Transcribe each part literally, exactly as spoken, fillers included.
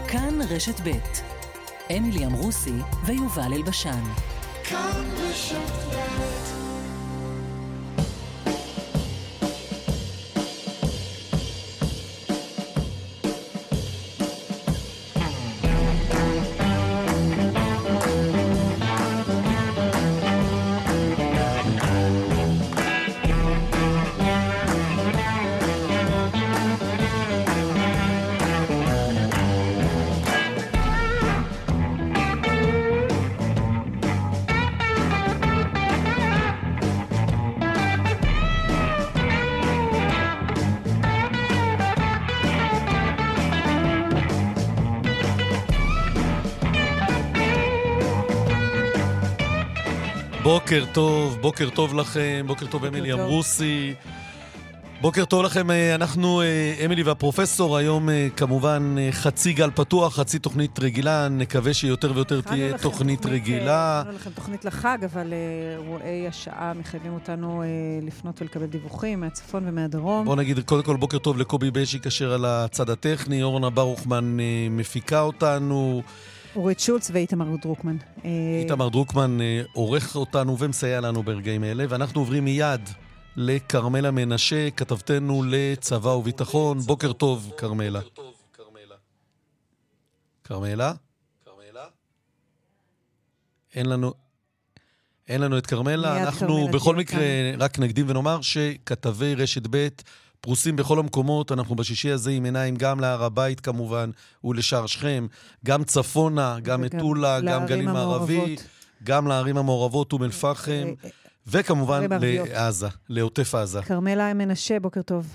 כאן רשת ב' אמילי אמרוסי ויובל אלבשן. כאן רשת ב'. בוקר טוב, בוקר טוב לכם, בוקר טוב אמילי אמרוסי. בוקר טוב לכם, אנחנו אמילי והפרופסור, היום כמובן חצי גל פתוח, חצי תוכנית רגילה, נקווה שיותר ויותר תהיה תוכנית רגילה. הכנו לכם תוכנית לחג, אבל אירועי השעה מחייבים אותנו לפנות ולקבל דיווחים מהצפון ומהדרום. בוא נגיד קודם כל בוקר טוב לקובי בשיק אשר על הצד הטכני, אורנה ברוכמן מפיקה אותנו. אורית שולץ ואיתמר דרוקמן. איתמר דרוקמן עורך אותנו ומסייע לנו ברגעים אלה, ואנחנו עוברים מיד לקרמלה מנשה, כתבתנו לצבא וביטחון. בוקר טוב, קרמלה. קרמלה? אין לנו... אין לנו את קרמלה. אנחנו בכל מקרה רק נקדים ונאמר שכתבי רשת ב' פרוסים בכל המקומות. אנחנו בשישי הזה עם עיניים גם להר הבית כמובן ולשער שכם, גם צפונה, גם מטולה, גם גליל מערבי, גם לערים המעורבות אום אל-פחם, וכמובן לעזה, לעוטף עזה. קרמלה מנשה, בוקר טוב.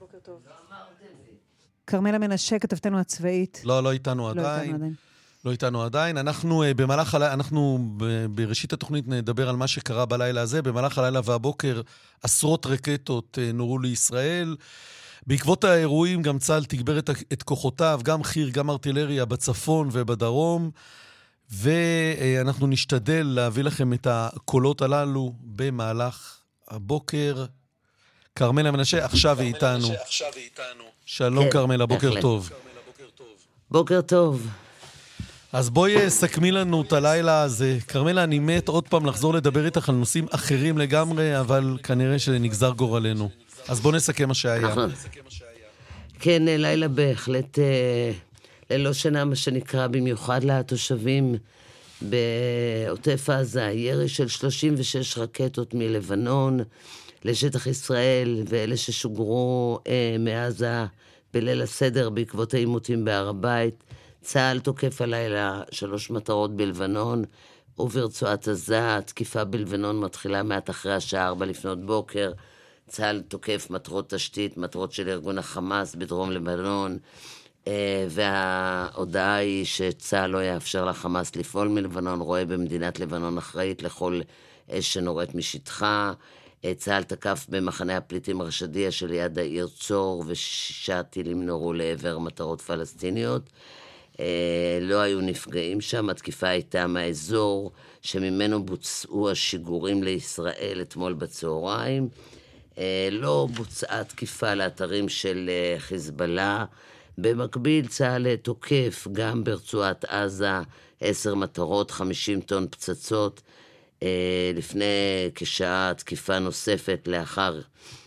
קרמלה מנשה, כתבתנו הצבאית. לא, לא איתנו עדיין. לא איתנו עדיין. אנחנו במהלך הלילה, אנחנו בראשית התוכנית נדבר על מה שקרה בלילה הזה. במהלך הלילה והבוקר עשרות רקטות נורו לישראל. בעקבות האירועים גם צה"ל תגבר את, את כוחותיו, גם חי"ר, גם ארטילריה בצפון ובדרום. ואנחנו נשתדל להביא לכם את הקולות הללו במהלך הבוקר. קרמלה מנשה עכשיו היא איתנו. שלום קרמלה, בוקר טוב. בוקר טוב. אז בואי סכמי לנו את הלילה הזה. קרמלה, אני מת עוד פעם לחזור לדבר איתך על נושאים אחרים לגמרי, אבל כנראה שנגזר גורלנו. אז בוא נסכם מה שהיה. כן, לילה בהחלט ללא שינה, מה שנקרא, במיוחד לתושבים בעוטף עזה, ירי של שלושים ושש רקטות מלבנון לשטח ישראל, ואלה ששוגרו מעזה בליל הסדר בעקבות העימותים בהר הבית. צה"ל תוקף הלילה שלוש מטרות בלבנון וברצועת עזה. התקיפה בלבנון מתחילה מעט אחרי השעה ארבע לפנות בוקר. צה"ל תוקף מטרות תשתית, מטרות של ארגון החמאס בדרום לבנון, וההודעה היא שצה"ל לא יאפשר לחמאס לפעול מלבנון, רואה במדינת לבנון אחראית לכל אש שנורית משטחה. צה"ל תקף במחנה הפליטים רשדיה שליד העיר צור, ושישה טילים נורו לעבר מטרות פלסטיניות. לא היו נפגעים שם. התקיפה הייתה מהאזור שממנו בוצעו השיגורים לישראל אתמול בצהריים. לא בוצעה תקיפה לאתרים של חיזבאללה. במקביל צה"ל תוקף גם ברצועת עזה עשר מטרות, חמישים טון פצצות. לפני כשעה תקיפה נוספת לאחר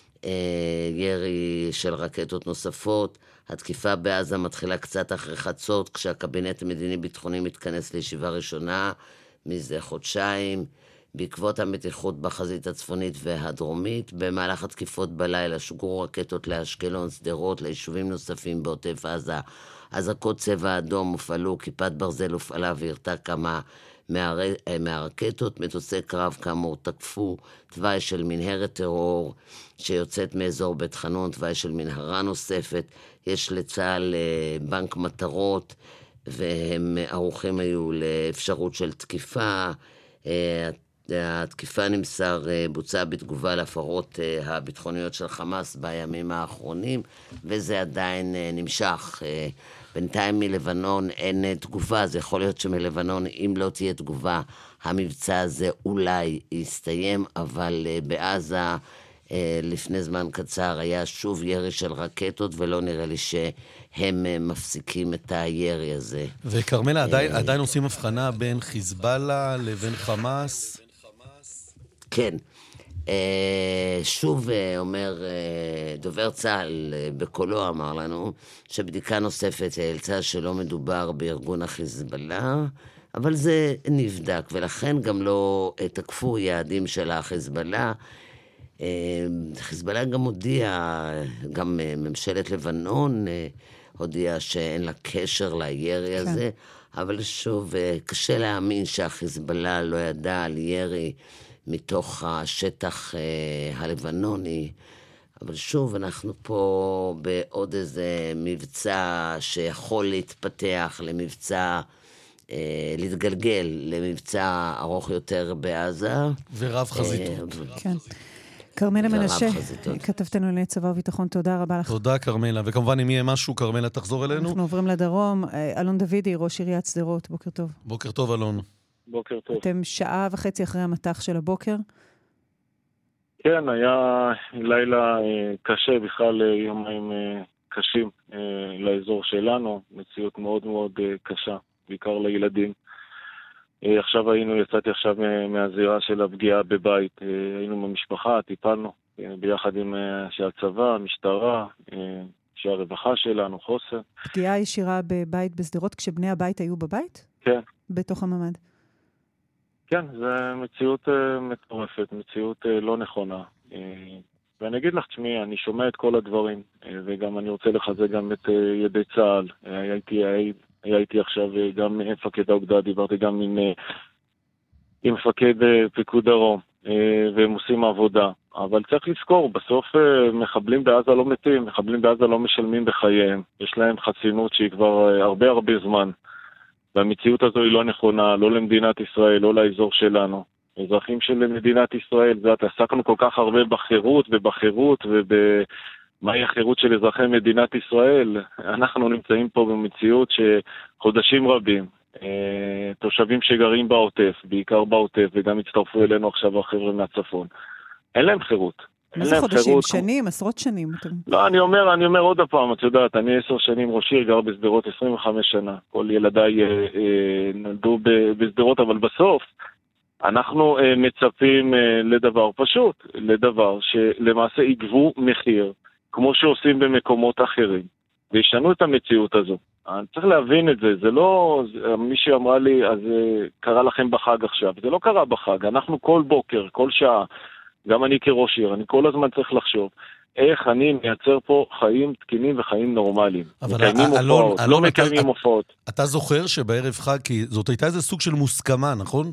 ירי של רקטות נוספות. התקיפה בעזה מתחילה קצת אחרי חצות, כשהקבינט המדיני-ביטחוני מתכנס לישיבה ראשונה מזה חודשיים, בעקבות המתיחות בחזית הצפונית והדרומית. במהלך התקיפות בלילה שוגרו רקטות לאשקלון, שדרות, ליישובים נוספים בעוטף עזה. אזעקות צבע אדום הופעלו, כיפת ברזל הופעלה והרתה כמה מהר... מהרקטות. מטוסי קרב כאמור תקפו תוואי של מנהרת טרור שיוצאת מאזור בית חנון, תוואי של מנהרה נוספת. יש לצה"ל בנק מטרות, והם ערוכים היו לאפשרות של תקיפה. התקיפה נמסר בוצעה בתגובה להפרות הביטחוניות של חמאס בימים האחרונים, וזה עדיין נמשך. בינתיים מלבנון אין תגובה. זה יכול להיות שמלבנון, אם לא תהיה תגובה, המבצע הזה אולי יסתיים, אבל בעזה לפני זמן קצר היה שוב ירי של רקטות, ולא נראה לי שהם מפסיקים את הירי הזה. וקרמלה, עדיין, עדיין עושים הבחנה בין חיזבאללה לבין חמאס? כן. שוב אומר דובר צה"ל בקולו אמר לנו שבדיקה נוספת העלתה שלא מדובר בארגון החיזבאללה, אבל זה נבדק, ולכן גם לא תקפו יעדים של החיזבאללה. חיזבאללה גם הודיע, גם ממשלת לבנון הודיעה שאין לה קשר לירי הזה, אבל שוב, קשה להאמין שהחיזבאללה לא ידע על ירי מתוך השטח הלבנוני, אבל שוב, אנחנו פה בעוד איזה מבצע שיכול להתפתח למבצע, להתגלגל למבצע ארוך יותר בעזה. ורב חזיתות. כן. קרמלה מנשה, כתבתנו לענייני צבא וביטחון, תודה רבה לך. תודה קרמלה, וכמובן אם יהיה משהו, קרמלה תחזור אלינו. אנחנו עוברים לדרום, אלון דוידי, ראש עיריית שדרות, בוקר טוב. בוקר טוב אלון. בוקר טוב. אתם שעה וחצי אחרי המתח של הבוקר? כן, היה לילה קשה, בכלל יומיים קשים לאזור שלנו, מציאות מאוד מאוד קשה, בעיקר לילדים. עכשיו היינו, יצאתי עכשיו מהזירה של הפגיעה בבית, היינו במשפחה, טיפלנו ביחד עם הצבא, המשטרה, שהרווחה שלנו, חוסר. פגיעה ישירה בבית בשדרות כשבני הבית היו בבית? כן. בתוך הממד? כן, זה מציאות מטורפת, מציאות לא נכונה. ואני אגיד לך, תשמעי, אני שומע את כל הדברים, וגם אני רוצה לחזק גם את ידי צה"ל. הייתי, הייתי עכשיו גם מפקד האוגדה, דיברתי גם עם, עם מפקד פיקוד דרום, והם עושים עבודה. אבל צריך לזכור, בסוף מחבלים בעזה לא מתים, מחבלים בעזה לא משלמים בחייהם. יש להם חסינות שהיא כבר הרבה הרבה זמן. והמציאות הזו היא לא נכונה, לא למדינת ישראל, לא לאזור שלנו. אזרחים של מדינת ישראל, זה, עסקנו כל כך הרבה בחירות ובחירות ובמהי החירות של אזרחי מדינת ישראל. אנחנו נמצאים פה במציאות שחודשים רבים, תושבים שגרים בעוטף, בעיקר בעוטף, וגם הצטרפו אלינו עכשיו החבר'ה מהצפון. אין להם חירות. מה זה חודשים? שנים? עשרות שנים? לא, אני אומר, אני אומר עוד הפעם, את יודעת, אני עשר שנים ראש עיר, גר בשדרות עשרים וחמש שנה. כל ילדיי נולדו בשדרות, אבל בסוף אנחנו מצפים לדבר פשוט, לדבר שלמעשה יגבו מחיר, כמו שעושים במקומות אחרים, וישנו את המציאות הזו. אני צריך להבין את זה, זה לא, מישהי אמרה לי, אז קרה לכם בחג עכשיו, זה לא קרה בחג, אנחנו כל בוקר, כל שעה, גם אני כראש עיר, אני כל הזמן צריך לחשוב איך אני מייצר פה חיים תקינים וחיים נורמליים. מקיימים הופעות, לא מקיימים הופעות. אתה זוכר שבערב חג, כי זאת הייתה איזה סוג של מוסכמה, נכון?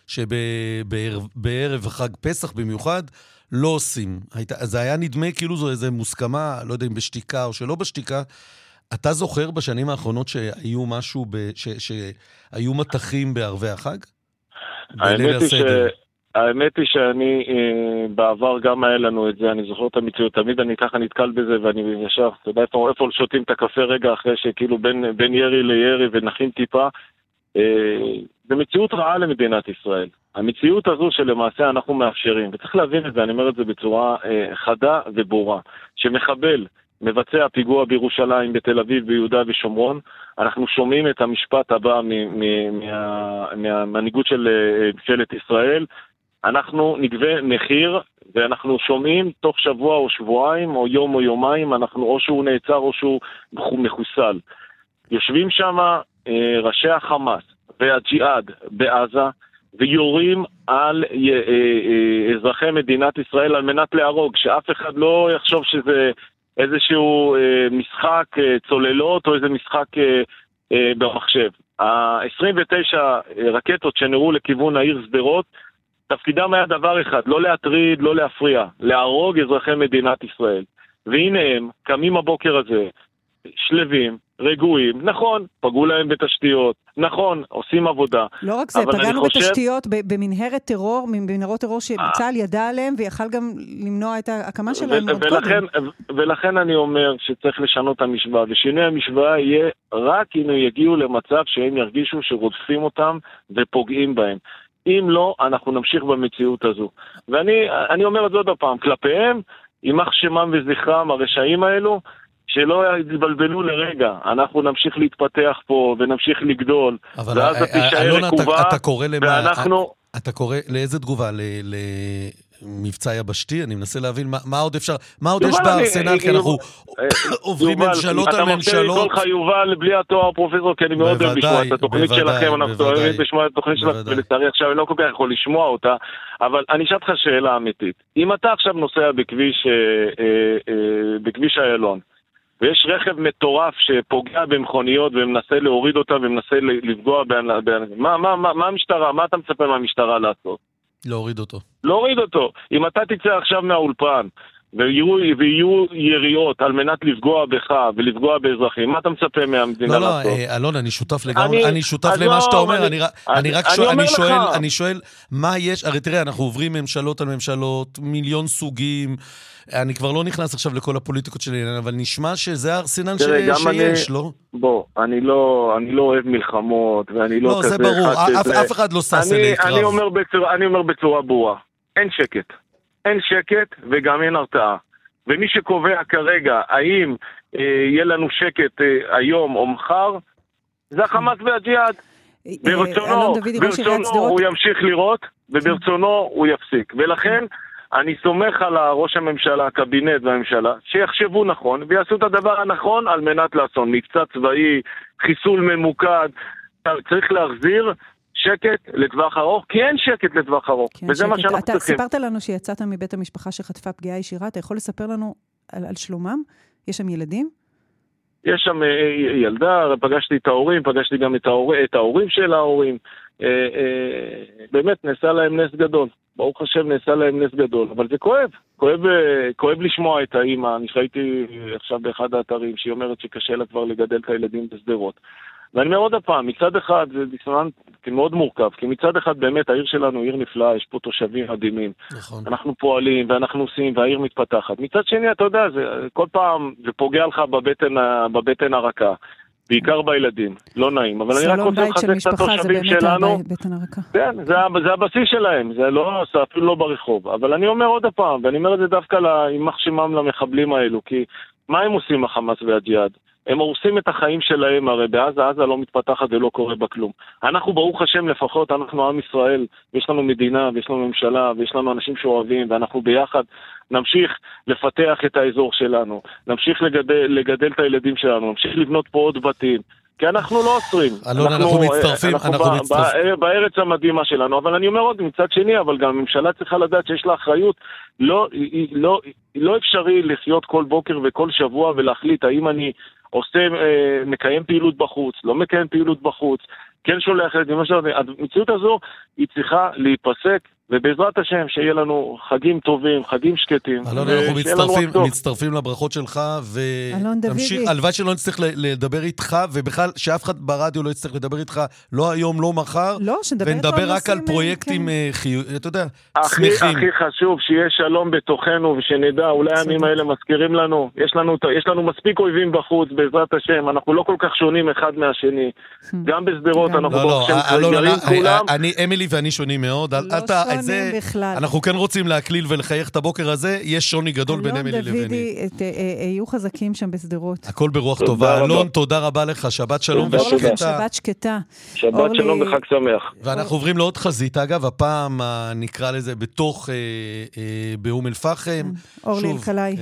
שבערב חג פסח במיוחד לא עושים. זה היה נדמה כאילו זו איזה מוסכמה, לא יודע אם בשתיקה או שלא בשתיקה. אתה זוכר בשנים האחרונות שהיו משהו, שהיו מתחים בערבי החג? האמת היא ש... האמת היא שאני, בעבר גם היה לנו את זה, אני זוכר את המציאות, תמיד אני ככה נתקל בזה ואני ישר, אתה יודע איפה, איפה שותים את הקפה רגע אחרי שכאילו בין, בין ירי לירי ונחים טיפה, זה מציאות רעה למדינת ישראל. המציאות הזו שלמעשה אנחנו מאפשרים, וצריך להבין את זה, אני אומר את זה בצורה חדה וברורה, שמחבל מבצע פיגוע בירושלים, בתל אביב, ביהודה ושומרון, אנחנו שומעים את המשפט הבא מהמנהיגות של ממשלת ישראל, אנחנו נגבה מחיר, ואנחנו שומעים תוך שבוע או שבועיים, או יום או יומיים, אנחנו או שהוא נעצר או שהוא מחוסל. יושבים שם אה, ראשי החמאס והג'יהאד בעזה, ויורים על אה, אה, אזרחי מדינת ישראל על מנת להרוג, שאף אחד לא יחשוב שזה איזשהו אה, משחק אה, צוללות, או איזה משחק אה, אה, במחשב. ה-עשרים ותשע רקטות שנראו לכיוון העיר שדרות, תפקידם היה דבר אחד, לא להטריד, לא להפריע, להרוג אזרחי מדינת ישראל. והנה הם, קמים הבוקר הזה, שלבים, רגועים, נכון, פגעו להם בתשתיות, נכון, עושים עבודה. לא רק זה, פגענו חושב... בתשתיות, במנהרת טרור, במנהרות טרור שצה"ל ידע עליהם, ויכל גם למנוע את ההקמה שלהם עוד ולכן, קודם. ולכן אני אומר שצריך לשנות את המשוואה, ושינוי המשוואה יהיה רק אם הם יגיעו למצב שהם ירגישו שרודפים אותם ופוגעים בהם. אם לא, אנחנו נמשיך במציאות הזו. ואני אני אומר את זה עוד הפעם, כלפיהם, יימח שמם וזכרם, הרשעים האלו, שלא יתבלבלו לרגע. אנחנו נמשיך להתפתח פה, ונמשיך לגדול, ואז תישאר רקובה, ואנחנו... אתה קורא לאיזה תגובה? למבצע יבשתי? אני מנסה להבין מה עוד אפשר, מה עוד יש בארסנל, כי אנחנו עוברים ממשלות על ממשלות. אתה מרשה לקרוא לך יובל בלי התואר פרופסור, כי אני מאוד אוהב לשמוע את התוכנית שלכם, אנחנו אוהבים לשמוע את התוכנית שלכם, ולצערי עכשיו אני לא כל כך יכול לשמוע אותה, אבל אני אשאל לך שאלה אמיתית. אם אתה עכשיו נוסע בכביש איילון, ויש רכב מטורף שפוגע במכוניות ומנסה להוריד אותה ומנסה לפגוע באנשים. מה, מה, מה, מה המשטרה? מה אתה מצפה מהמשטרה לעשות? להוריד אותו. להוריד אותו. אם אתה תצא עכשיו מהאולפן ויהיו, ויהיו יריות על מנת לפגוע בך ולפגוע באזרחים, מה אתה מצפה מהמדינה לא, לעשות? לא, לא, אלון, אני שותף לגמרי, אני שותף למה לא, שאתה אומר, אני, אני, אני רק שואל, אני שואל, אני שואל, מה יש, הרי תראה, אנחנו עוברים ממשלות על ממשלות, מיליון סוגים, אני כבר לא נכנס עכשיו לכל הפוליטיקות שלי, אבל נשמע שזה הארסנל ש... שיש, אני, לא? בוא, אני לא, אני לא אוהב מלחמות, ואני לא, לא כזה... לא, זה ברור, אף, שזה... אף אחד לא סס אלי קרב. אני אומר בצורה, אני אומר בצורה ברורה, אין שקט. אין שקט וגם אין הרתעה. ומי שקובע כרגע האם אה, יהיה לנו שקט אה, היום או מחר, זה החמאס והג'יהאד. ברצונו, ברצונו הוא ימשיך לראות, וברצונו הוא יפסיק. ולכן אני סומך על ראש הממשלה, הקבינט והממשלה, שיחשבו נכון ויעשו את הדבר הנכון על מנת לעשות מבצע צבאי, חיסול ממוקד. צריך להחזיר שקט לטווח ארוך, כי אין שקט לטווח ארוך, כן, וזה שקט. מה שאנחנו אתה צריכים. סיפרת לנו שיצאת מבית המשפחה שחטפה פגיעה ישירה, אתה יכול לספר לנו על, על שלומם? יש שם ילדים? יש שם ילדה, פגשתי את ההורים, פגשתי גם את, ההור... את ההורים של ההורים, אה, אה, באמת נעשה להם נס גדול, ברוך השם נעשה להם נס גדול, אבל זה כואב, כואב, כואב לשמוע את האמא, אני חייתי עכשיו באחד האתרים, שהיא אומרת שקשה לה כבר לגדל את הילדים בסדרות, ואני אומר עוד הפעם, מצד אחד זה דיסוננס מאוד מורכב, כי מצד אחד באמת העיר שלנו עיר נפלאה, יש פה תושבים מדהימים, נכון. אנחנו פועלים ואנחנו עושים והעיר מתפתחת. מצד שני, אתה יודע, זה, כל פעם זה פוגע לך בבטן, בבטן הרכה, בעיקר בילדים, לא נעים, אבל אני רק רוצה לחזק את התושבים שלנו. כן, זה, זה הבסיס שלהם, זה לא, זה אפילו לא ברחוב, אבל אני אומר עוד הפעם, ואני אומר את זה דווקא יימח שמם למחבלים האלו, כי מה הם עושים החמאס והג'יהאד? הם הורסים את החיים שלהם, הרי בעזה, עזה לא מתפתחת ולא קורה בה כלום. אנחנו ברוך השם לפחות, אנחנו עם ישראל, ויש לנו מדינה, ויש לנו ממשלה, ויש לנו אנשים שאוהבים, ואנחנו ביחד נמשיך לפתח את האזור שלנו, נמשיך לגדל, לגדל את הילדים שלנו, נמשיך לבנות פה עוד בתים, כי אנחנו לא עוצרים. אלון, אנחנו, אנחנו מצטרפים, אנחנו, אנחנו מצטרפים. בארץ המדהימה שלנו, אבל אני אומר עוד מצד שני, אבל גם הממשלה צריכה לדעת שיש לה אחריות, לא, לא, לא אפשרי לחיות כל בוקר וכל שבוע ולהחליט האם אני עושה, מקיים פעילות בחוץ, לא מקיים פעילות בחוץ, כן שולח את זה, המציאות הזו היא צריכה להיפסק, ובעזרת השם שיהיה לנו חגים טובים, חגים שקטים. אלון, אנחנו מצטרפים, מצטרפים לברכות שלך, ותמשיך, הלוואי שלא נצטרך לדבר איתך, ובכלל שאף אחד ברדיו לא יצטרך לדבר איתך, לא היום, לא מחר, לא, ונדבר רק על פרויקטים חיוביים, אתה יודע, שמחים. הכי חשוב שיהיה שלום בתוכנו, ושנדע, אולי הימים האלה מזכירים לנו, יש לנו, יש לנו מספיק אויבים בחוץ, בעזרת השם, אנחנו לא כל כך שונים אחד מהשני, גם בסדרות, אנחנו ברוך השם גרים כולם. אמילי ואני שונים מאוד, זה, אנחנו כן רוצים להקליל ולחייך את הבוקר הזה, יש שוני גדול בין אמילי לביני. אלון דוידי, יהיו חזקים שם בסדרות. הכל ברוח טובה. אלון, תודה רבה לך, שבת שלום ושקטה. שבת שקטה. שבת שלום וחג שמח. ואנחנו עוברים לעוד חזית, אגב, הפעם נקרא לזה בתוך באום אל-פחם. אורלי אלקלעי.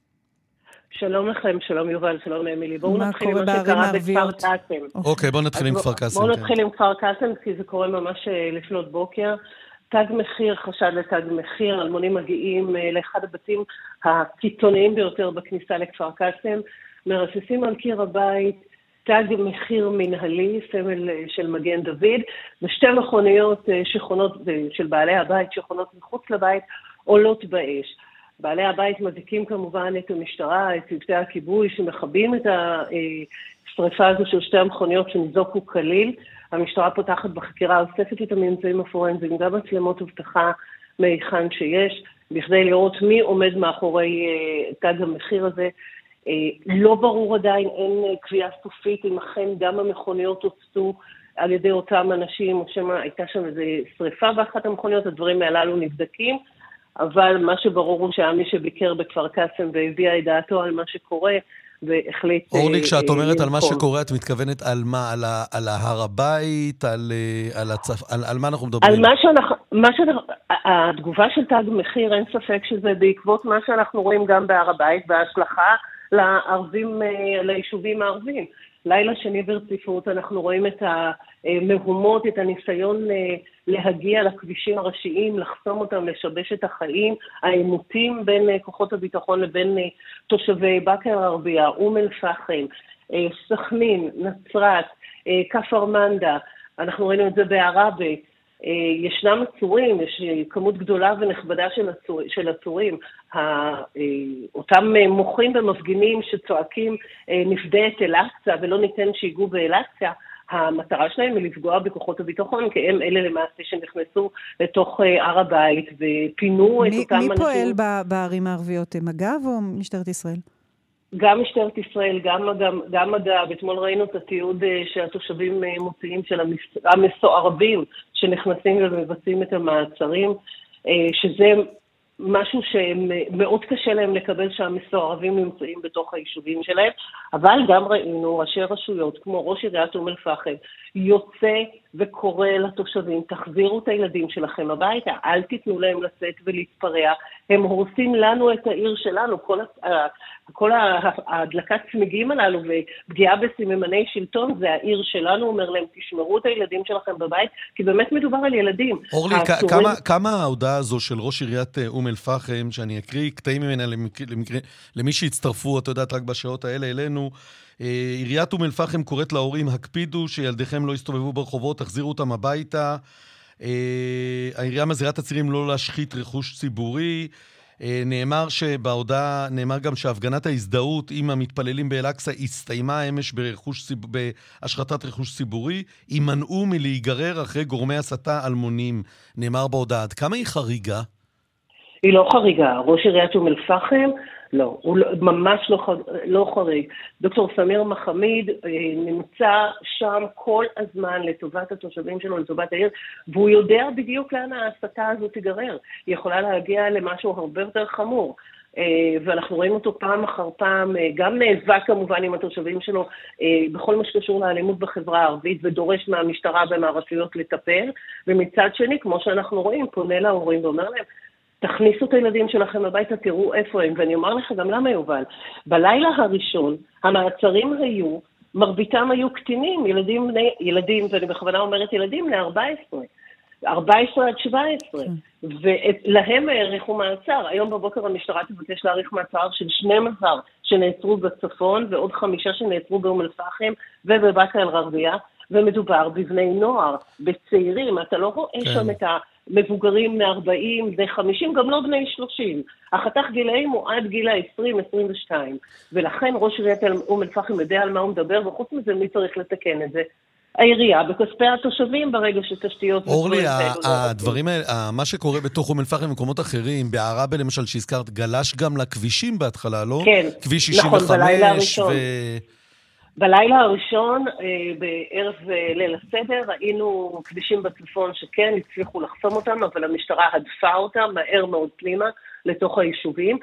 שלום לכם, שלום יובל, שלום אמילי. בואו נתחיל עם מה שקרה בכפר קאסם. אוקיי, בואו נתחיל עם כפר קאסם. בואו נתחיל עם כפר קאסם, כי זה קורה ממש לפנות בוקר. תג מחיר, חשד לתג מחיר, אלמונים מגיעים לאחד הבתים הקיצוניים ביותר בכניסה לכפר קאסם, מרססים על קיר הבית, תג מחיר מנהלי, סמל של מגן דוד, ושתי מכוניות שכונות, של בעלי הבית שכונות מחוץ לבית, עולות באש. בעלי הבית מזיקים כמובן את המשטרה, את צוותי הכיבוי שמחבים את השריפה הזו של שתי המכוניות שניזוקו כליל. המשטרה פותחת בחקירה, אוספת את הממצאים הפורנזיים, גם מצלמות אבטחה מהיכן שיש, בכדי לראות מי עומד מאחורי תג המחיר הזה. לא ברור עדיין, אין קביעה סופית, אם אכן גם המכוניות הוצאו על ידי אותם אנשים, או שמה הייתה שם איזו שריפה באחת המכוניות, הדברים הללו נבדקים, אבל מה שברור הוא שהיה מי שביקר בכפר קאסם והביע את דעתו על מה שקורה, והחליט... אורלי, כשאת אומרת על מה שקורה, את מתכוונת על מה? על, ה, על ההר הבית? על, על, הצפ... על, על מה אנחנו מדברים? על מה שאנחנו... מה שאנחנו... התגובה של תג מחיר, אין ספק שזה בעקבות מה שאנחנו רואים גם בהר הבית, וההשלכה לערבים, ליישובים הערבים. לילה שני ברציפות אנחנו רואים את המהומות, את הניסיון להגיע לכבישים הראשיים, לחסום אותם, לשבש את החיים, העימותים בין כוחות הביטחון לבין תושבי באקה אל-גרבייה, אום אל-פחם, סכנין, נצרת, כפר מנדא, אנחנו ראינו את זה בערבה, ישנם עצורים, יש כמות גדולה ונכבדה של, עצור, של עצורים, אותם מוחים ומפגינים שצועקים נפדה את אל-אקצא ולא ניתן שיגעו באל-אקצא, המטרה שלהם היא לפגוע בכוחות הביטחון, כי הם אלה למעשה שנכנסו לתוך הר הבית ופינו מי, את אותם מי אנשים. מי פועל בערים הערביות, מג"ב או משטרת ישראל? גם משטרת ישראל, גם, גם, גם מג"ב. אתמול ראינו את התיעוד שהתושבים מוציאים של המסוערבים שנכנסים ומבצעים את המעצרים, שזה משהו שמאוד קשה להם לקבל שהמסוערבים נמצאים בתוך היישובים שלהם, אבל גם ראינו ראשי רשויות כמו ראש עיריית אום אל-פחם יוצא וקורא לתושבים, תחזירו את הילדים שלכם הביתה, אל תיתנו להם לצאת ולהתפרע, הם הורסים לנו את העיר שלנו, כל, כל ההדלקת צמיגים הללו ופגיעה בסממני שלטון, זה העיר שלנו, אומר להם, תשמרו את הילדים שלכם בבית, כי באמת מדובר על ילדים. אורלי, העצורים... כמה, כמה ההודעה הזו של ראש עיריית אום אל-פחם, שאני אקריא קטעים ממנה למקרה, למקרה, למי שהצטרפו, אתה יודעת, רק בשעות האלה אלינו, עיריית אום אל-פחם קוראת להורים, הקפידו שילדיכם לא יסתובבו ברחובות, תחזירו אותם הביתה. העירייה מזהירה את הצירים לא להשחית רכוש ציבורי. נאמר שבהודעה, נאמר גם שהפגנת ההזדהות עם המתפללים באל-אקצא הסתיימה אמש ברכוש, בהשחתת רכוש ציבורי, יימנעו מלהיגרר אחרי גורמי הסתה אלמונים. נאמר בהודעה, עד כמה היא חריגה? היא לא חריגה. ראש עיריית אום אל-פחם, לא, הוא ממש לא, לא חריג. דוקטור סמיר מחמיד נמצא שם כל הזמן לטובת התושבים שלו, לטובת העיר, והוא יודע בדיוק לאן ההסתה הזאת תיגרר. היא יכולה להגיע למשהו הרבה יותר חמור. ואנחנו רואים אותו פעם אחר פעם, גם נאבק כמובן עם התושבים שלו בכל מה שקשור לאלימות בחברה הערבית, ודורש מהמשטרה ומהרשויות לטפל, ומצד שני, כמו שאנחנו רואים, פונה להורים ואומר להם, תכניסו את הילדים שלכם הביתה, תראו איפה הם, ואני אומר לך גם למה יובל. בלילה הראשון, המעצרים היו, מרביתם היו קטינים, ילדים, ילדים, ואני בכוונה אומרת ילדים, ל-ארבע עשרה. ארבע עשרה עד שבע עשרה, ולהם העריכו מעצר. היום בבוקר המשטרה תבקש להעריך מעצר של שנים עשר שנעצרו בצפון, ועוד חמישה שנעצרו באום אל-פחם ובבאקה אל-גרבייה, ומדובר בבני נוער, בצעירים, אתה לא רואה כן. שם את המבוגרים מ-ארבעים, בני חמישים, גם לא בני שלושים. החתך גילאים הוא עד גיל ה-עשרים עשרים ושתיים, ולכן ראש עיריית אום אל-פחם יודע על מה הוא מדבר, וחוץ מזה מי צריך לתקן את זה? העירייה, בכספי התושבים ברגע שתשתיות... אורלי, הדברים האלה, מה שקורה בתוך אום אל-פחם ומקומות אחרים, בערבה למשל שהזכרת, גלש גם לכבישים בהתחלה, לא? כן, כביש שישים וחמש נכון, בלילה הראשון. בלילה הראשון, בערב ליל הסדר, ראינו כבישים בצפון שכן, הצליחו לחסום אותם, אבל המשטרה הדפה אותם מהר מאוד פנימה לתוך היישובים.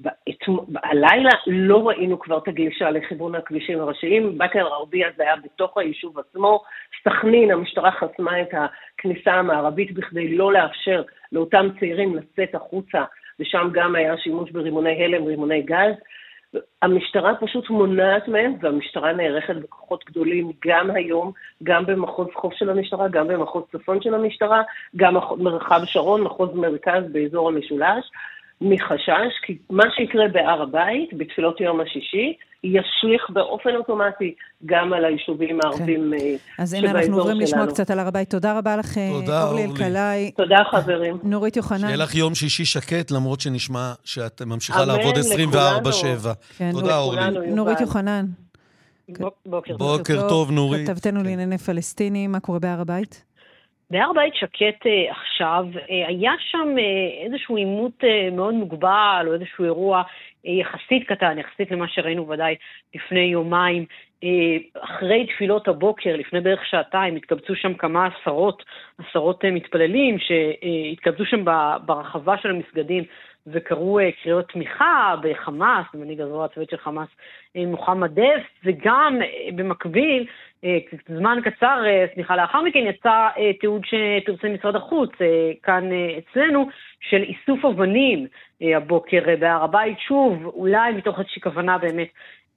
הלילה לא ראינו כבר את הגלישה לכיוון הכבישים הראשיים, באקה אל-גרבייה זה היה בתוך היישוב עצמו, סכנין, המשטרה חסמה את הכניסה המערבית בכדי לא לאפשר לאותם צעירים לצאת החוצה, ושם גם היה שימוש ברימוני הלם, רימוני גז. המשטרה פשוט מונעת מהם, והמשטרה נערכת בכוחות גדולים גם היום, גם במחוז חוף של המשטרה, גם במחוז צפון של המשטרה, גם מרחב שרון, מחוז מרכז באזור המשולש, מחשש, כי מה שיקרה בהר הבית, בתפילות יום השישי, ישליך באופן אוטומטי גם על היישובים הערבים שבאזור שלנו. אז הנה אנחנו עוברים לשמוע קצת על הר הבית. תודה רבה לך, אורלי אלקלעי. תודה חברים. נורית יוחנן. שיהיה לך יום שישי שקט, למרות שנשמע שאת ממשיכה לעבוד עשרים וארבע שבע. תודה אורלי. נורית יוחנן. בוקר טוב נורית. כתבתנו לענייני פלסטינים, מה קורה בהר הבית? בהר הבית שקט עכשיו, היה שם איזשהו עימות מאוד מוגבל, או איזשהו אירוע יחסית קטן, יחסית למה שראינו ודאי לפני יומיים, אחרי תפילות הבוקר, לפני בערך שעתיים, התקבצו שם כמה עשרות, עשרות מתפללים שהתקבצו שם ברחבה של המסגדים, וקראו קריאות תמיכה בחמאס, מנהיג הזרוע הצבאית של חמאס, מוחמד דף, וגם במקביל, זמן קצר, סליחה, לאחר מכן יצא תיעוד שפרסם משרד החוץ, כאן אצלנו, של איסוף אבנים הבוקר בהר הבית, שוב, אולי מתוך איזושהי כוונה באמת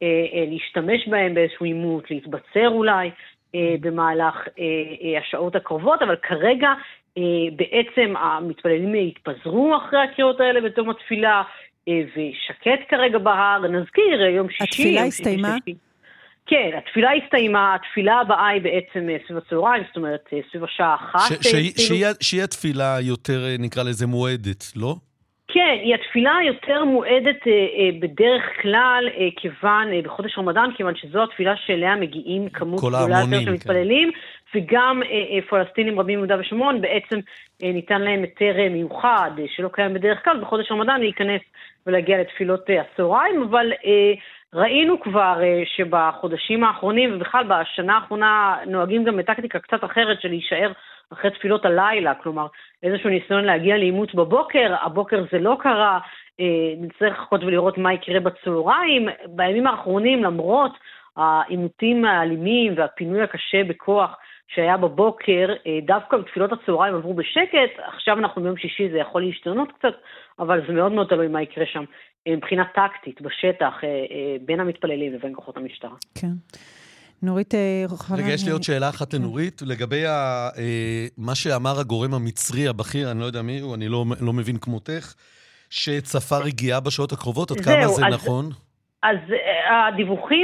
להשתמש בהם באיזשהו עימות, להתבצר אולי במהלך השעות הקרובות, אבל כרגע בעצם המתפללים התפזרו אחרי הקריאות האלה בתום התפילה, ושקט כרגע בהר, נזכיר, יום שישי. התפילה הסתיימה? כן, התפילה הסתיימה, התפילה הבאה היא בעצם סביב הצהריים, זאת אומרת סביב השעה אחת. שהיא התפילה יותר, נקרא לזה, מועדת, לא? כן, היא התפילה יותר מועדת בדרך כלל, כיוון, בחודש רמדאן, כיוון שזו התפילה שאליה מגיעים כמות גדולה יותר של מתפללים, וגם פלסטינים רבים מיהודה ושומרון, בעצם ניתן להם היתר מיוחד, שלא קיים בדרך כלל, בחודש רמדאן להיכנס ולהגיע לתפילות הצהריים, אבל ראינו כבר שבחודשים האחרונים, ובכלל בשנה האחרונה, נוהגים גם בטקטיקה קצת אחרת של להישאר אחרי תפילות הלילה, כלומר, איזשהו ניסיון להגיע לאימות בבוקר, הבוקר זה לא קרה, נצטרך לחכות ולראות מה יקרה בצהריים, בימים האחרונים, למרות האימותים האלימים והפינוי הקשה בכוח שהיה בבוקר, דווקא בתפילות הצהריים עברו בשקט, עכשיו אנחנו ביום שישי, זה יכול להשתנות קצת, אבל זה מאוד מאוד תלוי מה יקרה שם, מבחינה טקטית, בשטח, בין המתפללים לבין כוחות המשטרה. כן. נורית רוחבן... רגע, יש לי עוד שאלה אחת לנורית, לגבי מה שאמר הגורם המצרי הבכיר, אני לא יודע מי הוא, אני לא מבין כמותך, שצפה רגיעה בשעות הקרובות, עד כמה זה נכון? אז הדיווחים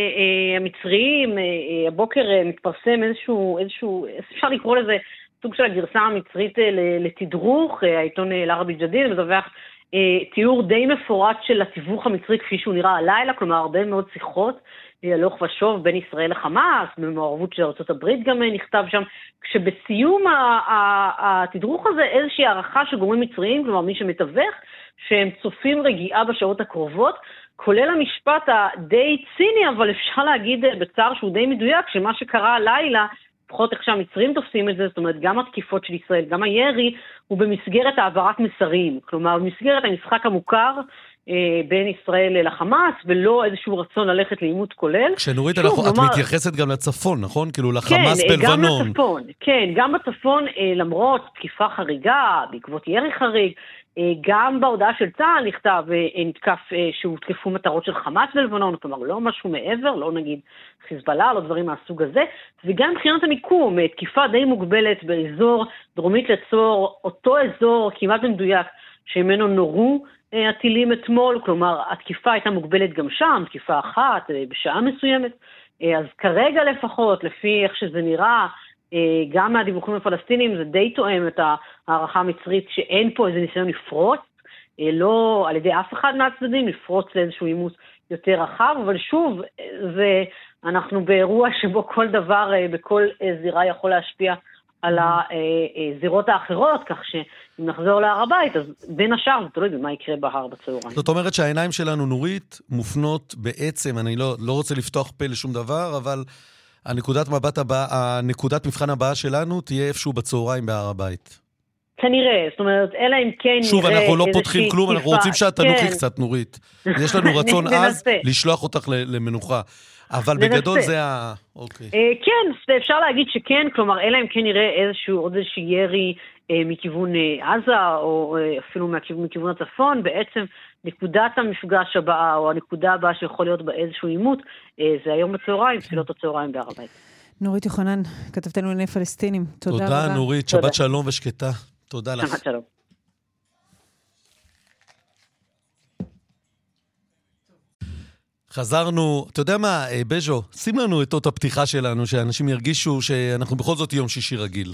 המצריים, הבוקר מתפרסם איזשהו, איזשהו, אפשר לקרוא לזה סוג של הגרסה המצרית לתדרוך, העיתון אל-ערבי ג'דיד מדווח תיאור די מפורט של התיווך המצרי כפי שהוא נראה הלילה, כלומר הרבה מאוד שיחות, הלוך ושוב בין ישראל לחמאס, במעורבות של ארצות הברית גם נכתב שם, כשבסיום התדרוך הזה איזושהי הערכה של גורמים מצריים, כלומר מי שמתווך, שהם צופים רגיעה בשעות הקרובות, כולל המשפט הדי ציני, אבל אפשר להגיד בצער שהוא די מדויק, שמה שקרה הלילה, לפחות איך שהמצרים תופסים את זה, זאת אומרת גם התקיפות של ישראל, גם הירי, הוא במסגרת העברת מסרים, כלומר במסגרת המשחק המוכר, בין ישראל לחמאס, ולא איזשהו רצון ללכת לאימות כולל. כשנורית, את מתייחסת גם לצפון, נכון? כאילו לחמאס בלבנון. כן, גם לצפון. כן, גם בצפון, למרות תקיפה חריגה, בעקבות ירי חריג, גם בהודעה של צה"ל נכתב, נתקף שהותקפו מטרות של חמאס בלבנון, כלומר לא משהו מעבר, לא נגיד חיזבאללה, לא דברים מהסוג הזה, וגם מבחינת המיקום, תקיפה די מוגבלת באזור דרומית לצור, אותו אזור כמעט במדויק, שממנו נורו הטילים אתמול, כלומר התקיפה הייתה מוגבלת גם שם, תקיפה אחת בשעה מסוימת, אז כרגע לפחות, לפי איך שזה נראה, גם מהדיווחים הפלסטינים זה די תואם את הערכה המצרית שאין פה איזה ניסיון לפרוץ, לא על ידי אף אחד מהצדדים, לפרוץ לאיזשהו אימוס יותר רחב, אבל שוב, זה, אנחנו באירוע שבו כל דבר בכל זירה יכול להשפיע על הזירות האחרות, כך שאם נחזור להר הבית, אז בין השאר זה תלוי במה יקרה בהר בצהריים. זאת אומרת שהעיניים שלנו, נורית, מופנות בעצם, אני לא, לא רוצה לפתוח פה לשום דבר, אבל הנקודת מבט הבא, הנקודת מבחן הבאה שלנו תהיה איפשהו בצהריים בהר הבית. כנראה, זאת אומרת, אלא אם כן שוב, אנחנו לא פותחים כלום, אנחנו רוצים שאת תנוחי קצת, נורית. יש לנו רצון אז לשלוח אותך למנוחה. אבל בגדול זה ה... אוקיי. כן, אפשר להגיד שכן, כלומר, אלא אם כן נראה איזשהו, עוד איזשהו ירי מכיוון עזה, או אפילו מכיוון הצפון, בעצם נקודת המפגש הבאה, או הנקודה הבאה שיכול להיות באיזשהו עימות, זה היום בצהריים, תפילות הצהריים בהר הבית. נורית יוחנן, כתבתנו לענייני פלסטינים. תודה רבה. תודה, נורית, שבת שלום ושקטה. תודה לך. שבת שלום. חזרנו, אתה יודע מה, בז'ו, שים לנו את אות הפתיחה שלנו, שאנשים ירגישו שאנחנו בכל זאת יום שישי רגיל.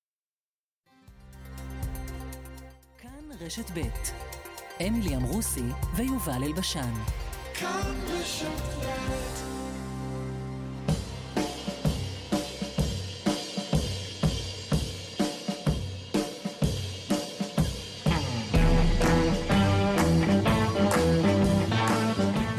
כאן רשת ב' אמילי אמרוסי ויובל אלבשן. כאן רשת ב'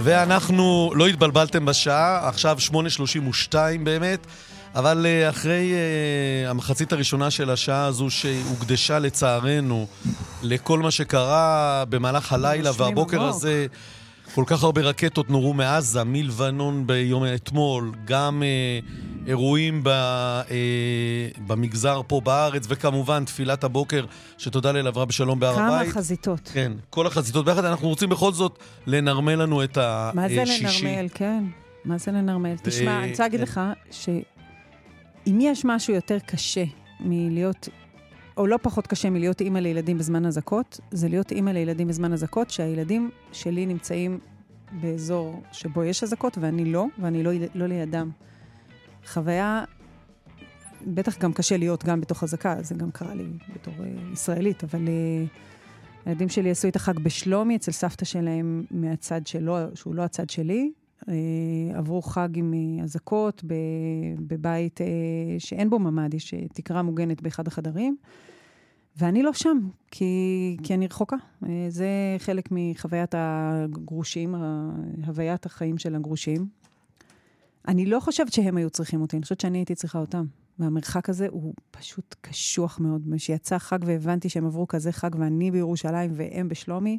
ואנחנו, לא התבלבלתם בשעה, עכשיו שמונה שלושים ושתיים באמת, אבל אחרי uh, המחצית הראשונה של השעה הזו שהוקדשה לצערנו לכל מה שקרה במהלך הלילה והבוקר הזה, כל כך הרבה רקטות נורו מעזה, מלבנון ביום אתמול, גם uh, אירועים ב, uh, במגזר פה בארץ, וכמובן תפילת הבוקר שתודה ליל עברה בשלום בהר הבית. כמה חזיתות. כן, כל החזיתות ביחד. אנחנו רוצים בכל זאת לנרמל לנו את השישי. מה זה לנרמל, כן. מה זה לנרמל? תשמע, אני רוצה להגיד לך שאם יש משהו יותר קשה מלהיות, או לא פחות קשה מלהיות אימא לילדים בזמן הזקות, זה להיות אימא לילדים בזמן הזקות, שהילדים שלי נמצאים באזור שבו יש הזקות, ואני לא, ואני לא, לא לידם. חוויה, בטח גם קשה להיות גם בתוך הזקה, זה גם קרה לי בתור uh, ישראלית, אבל uh, הילדים שלי עשו את החג בשלומי, אצל סבתא שלהם מהצד שלו, שהוא לא הצד שלי, uh, עברו חג עם uh, הזקות בבית uh, שאין בו ממד, יש תקרה מוגנת באחד החדרים, ואני לא שם, כי, כי אני רחוקה. Uh, זה חלק מחוויית הגרושים, הוויית החיים של הגרושים. אני לא חושבת שהם היו צריכים אותי, אני חושבת שאני הייתי צריכה אותם. והמרחק הזה הוא פשוט קשוח מאוד. כשיצא חג והבנתי שהם עברו כזה חג, ואני בירושלים והם בשלומי,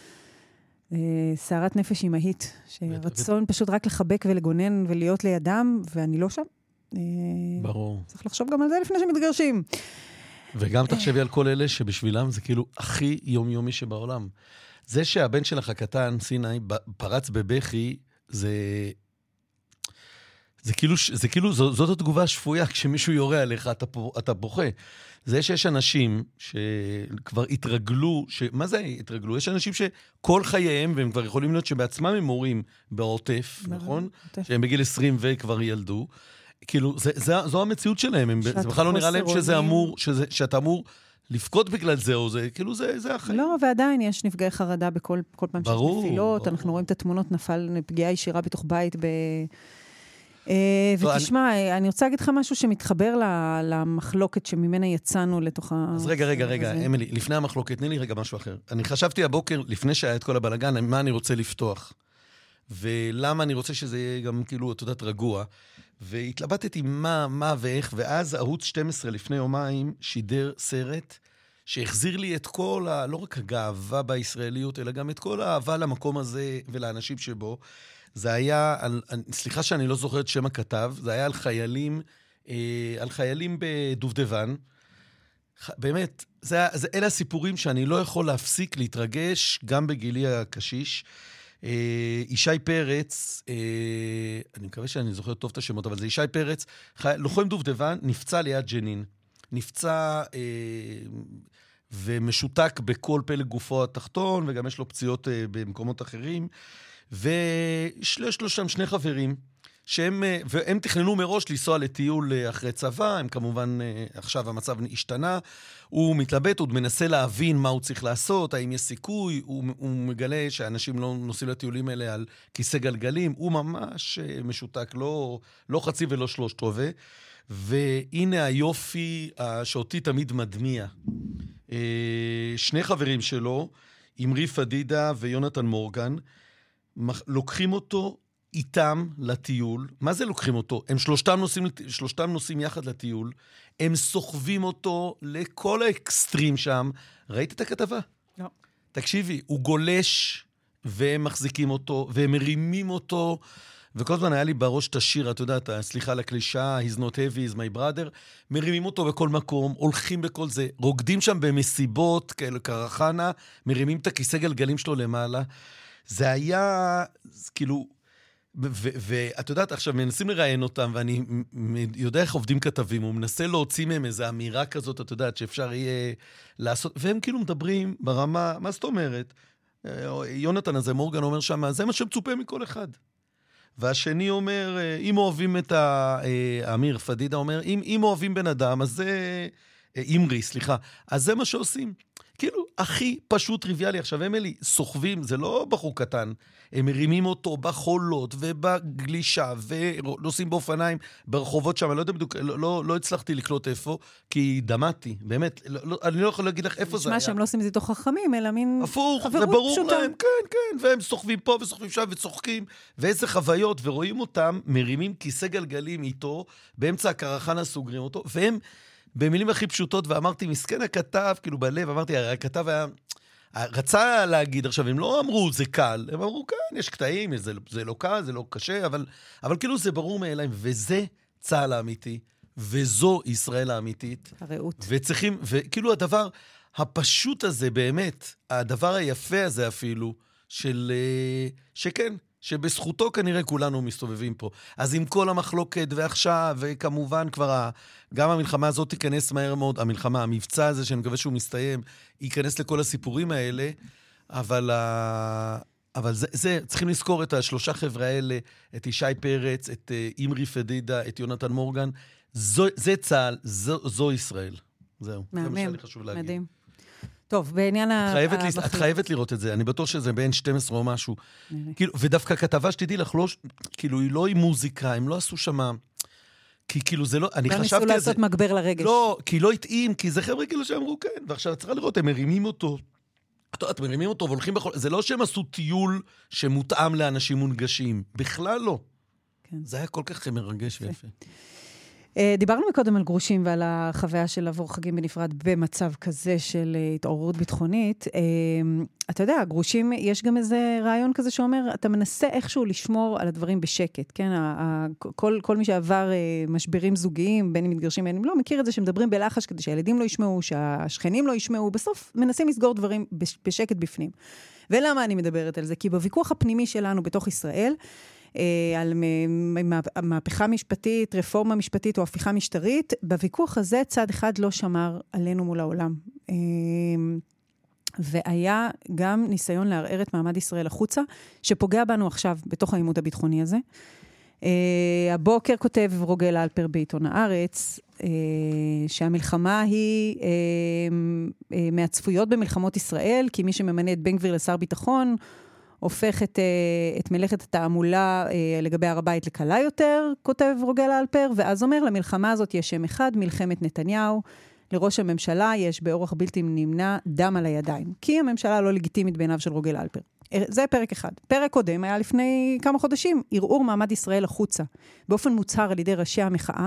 שערת נפש אימהית, שרצון פשוט רק לחבק ולגונן ולהיות לידם, ואני לא שם. ברור. צריך לחשוב גם על זה לפני שמתגרשים. וגם תחשבי על כל אלה שבשבילם זה כאילו הכי יומיומי שבעולם. זה שהבן שלך הקטן, סיני, פרץ בבכי, זה... זה כאילו, זה כאילו, זו, זאת התגובה השפויה, כשמישהו יורה עליך, אתה, אתה בוכה. זה שיש אנשים שכבר התרגלו, ש... מה זה התרגלו? יש אנשים שכל חייהם, והם כבר יכולים להיות שבעצמם הם מורים בעוטף, נכון? שהם בגיל עשרים וכבר ילדו. כאילו, זה, זה, זו המציאות שלהם. הם, זה בכלל לא נראה להם שזה אמור, שזה, שאתה אמור לפקוד בגלל זה, או זה, כאילו זה, זה החיים. לא, ועדיין יש נפגעי חרדה בכל כל פעם שיש נפילות. ברור. אנחנו רואים את התמונות, נפל פגיעה ישירה בתוך בית ב... ותשמע, אני רוצה להגיד לך משהו שמתחבר למחלוקת שממנה יצאנו לתוך ה... אז רגע, רגע, רגע, אמילי, לפני המחלוקת, תני לי רגע משהו אחר. אני חשבתי הבוקר, לפני שהיה את כל הבלגן, מה אני רוצה לפתוח. ולמה אני רוצה שזה יהיה גם כאילו, אתה יודעת, רגוע. והתלבטתי מה, מה ואיך, ואז ערוץ שתים עשרה לפני יומיים שידר סרט שהחזיר לי את כל, ה, לא רק הגאווה בישראליות, אלא גם את כל האהבה למקום הזה ולאנשים שבו. זה היה, על, סליחה שאני לא זוכר את שם הכתב, זה היה על חיילים, אה, על חיילים בדובדבן. ח, באמת, זה, זה, אלה הסיפורים שאני לא יכול להפסיק להתרגש, גם בגילי הקשיש. אה, ישי פרץ, אה, אני מקווה שאני זוכר טוב את השמות, אבל זה ישי פרץ, חי, לוחם דובדבן, נפצע ליד ג'נין. נפצע אה, ומשותק בכל פלג גופו התחתון, וגם יש לו פציעות אה, במקומות אחרים. ויש לו שם שני חברים, שהם, והם תכננו מראש לנסוע לטיול אחרי צבא, הם כמובן, עכשיו המצב השתנה, הוא מתלבט, הוא מנסה להבין מה הוא צריך לעשות, האם יש סיכוי, הוא, הוא מגלה שאנשים לא נוסעים לטיולים האלה על כיסא גלגלים, הוא ממש משותק, לא, לא חצי ולא שלושת רבעי, והנה היופי שאותי תמיד מדמיע. שני חברים שלו, אמרי פדידה ויונתן מורגן, לוקחים אותו איתם לטיול. מה זה לוקחים אותו? הם שלושתם נוסעים, שלושתם נוסעים יחד לטיול. הם סוחבים אותו לכל האקסטרים שם. ראית את הכתבה? לא. תקשיבי, הוא גולש, והם מחזיקים אותו, והם מרימים אותו, וכל הזמן היה לי בראש את השיר, אתה יודעת, סליחה לקלישה, he's not heavy, is my brother, מרימים אותו בכל מקום, הולכים בכל זה, רוקדים שם במסיבות, כאלה קרחנה, מרימים את הכיסא גלגלים שלו למעלה. זה היה, כאילו, ואת יודעת, עכשיו מנסים לראיין אותם, ואני יודע איך עובדים כתבים, הוא מנסה להוציא מהם איזו אמירה כזאת, את יודעת, שאפשר יהיה לעשות, והם כאילו מדברים ברמה, מה זאת אומרת? יונתן הזה, מורגן אומר שם, זה מה שמצופה מכל אחד. והשני אומר, אם אוהבים את האמיר, פדידה אומר, אם, אם אוהבים בן אדם, אז זה, אמרי, סליחה, אז זה מה שעושים. כאילו, הכי פשוט טריוויאלי. עכשיו, אמילי, סוחבים, זה לא בחור קטן. הם מרימים אותו בחולות ובגלישה, ונוסעים באופניים ברחובות שם. אני לא יודע בדיוק, לא, לא, לא הצלחתי לקלוט איפה, כי דמעתי, באמת. לא, לא, אני לא יכול להגיד לך איפה זה היה. נשמע שהם לא עושים את זה תוך חכמים, אלא מין הפוך, חברות זה ברור פשוטה. להם, כן, כן, והם סוחבים פה וסוחבים שם וצוחקים, ואיזה חוויות, ורואים אותם, מרימים כיסא גלגלים איתו, באמצע הקרחנה סוגרים אותו, והם במילים הכי פשוטות, ואמרתי, מסכן הכתב, כאילו בלב, אמרתי, הכתב היה, רצה להגיד, עכשיו, הם לא אמרו, זה קל, הם אמרו, כן, יש קטעים, זה, זה לא קל, זה לא קשה, אבל, אבל כאילו זה ברור מאליהם, וזה צהל האמיתי, וזו ישראל האמיתית. הרעות. וצריכים, וכאילו הדבר הפשוט הזה, באמת, הדבר היפה הזה אפילו, של, שכן, שבזכותו כנראה כולנו מסתובבים פה. אז עם כל המחלוקת ועכשיו, וכמובן כבר ה... גם המלחמה הזאת תיכנס מהר מאוד, המלחמה, המבצע הזה שאני מקווה שהוא מסתיים, ייכנס לכל הסיפורים האלה, אבל, ה... אבל זה, זה, צריכים לזכור את השלושה חבר'ה האלה, את ישי פרץ, את אימרי פדידה, את יונתן מורגן, זו, זה צה"ל, זו, זו ישראל. זהו. מהמם, זה מה שאני חשוב להגיד. מדהים. טוב, בעניין ה... את חייבת לראות את זה, אני בטוח שזה בין שתים עשרה או משהו. כאילו, ודווקא כתבה שתדעי לך, לא, כאילו, היא לא עם מוזיקה, הם לא עשו שמה... כי כאילו זה לא... אני חשבתי על זה... לא ניסו לעשות מגבר לרגש. לא, כי לא התאים, כי זה חבר'ה כאילו שאמרו כן, ועכשיו צריכה לראות, הם מרימים אותו, את מרימים אותו והולכים בכל... זה לא שהם עשו טיול שמותאם לאנשים מונגשים, בכלל לא. כן. זה היה כל כך מרגש ויפה. דיברנו מקודם על גרושים ועל החוויה של לעבור חגים בנפרד במצב כזה של התעוררות ביטחונית. אתה יודע, גרושים, יש גם איזה רעיון כזה שאומר, אתה מנסה איכשהו לשמור על הדברים בשקט, כן? כל, כל מי שעבר משברים זוגיים, בין אם מתגרשים, בין אם לא, מכיר את זה שמדברים בלחש כדי שהילדים לא ישמעו, שהשכנים לא ישמעו, בסוף מנסים לסגור דברים בשקט בפנים. ולמה אני מדברת על זה? כי בוויכוח הפנימי שלנו בתוך ישראל, על מהפכה משפטית, רפורמה משפטית או הפיכה משטרית, בוויכוח הזה צד אחד לא שמר עלינו מול העולם. והיה גם ניסיון לערער את מעמד ישראל החוצה, שפוגע בנו עכשיו בתוך העימות הביטחוני הזה. הבוקר כותב רוגל אלפר בעיתון הארץ, שהמלחמה היא מהצפויות במלחמות ישראל, כי מי שממנה את בן גביר לשר ביטחון, הופך את, את מלאכת התעמולה לגבי הר הבית לקלה יותר, כותב רוגל אלפר, ואז אומר, למלחמה הזאת יש שם אחד, מלחמת נתניהו, לראש הממשלה יש באורח בלתי נמנע דם על הידיים, כי הממשלה לא לגיטימית בעיניו של רוגל אלפר. זה פרק אחד. פרק קודם היה לפני כמה חודשים, ערעור מעמד ישראל החוצה, באופן מוצהר על ידי ראשי המחאה,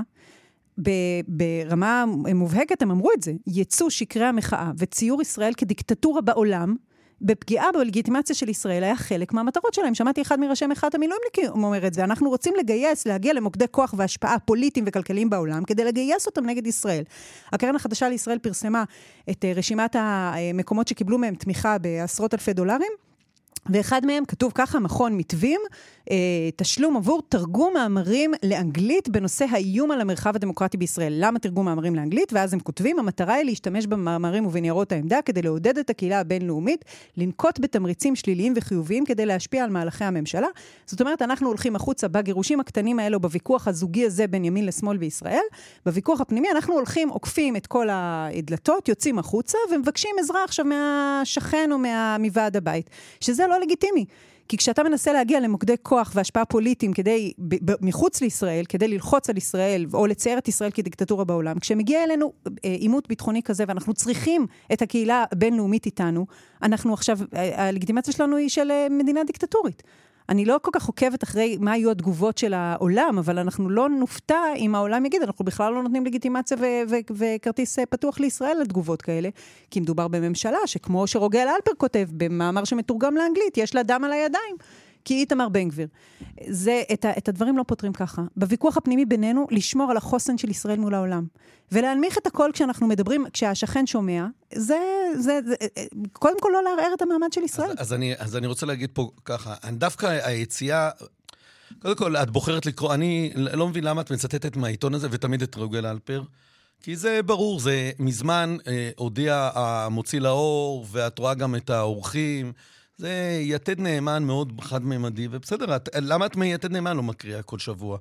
ברמה מובהקת הם אמרו את זה, יצאו שקרי המחאה וציור ישראל כדיקטטורה בעולם, בפגיעה בלגיטימציה של ישראל היה חלק מהמטרות שלהם. שמעתי אחד מראשי מחאת המילואימניקים אומר את זה. אנחנו רוצים לגייס, להגיע למוקדי כוח והשפעה פוליטיים וכלכליים בעולם, כדי לגייס אותם נגד ישראל. הקרן החדשה לישראל פרסמה את רשימת המקומות שקיבלו מהם תמיכה בעשרות אלפי דולרים, ואחד מהם כתוב ככה, מכון מתווים, אה, תשלום עבור תרגום מאמרים לאנגלית בנושא האיום על המרחב הדמוקרטי בישראל. למה תרגום מאמרים לאנגלית? ואז הם כותבים, המטרה היא להשתמש במאמרים ובניירות העמדה כדי לעודד את הקהילה הבינלאומית, לנקוט בתמריצים שליליים וחיוביים כדי להשפיע על מהלכי הממשלה. זאת אומרת, אנחנו הולכים החוצה בגירושים הקטנים האלו, בוויכוח הזוגי הזה בין ימין לשמאל בישראל. בוויכוח הפנימי אנחנו הולכים, עוקפים את כל הדלתות, יוצאים החוצה ומבקשים עזרה עכשיו מהשכן או מה, מוועד הבית. שזה לא לגיטימי. כי כשאתה מנסה להגיע למוקדי כוח והשפעה פוליטיים כדי, ב, ב, מחוץ לישראל, כדי ללחוץ על ישראל, או לצייר את ישראל כדיקטטורה בעולם, כשמגיע אלינו עימות ביטחוני כזה, ואנחנו צריכים את הקהילה הבינלאומית איתנו, אנחנו עכשיו, הלגיטימציה שלנו היא של מדינה דיקטטורית. אני לא כל כך עוקבת אחרי מה היו התגובות של העולם, אבל אנחנו לא נופתע אם העולם יגיד, אנחנו בכלל לא נותנים לגיטימציה ו- ו- וכרטיס פתוח לישראל לתגובות כאלה, כי מדובר בממשלה שכמו שרוגל אלפר כותב, במאמר שמתורגם לאנגלית, יש לה דם על הידיים, כי איתמר בן גביר. זה, את, ה- את הדברים לא פותרים ככה. בוויכוח הפנימי בינינו, לשמור על החוסן של ישראל מול העולם. ולהנמיך את הכל כשאנחנו מדברים, כשהשכן שומע, זה, זה, זה קודם כל לא לערער את המעמד של ישראל. אז, אז, אני, אז אני רוצה להגיד פה ככה, דווקא היציאה, קודם כל, את בוחרת לקרוא, אני לא מבין למה את מצטטת מהעיתון הזה, ותמיד את רוגל אלפר, כי זה ברור, זה מזמן אה, הודיע המוציא לאור, ואת רואה גם את האורחים, זה יתד נאמן מאוד חד ממדי, ובסדר, את, למה את מיתד נאמן לא מקריאה כל שבוע?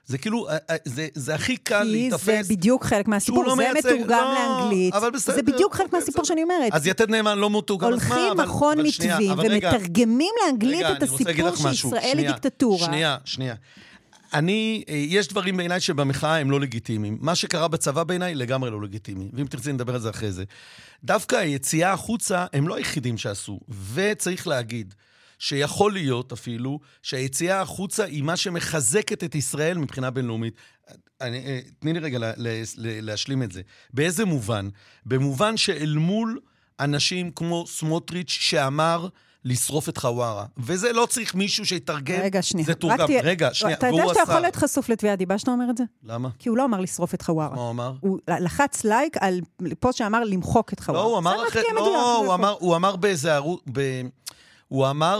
זה כאילו, זה, זה הכי קל להתאפס. כי זה בדיוק חלק מהסיפור, לא זה מייצג, מתורגם לא, לאנגלית. אבל בסדר, זה בדיוק חלק בסדר. מהסיפור שאני אומרת. אז יתד נאמן לא מתורגם. הולכים מכון מתווים ומתרגמים לאנגלית את הסיפור שישראל היא דיקטטורה. שנייה, שנייה. אני, יש דברים בעיניי שבמחאה הם לא לגיטימיים. מה שקרה בצבא בעיניי לגמרי לא לגיטימי. ואם תרצי נדבר על זה אחרי זה. דווקא היציאה החוצה הם לא היחידים שעשו. וצריך להגיד שיכול להיות אפילו שהיציאה החוצה היא מה שמחזקת את ישראל מבחינה בינלאומית. אני, תני לי רגע לה, לה, להשלים את זה. באיזה מובן? במובן שאל מול אנשים כמו סמוטריץ' שאמר לשרוף את חווארה. וזה לא צריך מישהו שיתרגם. רגע, שנייה. זה תורגם. תהיה... רגע, שנייה. אתה יודע שאתה יכול להיות חשוף לתביעה דיבה שאתה אומר את זה? למה? כי הוא לא אמר לשרוף את חווארה. מה הוא אמר? הוא לחץ לייק על פוסט שאמר למחוק את חווארה. לא, הוא אמר אחרי... לא, הוא אמר, הוא אמר באיזה ערוץ... ב... הוא אמר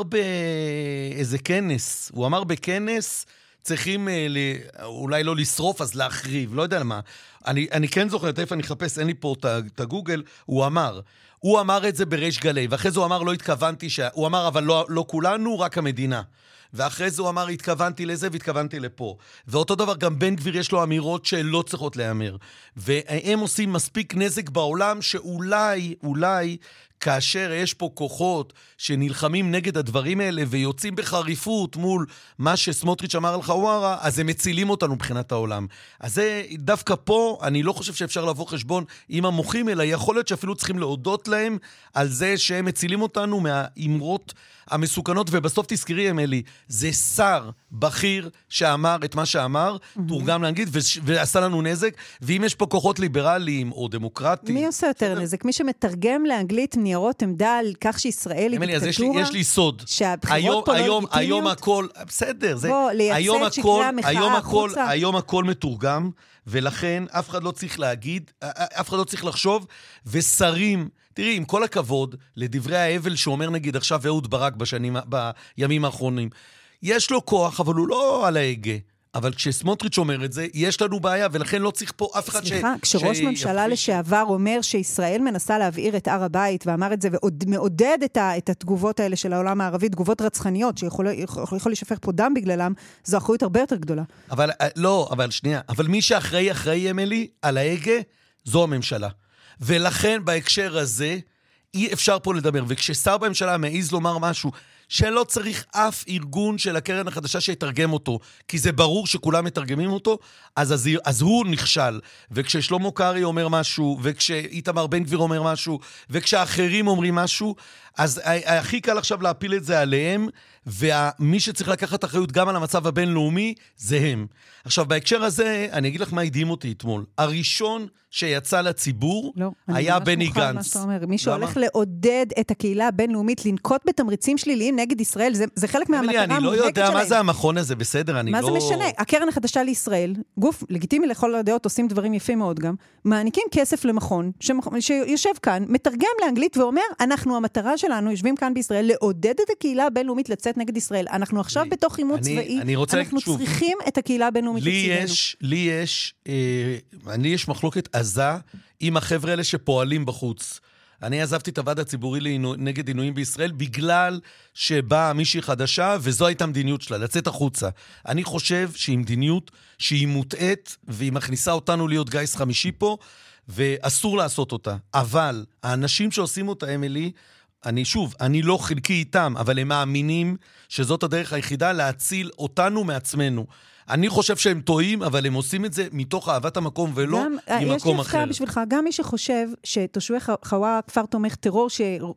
באיזה כנס. הוא אמר בכנס... צריכים ל... אולי לא לשרוף, אז להחריב. לא יודע למה. אני, אני כן זוכר, איפה אני אחפש, אין לי פה את הגוגל. הוא אמר... הוא אמר את זה בריש גלי, ואחרי זה הוא אמר, לא התכוונתי, ש... הוא אמר, אבל לא, לא כולנו, רק המדינה. ואחרי זה הוא אמר, התכוונתי לזה והתכוונתי לפה. ואותו דבר, גם בן גביר יש לו אמירות שלא צריכות להיאמר. והם עושים מספיק נזק בעולם, שאולי, אולי, כאשר יש פה כוחות שנלחמים נגד הדברים האלה, ויוצאים בחריפות מול מה שסמוטריץ' אמר על חווארה, אז הם מצילים אותנו מבחינת העולם. אז זה, דווקא פה, אני לא חושב שאפשר לבוא חשבון עם המוחים, אלא יכול להיות שאפילו צריכים להודות להם על זה שהם מצילים אותנו מהאמרות המסוכנות, ובסוף תזכרי, אמילי, זה שר בכיר שאמר את מה שאמר, mm-hmm. תורגם לאנגלית, ו- ועשה לנו נזק, ואם יש פה כוחות ליברליים או דמוקרטיים... מי עושה יותר נזק? מי שמתרגם לאנגלית ניירות עמדה על כך שישראל היא דיקטטורה? יש לי, יש לי סוד. שהבחירות פה לא לגיטימיות? היום הכל, בסדר, זה... בוא, לייצא את שקרי המחאה החוצה. היום הכל מתורגם, ולכן אף אחד לא צריך להגיד, אף אחד לא צריך לחשוב, ושרים... תראי, עם כל הכבוד לדברי האבל שאומר נגיד עכשיו אהוד ברק בשנים, בימים האחרונים, יש לו כוח, אבל הוא לא על ההגה. אבל כשסמוטריץ' אומר את זה, יש לנו בעיה, ולכן לא צריך פה אף אחד ש... סליחה, כשראש ממשלה לשעבר אומר שישראל מנסה להבעיר את הר הבית, ואמר את זה, ומעודד את התגובות האלה של העולם הערבי, תגובות רצחניות, שיכול לשפך פה דם בגללם, זו אחריות הרבה יותר גדולה. אבל, לא, אבל שנייה, אבל מי שאחראי, אחראי, אמילי, על ההגה, זו הממשלה. ולכן בהקשר הזה אי אפשר פה לדבר. וכששר בממשלה מעיז לומר משהו שלא צריך אף ארגון של הקרן החדשה שיתרגם אותו, כי זה ברור שכולם מתרגמים אותו, אז, אז, אז הוא נכשל. וכששלמה קרעי אומר משהו, וכשאיתמר בן גביר אומר משהו, וכשאחרים אומרים משהו, אז הכי קל עכשיו להפיל את זה עליהם, ומי שצריך לקחת אחריות גם על המצב הבינלאומי, זה הם. עכשיו, בהקשר הזה, אני אגיד לך מה הדהים אותי אתמול. הראשון שיצא לציבור לא, היה בני גנץ. מי שהולך לעודד את הקהילה הבינלאומית, לנקוט בתמריצים שליליים נגד ישראל, זה, זה חלק מהמטרה המובהקת שלהם. אני לא יודע מה זה המכון הזה, בסדר, אני מה לא... מה זה משנה? הקרן החדשה לישראל, גוף לגיטימי לכל הדעות, עושים דברים יפים מאוד גם, מעניקים כסף למכון, שיושב כאן, מתרגם לאנגלית ואומר, אנחנו, המטרה שלנו, יושבים כאן בישראל, לעודד את הקהילה הבינלאומית לצאת נגד ישראל. אנחנו עכשיו אני, בתוך עימות אני, צבאי, אני אנחנו שוב, צריכים את הקהילה הבינלאומית לי יש, לי יש, אה, אני יש מחלוקת עזה עם החבר'ה האלה שפועלים בחוץ. אני עזבתי את הוועד הציבורי לעינו, נגד עינויים בישראל, בגלל שבאה מישהי חדשה, וזו הייתה מדיניות שלה, לצאת החוצה. אני חושב שהיא מדיניות שהיא מוטעת, והיא מכניסה אותנו להיות גייס חמישי פה, ואסור לעשות אותה. אבל האנשים שעושים אותה, אמילי, אני שוב, אני לא חלקי איתם, אבל הם מאמינים שזאת הדרך היחידה להציל אותנו מעצמנו. אני חושב שהם טועים, אבל הם עושים את זה מתוך אהבת המקום ולא גם, ממקום אחר. יש לי הפתעה בשבילך, גם מי שחושב שתושבי חווארה כפר תומך טרור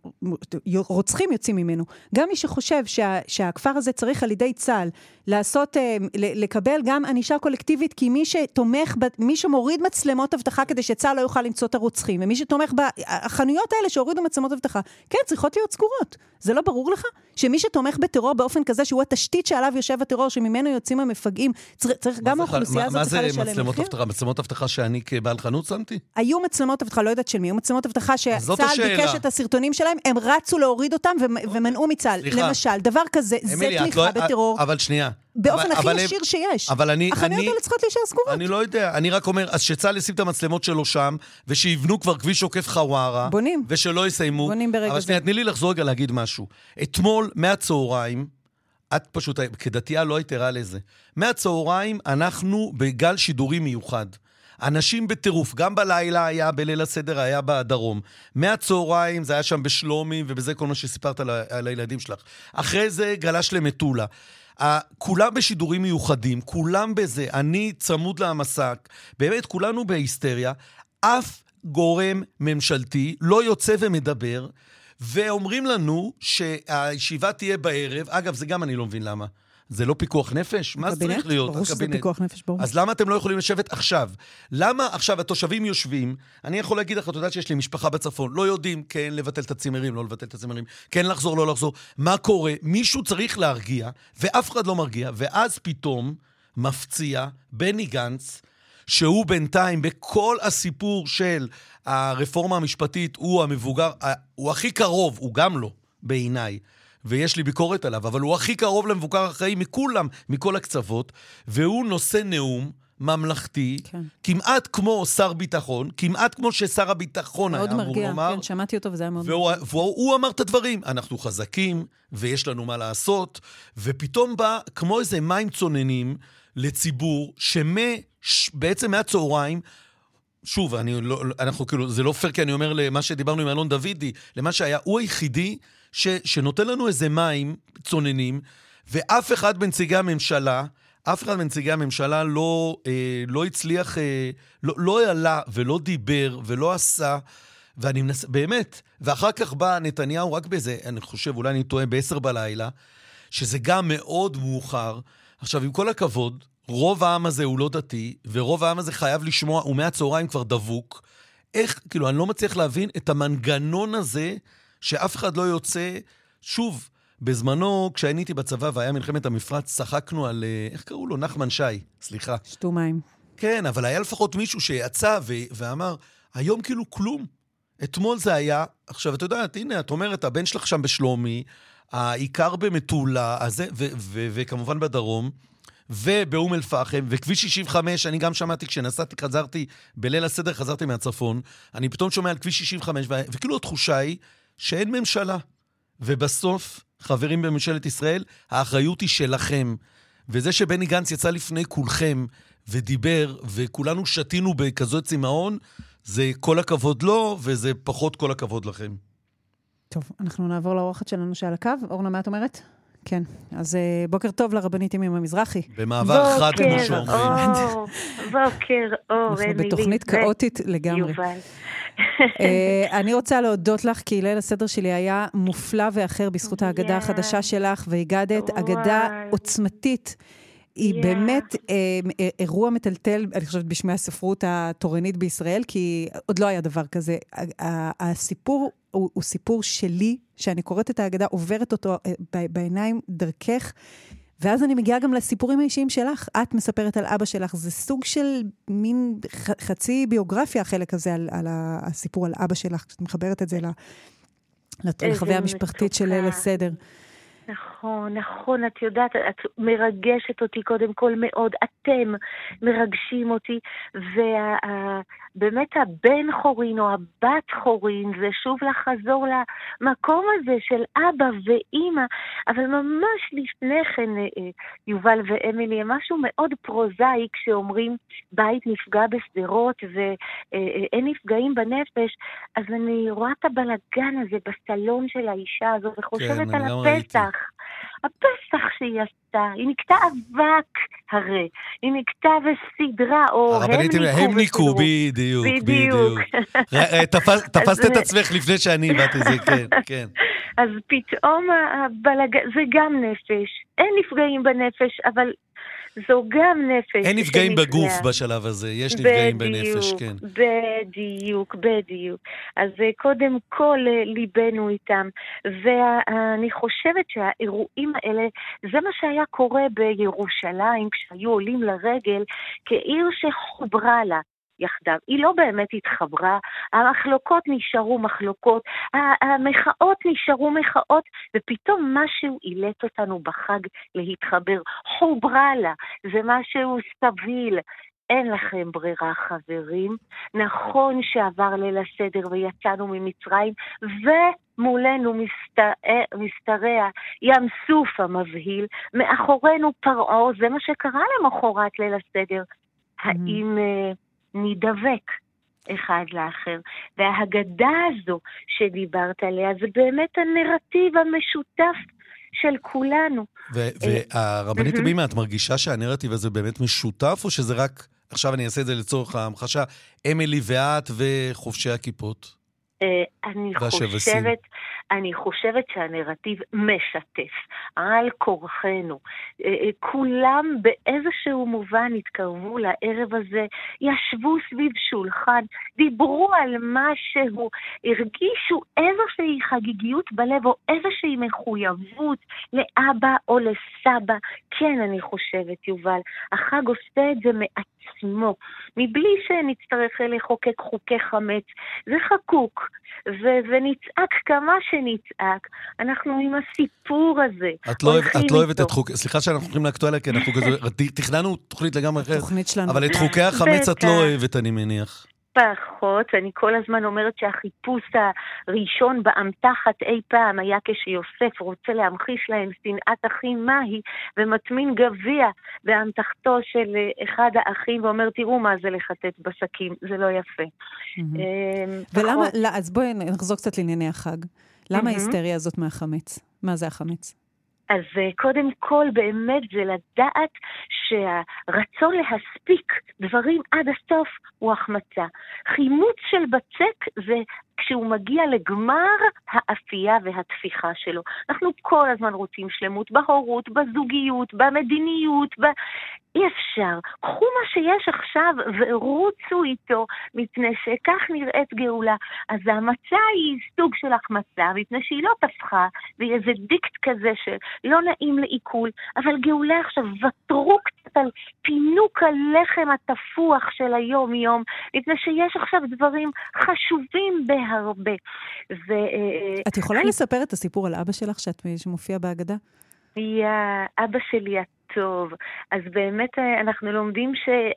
שרוצחים יוצאים ממנו, גם מי שחושב שה, שהכפר הזה צריך על ידי צה"ל לעשות, לקבל גם ענישה קולקטיבית, כי מי שתומך, מי שמוריד מצלמות הבטחה כדי שצה"ל לא יוכל למצוא את הרוצחים, ומי שתומך בחנויות האלה שהורידו מצלמות הבטחה, כן, צריכות להיות סגורות. זה לא ברור לך? שמי שתומך בטרור באופן כזה, שהוא התשתית שעליו יושב הטרור, שממנו יוצאים המפגעים, צריך גם האוכלוסייה הזאת צריכה לשלם מחיר. מה זה מצלמות הבטחה? מצלמות הבטחה שאני כבעל חנות שמתי? היו מצלמות הבטחה, לא יודעת של מי, היו מצלמות הבטחה שצה"ל ביקש את הסרטונים שלהם, הם רצו להוריד אותם ומנעו מצה"ל. למשל, דבר כזה, זה תמיכה בטרור. אבל שנייה. באופן הכי ישיר שיש. אבל אני... החנויות האלה צריכות להישאר סגורות. אני לא יודע, אני רק אומר, אז שצה"ל ישים את המצלמות שלו שם, ושיבנו כבר כביש עוקף חווארה. בונים. ושלא יסיימו. בונים ברגע זה. אבל שנייה, תני לי לחזור רגע להגיד משהו. אתמול, מהצהריים, את פשוט, כדתייה לא הייתרה לזה. מהצהריים אנחנו בגל שידורי מיוחד. אנשים בטירוף, גם בלילה היה, בליל הסדר היה בדרום. מהצהריים זה היה שם בשלומי, ובזה כל מה שסיפרת על, על הילדים שלך. אחרי זה גלש למטולה. כולם בשידורים מיוחדים, כולם בזה, אני צמוד למסק, באמת כולנו בהיסטריה, אף גורם ממשלתי לא יוצא ומדבר, ואומרים לנו שהישיבה תהיה בערב, אגב זה גם אני לא מבין למה, זה לא פיקוח נפש? מה זה צריך להיות? ברור שזה פיקוח נפש, ברור. אז למה אתם לא יכולים לשבת עכשיו? למה עכשיו התושבים יושבים? אני יכול להגיד לך, אתה יודעת שיש לי משפחה בצפון, לא יודעים, כן, לבטל את הצימרים, לא לבטל את הצימרים, כן, לחזור, לא לחזור. מה קורה? מישהו צריך להרגיע, ואף אחד לא מרגיע, ואז פתאום מפציע בני גנץ, שהוא בינתיים בכל הסיפור של הרפורמה המשפטית, הוא המבוגר, הוא הכי קרוב, הוא גם לא, בעיניי. ויש לי ביקורת עליו, אבל הוא הכי קרוב למבוקר אחראי מכולם, מכל הקצוות, והוא נושא נאום ממלכתי, כן. כמעט כמו שר ביטחון, כמעט כמו ששר הביטחון היה אמור מרגיע, לומר. כן, שמעתי אותו וזה היה מאוד והוא, מרגיע. והוא הוא אמר את הדברים, אנחנו חזקים, ויש לנו מה לעשות, ופתאום בא כמו איזה מים צוננים לציבור, שבעצם מהצהריים, שוב, אני לא, אנחנו כאילו, זה לא פר, כי אני אומר למה שדיברנו עם אלון דוידי, למה שהיה, הוא היחידי, ש, שנותן לנו איזה מים צוננים, ואף אחד בנציגי הממשלה, אף אחד בנציגי הממשלה לא, אה, לא הצליח, אה, לא, לא העלה ולא דיבר ולא עשה, ואני מנס... באמת, ואחר כך בא נתניהו רק בזה, אני חושב, אולי אני טועה בעשר בלילה, שזה גם מאוד מאוחר. עכשיו, עם כל הכבוד, רוב העם הזה הוא לא דתי, ורוב העם הזה חייב לשמוע, ומהצהריים כבר דבוק. איך, כאילו, אני לא מצליח להבין את המנגנון הזה, שאף אחד לא יוצא, שוב, בזמנו, כשאני הייתי בצבא והיה מלחמת המפרץ, צחקנו על, איך קראו לו? נחמן שי, סליחה. שתו מים. כן, אבל היה לפחות מישהו שיצא ו- ואמר, היום כאילו כלום. אתמול זה היה, עכשיו את יודעת, הנה, את אומרת, הבן שלך שם בשלומי, העיקר במטולה, הזה, ו- ו- וכמובן בדרום, ובאום אל פחם, וכביש שישים וחמש, אני גם שמעתי, כשנסעתי, חזרתי, בליל הסדר חזרתי מהצפון, אני פתאום שומע על כביש שישים וחמש, ו- וכאילו התחושה היא, שאין ממשלה. ובסוף, חברים בממשלת ישראל, האחריות היא שלכם. וזה שבני גנץ יצא לפני כולכם ודיבר, וכולנו שתינו בכזאת צמאון, זה כל הכבוד לו, וזה פחות כל הכבוד לכם. טוב, אנחנו נעבור לאורחת שלנו שעל הקו. אורנה, מה את אומרת? כן. אז בוקר טוב לרבנית ימימה מזרחי. במעבר חד כמו שאומרים. בוקר אור, אנחנו בתוכנית כאוטית לגמרי. יובל. אני רוצה להודות לך, כי ליל הסדר שלי היה מופלא ואחר בזכות ההגדה החדשה שלך, והגדת הגדה עוצמתית. היא באמת אירוע מטלטל, אני חושבת, בשמי הספרות התורנית בישראל, כי עוד לא היה דבר כזה. הסיפור הוא סיפור שלי, שאני קוראת את ההגדה, עוברת אותו בעיניים דרכך, ואז אני מגיעה גם לסיפורים האישיים שלך. את מספרת על אבא שלך, זה סוג של מין חצי ביוגרפיה, החלק הזה, על, על הסיפור על אבא שלך, כשאת מחברת את זה לחוויה המשפחתית של ליל הסדר. נכון, נכון, את יודעת, את מרגשת אותי קודם כל מאוד, אתם מרגשים אותי, ובאמת הבן חורין או הבת חורין, זה שוב לחזור למקום הזה של אבא ואמא, אבל ממש לפני כן, יובל ואמילי, משהו מאוד פרוזאי כשאומרים בית נפגע בסדרות ואין נפגעים בנפש, אז אני רואה את הבלגן הזה בסלון של האישה הזו וחושבת על הפסח. הפסח שהיא עשתה, היא נקטה אבק הרי, היא נקטה וסדרה, או הם ניקו. הם ניקו, בדיוק, בדיוק. תפסת את עצמך לפני שאני הבאתי זה, כן, כן. אז פתאום זה גם נפש, אין נפגעים בנפש, אבל זו גם נפש. אין נפגעים בגוף בשלב הזה, יש נפגעים בנפש, כן. בדיוק, בדיוק. אז קודם כל ליבנו איתם, ואני חושבת שהאירועים האלה, זה מה שהיה קורה בירושלים, כשהיו עולים לרגל, כעיר שחוברה לה. יחדיו. היא לא באמת התחברה, המחלוקות נשארו מחלוקות, המחאות נשארו מחאות, ופתאום משהו אילץ אותנו בחג להתחבר, חוברה לה, זה משהו סביל, אין לכם ברירה חברים, נכון שעבר ליל הסדר ויצאנו ממצרים, ומולנו מסתרע ים סוף המבהיל, מאחורינו פרעה, זה מה שקרה למחרת ליל הסדר. האם נדבק אחד לאחר? וההגדה הזו שדיברת עליה, זה באמת הנרטיב המשותף של כולנו. והרבנית תמימה, את מרגישה שהנרטיב הזה באמת משותף, או שזה רק, עכשיו אני אעשה את זה לצורך ההמחשה, אמילי ואת וחובשי הכיפות? אני חושבת, אני חושבת שהנרטיב משתף על כורחנו. כולם באיזשהו מובן התקרבו לערב הזה, ישבו סביב שולחן, דיברו על משהו, הרגישו איזושהי חגיגיות בלב או איזושהי מחויבות לאבא או לסבא. כן, אני חושבת, יובל, החג עושה את זה מעצמו, מבלי שנצטרך לחוקק חוקי חמץ. זה חקוק. ו- ונצעק כמה שנצעק, אנחנו עם הסיפור הזה. את לא, אוהב, את לא אוהבת את חוק... סליחה שאנחנו הולכים לאקטואליה, כי אנחנו כזה... תכננו תוכנית לגמרי אחרת. תוכנית שלנו. אבל את חוקי החמץ את לא אוהבת, אני מניח. פחות, אני כל הזמן אומרת שהחיפוש הראשון באמתחת אי פעם היה כשיוסף רוצה להמחיש להם שנאת אחים מהי, ומטמין גביע באמתחתו של אחד האחים, ואומר תראו מה זה לחטט בסכים, זה לא יפה. ולמה, אז בואי נחזור קצת לענייני החג. למה ההיסטריה הזאת מהחמץ? מה זה החמץ? אז קודם כל באמת זה לדעת שהרצון להספיק דברים עד הסוף הוא החמצה. חימוץ של בצק זה כשהוא מגיע לגמר האפייה והתפיחה שלו. אנחנו כל הזמן רוצים שלמות בהורות, בזוגיות, במדיניות, ב... אי אפשר. קחו מה שיש עכשיו ורוצו איתו, מפני שכך נראית גאולה. אז ההמצה היא סוג של החמצה, מפני שהיא לא תפחה, והיא איזה דיקט כזה שלא נעים לעיכול, אבל גאולה עכשיו ותרו קצת על פינוק הלחם התפוח של היום יום, מפני שיש עכשיו דברים חשובים בהרבה. ו... את יכולה לספר את הסיפור על אבא שלך שאת שמופיע בהגדה? יא, אבא שלי הטוב. אז באמת אנחנו לומדים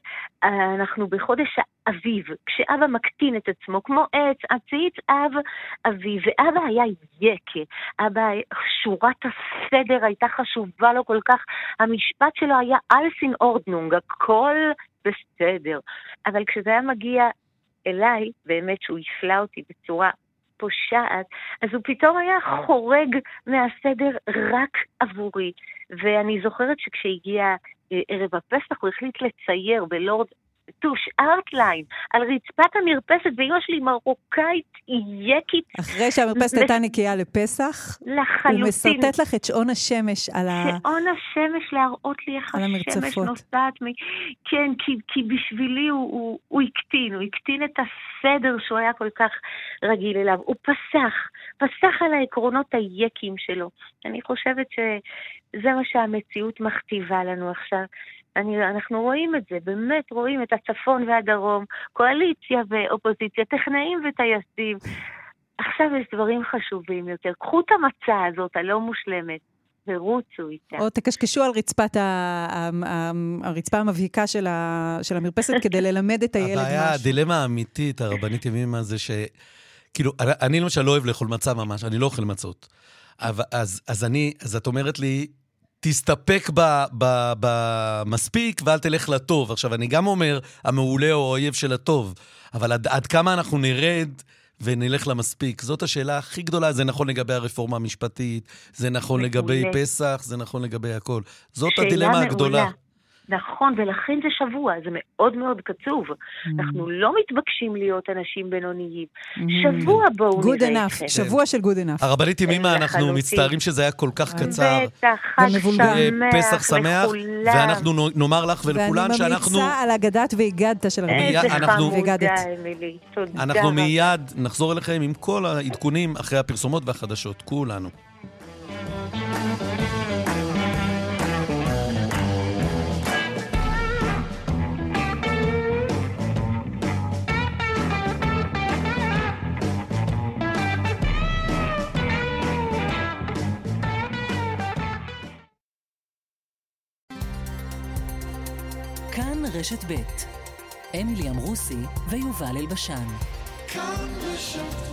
שאנחנו בחודש האביב, כשאבא מקטין את עצמו, כמו עץ, עציץ אב אביב, ואבא היה יקה. אבא, שורת הסדר הייתה חשובה לו כל כך, המשפט שלו היה אלסין אורדנונג, הכל בסדר. אבל כשזה היה מגיע אליי, באמת שהוא הפלה אותי בצורה פושעת, אז הוא פתאום היה חורג מהסדר רק עבורי. ואני זוכרת שכשהגיע ערב הפסח הוא החליט לצייר בלורד טוש ארטליין על רצפת המרפסת, ואימא שלי מרוקאית יקית. אחרי שהמרפסת הייתה נקייה לפסח, לחלוטין. הוא מסרטט לך את שעון השמש על ה... שעון השמש להראות לי איך השמש נוסעת. מ... כן, כי, כי בשבילי הוא, הוא, הוא הקטין, הוא הקטין את הסדר שהוא היה כל כך רגיל אליו. הוא פסח, פסח על העקרונות היקים שלו. אני חושבת שזה מה שהמציאות מכתיבה לנו עכשיו. אני, אנחנו רואים את זה, באמת רואים את הצפון והדרום, קואליציה ואופוזיציה, טכנאים וטייסים. עכשיו יש דברים חשובים יותר. קחו את המצע הזאת, הלא מושלמת, ורוצו איתה. או תקשקשו על רצפת ה, ה, ה, הרצפה המבהיקה של, ה, של המרפסת כדי ללמד את הילד משהו. הבעיה, הדילמה האמיתית, הרבנית תמימה, זה ש... כאילו, אני למשל לא אוהב לאכול מצה ממש, אני לא אוכל מצות. אז, אז אני, אז את אומרת לי, תסתפק במספיק ואל תלך לטוב. עכשיו, אני גם אומר, המעולה או האויב של הטוב, אבל עד, עד כמה אנחנו נרד ונלך למספיק? זאת השאלה הכי גדולה. זה נכון לגבי הרפורמה המשפטית, זה נכון לגבי פסח, זה נכון לגבי הכל. זאת הדילמה הגדולה. נכון, ולכן זה שבוע, זה מאוד מאוד קצוב. אנחנו לא מתבקשים להיות אנשים בינוניים. שבוע בואו נראה אתכם. שבוע של good enough. הרבנית תמימה, אנחנו מצטערים שזה היה כל כך קצר. בטח, חג שמח, פסח שמח, ואנחנו נאמר לך ולכולן שאנחנו... ואני ממליצה על אגדת והגדת של הרבנית. איזה חמודה, אמילי. תודה. אנחנו מיד נחזור אליכם עם כל העדכונים אחרי הפרסומות והחדשות. כולנו. כאן רשת ב' אמילי אמרוסי ויובל אלבשן. כאן בשפט.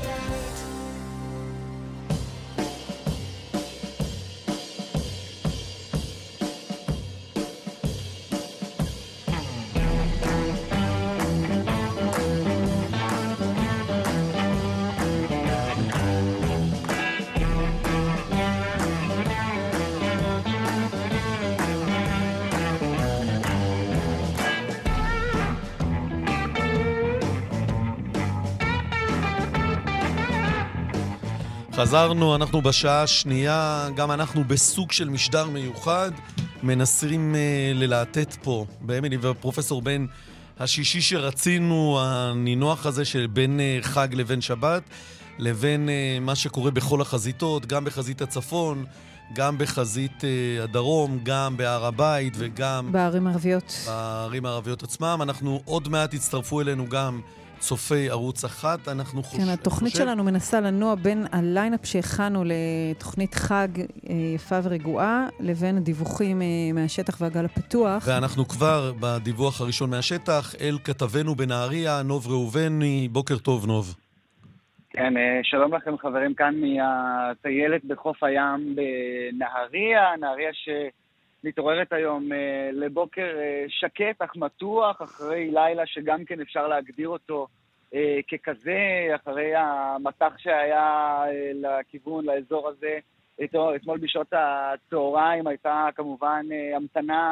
חזרנו, אנחנו בשעה השנייה, גם אנחנו בסוג של משדר מיוחד, מנסים uh, ללהטט פה, באמילי ופרופסור בן, השישי שרצינו, הנינוח הזה של בין uh, חג לבין שבת, לבין uh, מה שקורה בכל החזיתות, גם בחזית הצפון, גם בחזית uh, הדרום, גם בהר הבית וגם... בערים הערביות. בערים הערביות עצמם. אנחנו עוד מעט הצטרפו אלינו גם... צופי ערוץ אחת, אנחנו חושב... כן, התוכנית חושב... שלנו מנסה לנוע בין הליינאפ שהכנו לתוכנית חג יפה ורגועה, לבין הדיווחים מהשטח והגל הפתוח. ואנחנו כבר בדיווח הראשון מהשטח, אל כתבנו בנהריה, נוב ראובני, בוקר טוב נוב. כן, שלום לכם חברים כאן מהטיילת בחוף הים בנהריה, נהריה ש... מתעוררת היום אה, לבוקר אה, שקט אך מתוח, אחרי לילה שגם כן אפשר להגדיר אותו אה, ככזה, אחרי המתח שהיה אה, לכיוון, לאזור הזה. אתמול בשעות הצהריים הייתה כמובן אה, המתנה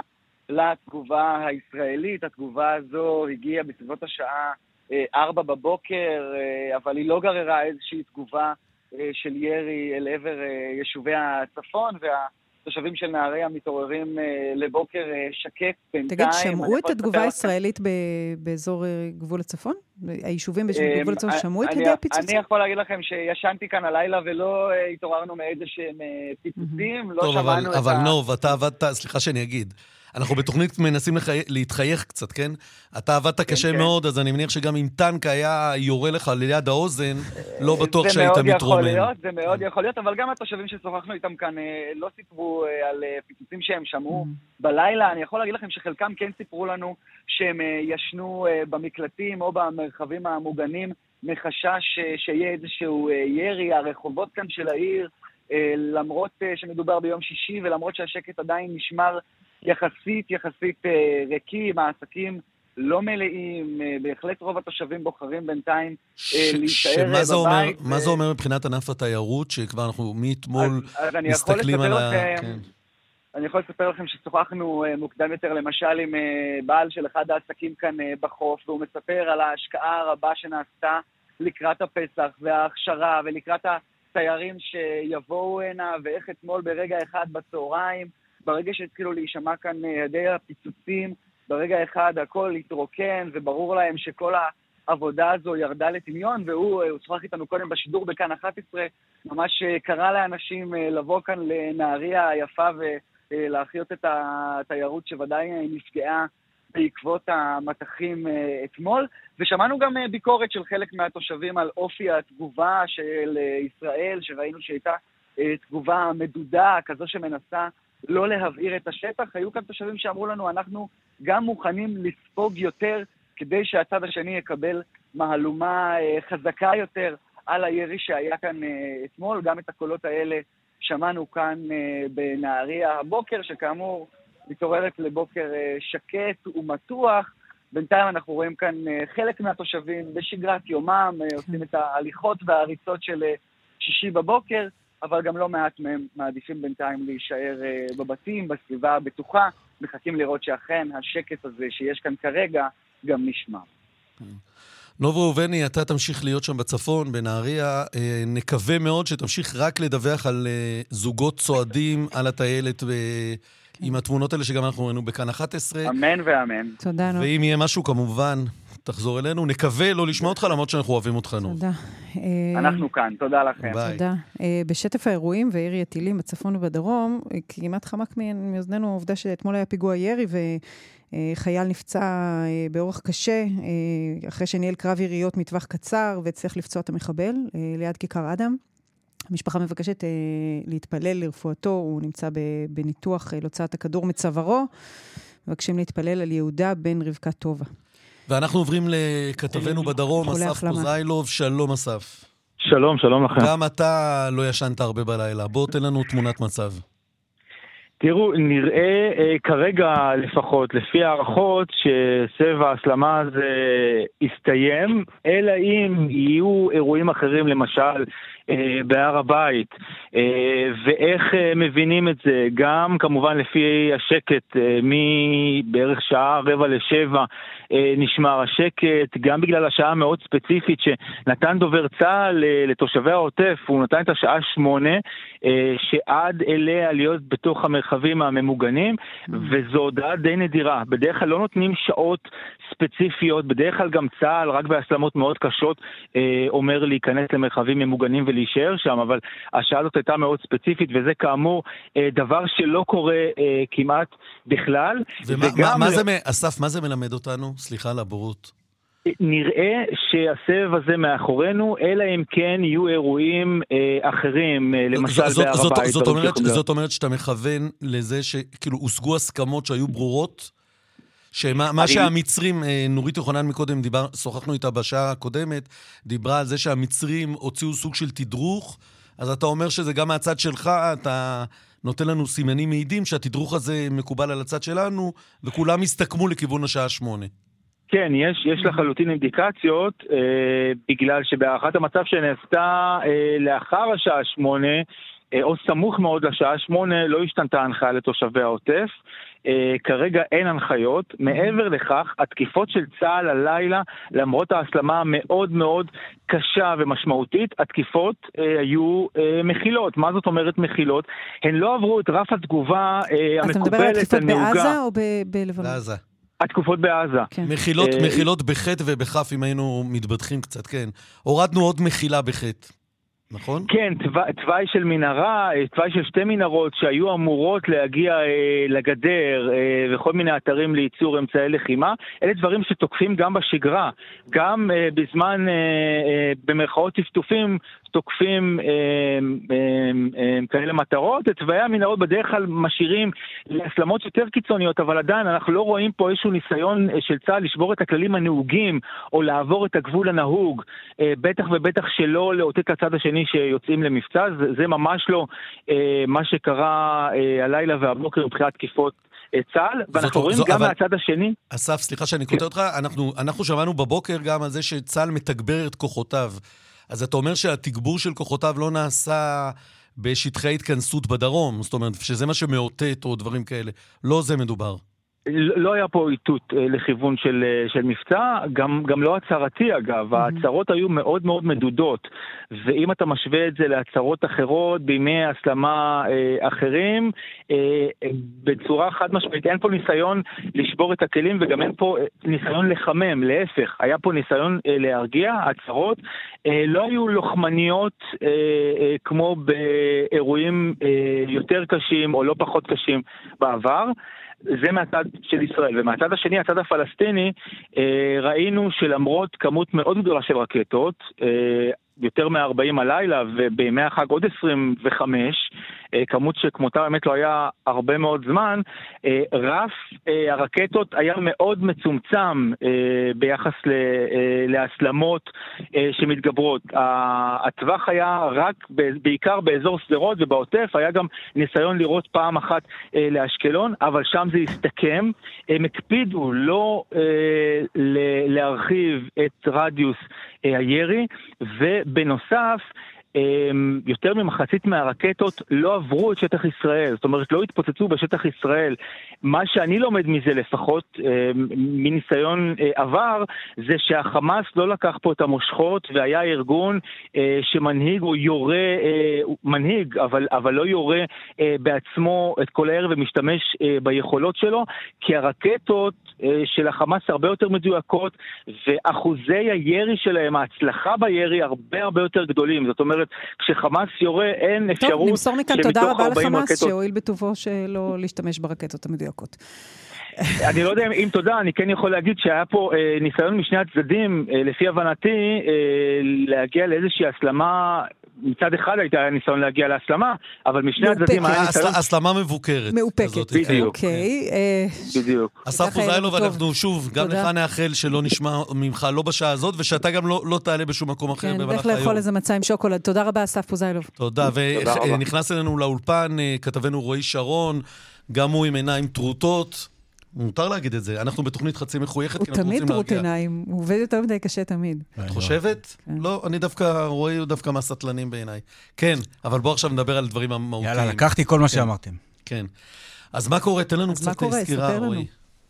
לתגובה הישראלית. התגובה הזו הגיעה בסביבות השעה אה, ארבע בבוקר, אה, אבל היא לא גררה איזושהי תגובה אה, של ירי אל עבר אה, יישובי הצפון, וה... תושבים של נהריה מתעוררים אה, לבוקר אה, שקט בינתיים. תגיד, שמעו את התגובה הישראלית ב- באזור אה, גבול הצפון? היישובים אה, בגבול הצפון שמעו את ידי הפיצוצים? אני יכול להגיד לכם שישנתי כאן הלילה ולא אה, התעוררנו מאיזה שהם אה, פיצוצים, לא טוב, שמענו אבל, את אבל ה... אבל נוב, אתה עבדת, סליחה שאני אגיד, אנחנו בתוכנית מנסים לחי... להתחייך קצת, כן? אתה עבדת קשה כן, מאוד, כן. אז אני מניח שגם אם טנק היה יורה לך ליד האוזן, לא בטוח שהיית מתרומם. להיות, זה מאוד יכול להיות, אבל גם התושבים ששוחחנו איתם כאן לא סיפרו על פיצוצים שהם שמעו בלילה. אני יכול להגיד לכם שחלקם כן סיפרו לנו שהם ישנו במקלטים או במרחבים המוגנים, מחשש שיהיה איזשהו ירי. הרחובות כאן של העיר, למרות שמדובר ביום שישי ולמרות שהשקט עדיין נשמר יחסית, יחסית ריקים, העסקים לא מלאים, בהחלט רוב התושבים בוחרים בינתיים להישאר בבית. מה זה אומר מבחינת ענף התיירות, שכבר אנחנו מאתמול מסתכלים על ה... אני יכול לספר לכם ששוחחנו מוקדם יותר למשל עם בעל של אחד העסקים כאן בחוף, והוא מספר על ההשקעה הרבה שנעשתה לקראת הפסח וההכשרה ולקראת התיירים שיבואו הנה, ואיך אתמול ברגע אחד בצהריים, ברגע שהתחילו להישמע כאן ידי הפיצוצים, ברגע אחד הכל התרוקן, וברור להם שכל העבודה הזו ירדה לטמיון, והוא שוחח איתנו קודם בשידור בכאן אחת עשרה, ממש קרא לאנשים לבוא כאן לנהריה היפה ולהחיות את התיירות שוודאי נפגעה בעקבות המתחים אתמול, ושמענו גם ביקורת של חלק מהתושבים על אופי התגובה של ישראל, שראינו שהייתה תגובה מדודה, כזו שמנסה לא להבעיר את השטח. היו כאן תושבים שאמרו לנו, אנחנו גם מוכנים לספוג יותר, כדי שהצד השני יקבל מהלומה חזקה יותר על הירי שהיה כאן אתמול. גם את הקולות האלה שמענו כאן בנהריה הבוקר, שכאמור מתעוררת לבוקר שקט ומתוח. בינתיים אנחנו רואים כאן חלק מהתושבים בשגרת יומם, עושים את ההליכות והריצות של שישי בבוקר, אבל גם לא מעט מהם מעדיפים בינתיים להישאר בבתים, בסביבה הבטוחה, מחכים לראות שאכן השקט הזה שיש כאן כרגע גם נשמע. נוב ראובני, אתה תמשיך להיות שם בצפון, בנהריה. נקווה מאוד שתמשיך רק לדווח על זוגות צועדים על הטיילת עם התמונות האלה שגם אנחנו ראינו בכאן אחת עשרה. אמן ואמן. תודה, נוב. ואם יהיה משהו כמובן, תחזור אלינו. נקווה לא לשמוע אותך, למרות שאנחנו אוהבים אותך, נוב. תודה. אנחנו כאן, תודה לכם. ביי. תודה. בשטף האירועים וירי הטילים בצפון ובדרום, כמעט חמק מאוזננו העובדה שאתמול היה פיגוע ירי וחייל נפצע באורח קשה, אחרי שניהל קרב יריות מטווח קצר והצליח לפצוע את המחבל ליד כיכר אדם. המשפחה מבקשת אה, להתפלל לרפואתו, הוא נמצא בניתוח להוצאת הכדור מצווארו, מבקשים להתפלל על יהודה בן רבקה טובה. ואנחנו עוברים לכתבנו בדרום, אסף קוזיילוב. שלום אסף. שלום, שלום לכם. גם אתה לא ישנת הרבה בלילה. בוא תן לנו תמונת מצב. תראו, נראה אה, כרגע לפחות, לפי הערכות, שסבב ההסלמה הזה יסתיים, אלא אם יהיו אירועים אחרים, למשל, אה, בהר הבית. אה, ואיך אה, מבינים את זה? גם כמובן לפי השקט, אה, מבערך שעה רבע לשבע אה, נשמר השקט, גם בגלל השעה מאוד ספציפית שנתן דובר צה"ל אה, לתושבי העוטף, הוא נתן את השעה שמונה, אה, שעד אליה להיות בתוך המרחבים הממוגנים, וזו הודעה די נדירה. בדרך כלל לא נותנים שעות ספציפיות, בדרך כלל גם צה"ל, רק בהסלמות מאוד קשות, אה, אומר להיכנס למרחבים ממוגנים ולהישאר שם, אבל השעה הזאת הייתה מאוד ספציפית, וזה כאמור אה, דבר שלא קורה אה, כמעט בכלל. ומה, וגם... מה, מה זה, אסף, מה זה מלמד אותנו? סליחה על הבורות. נראה שהסבב הזה מאחורינו, אלא אם כן יהיו אירועים אה, אחרים, אה, למשל בהר הבית. זאת, זאת, אומרת, זאת אומרת שאתה מכוון לזה שכאילו הושגו הסכמות שהיו ברורות, שמה מה שהמצרים, אה, נורית יוחנן מקודם, דיבר, שוחחנו איתה בשעה הקודמת, דיברה על זה שהמצרים הוציאו סוג של תדרוך, אז אתה אומר שזה גם מהצד שלך, אתה נותן לנו סימנים מעידים שהתדרוך הזה מקובל על הצד שלנו, וכולם הסתכמו לכיוון השעה שמונה. כן, יש, יש לחלוטין אינדיקציות, אה, בגלל שבהערכת המצב שנעשתה אה, לאחר השעה שמונה, אה, או סמוך מאוד לשעה שמונה, לא השתנתה הנחיה לתושבי העוטף. אה, כרגע אין הנחיות. מעבר לכך, התקיפות של צה"ל הלילה, למרות ההסלמה המאוד מאוד קשה ומשמעותית, התקיפות אה, היו אה, מכילות. מה זאת אומרת מכילות? הן לא עברו את רף התגובה אה, המקובלת. אתה מדבר על התקיפות בעזה או בלבנון? בעזה. התקופות בעזה. כן. מחילות, אה... מחילות בחטא ובחף, אם היינו מתבדחים קצת, כן. הורדנו עוד מחילה בחטא, נכון? כן, תוואי של מנהרה, תוואי של שתי מנהרות שהיו אמורות להגיע אה, לגדר אה, וכל מיני אתרים לייצור אמצעי לחימה. אלה דברים שתוקפים גם בשגרה, גם אה, בזמן, אה, אה, במרכאות טפטופים, תוקפים אה, אה, אה, כאלה מטרות. את תוואי המנהרות בדרך כלל משאירים להסלמות יותר קיצוניות, אבל עדיין אנחנו לא רואים פה איזשהו ניסיון של צה"ל לשבור את הכללים הנהוגים, או לעבור את הגבול הנהוג, אה, בטח ובטח שלא לאותת הצד השני שיוצאים למבצע. זה, זה ממש לא אה, מה שקרה אה, הלילה והבוקר מבחינת תקיפות צה"ל, ואנחנו רואים גם מהצד השני. אסף, סליחה שאני קוטע אותך, אנחנו, אנחנו שמענו בבוקר גם על זה שצה"ל מתגבר את כוחותיו. אז אתה אומר שהתגבור של כוחותיו לא נעשה בשטחי התכנסות בדרום, זאת אומרת, שזה מה שמאותת או דברים כאלה. לא זה מדובר. לא היה פה איתות לכיוון של, של מבצע, גם, גם לא הצהרתי אגב, mm-hmm. ההצהרות היו מאוד מאוד מדודות, ואם אתה משווה את זה להצהרות אחרות, בימי הסלמה אה, אחרים, אה, בצורה חד משמעית, אין פה ניסיון לשבור את הכלים, וגם אין פה ניסיון לחמם, להפך, היה פה ניסיון אה, להרגיע, הצהרות, אה, לא היו לוחמניות אה, אה, כמו באירועים אה, יותר קשים או לא פחות קשים בעבר, זה מהצד של ישראל. ומהצד השני, הצד הפלסטיני, ראינו שלמרות כמות מאוד גדולה של רקטות, יותר מ-ארבעים הלילה, ובימי החג עוד עשרים וחמש, כמות שכמותה באמת לא היה הרבה מאוד זמן, רף הרקטות היה מאוד מצומצם ביחס להסלמות שמתגברות. הטווח היה רק בעיקר באזור סדרות, ובעוטף היה גם ניסיון לראות פעם אחת לאשקלון, אבל שם זה הסתכם. הם הקפידו לא להרחיב את רדיוס הירי, ובנוסף, יותר ממחצית מהרקטות לא עברו את שטח ישראל, זאת אומרת לא התפוצצו בשטח ישראל. מה שאני לומד מזה לפחות, מניסיון עבר, זה שהחמאס לא לקח פה את המושכות, והיה ארגון שמנהיג או יורה, מנהיג, אבל, אבל לא יורה בעצמו את כל הערב ומשתמש ביכולות שלו, כי הרקטות של החמאס הרבה יותר מדויקות, ואחוזי הירי שלהם, ההצלחה בירי, הרבה הרבה יותר גדולים. זאת אומרת, כשחמאס יורה, אין אפשרות... טוב, נמסור מכאן תודה רבה לחמאס, שהועיל בטובו שלא להשתמש ברקטות המדויקות. אני לא יודע אם תודה, אני כן יכול להגיד שהיה פה ניסיון משני הצדדים, לפי הבנתי, להגיע לאיזושהי הסלמה מצד אחד הייתה ניסיון להגיע להסלמה, אבל משני הצדדים היה ניסיון... הסלמה מבוקרת. מאופקת. בדיוק. אוקיי. בדיוק. אסף פוזיילוב, אנחנו שוב, גם לך נאחל שלא נשמע ממך לא בשעה הזאת, ושאתה גם לא תעלה בשום מקום אחר במהלך היום. כן, לך לאכול איזה מצה עם שוקולד. תודה רבה, אסף פוזיילוב. תודה, ונכנס אלינו לאולפן כתבנו רועי שרון, גם הוא עם עיניים טרוטות. מותר להגיד את זה, אנחנו בתוכנית חצי מחויכת, הוא תמיד טרוט עיניים, הוא עובד יותר מדי קשה תמיד. את חושבת? לא, אני דווקא, רועי הוא דווקא מהסטלנים בעיניי. כן, אבל בואו עכשיו נדבר על דברים המהותיים. יאללה, לקחתי כל מה שאמרתם. כן. אז מה קורה? תן לנו קצת סקירה, רועי.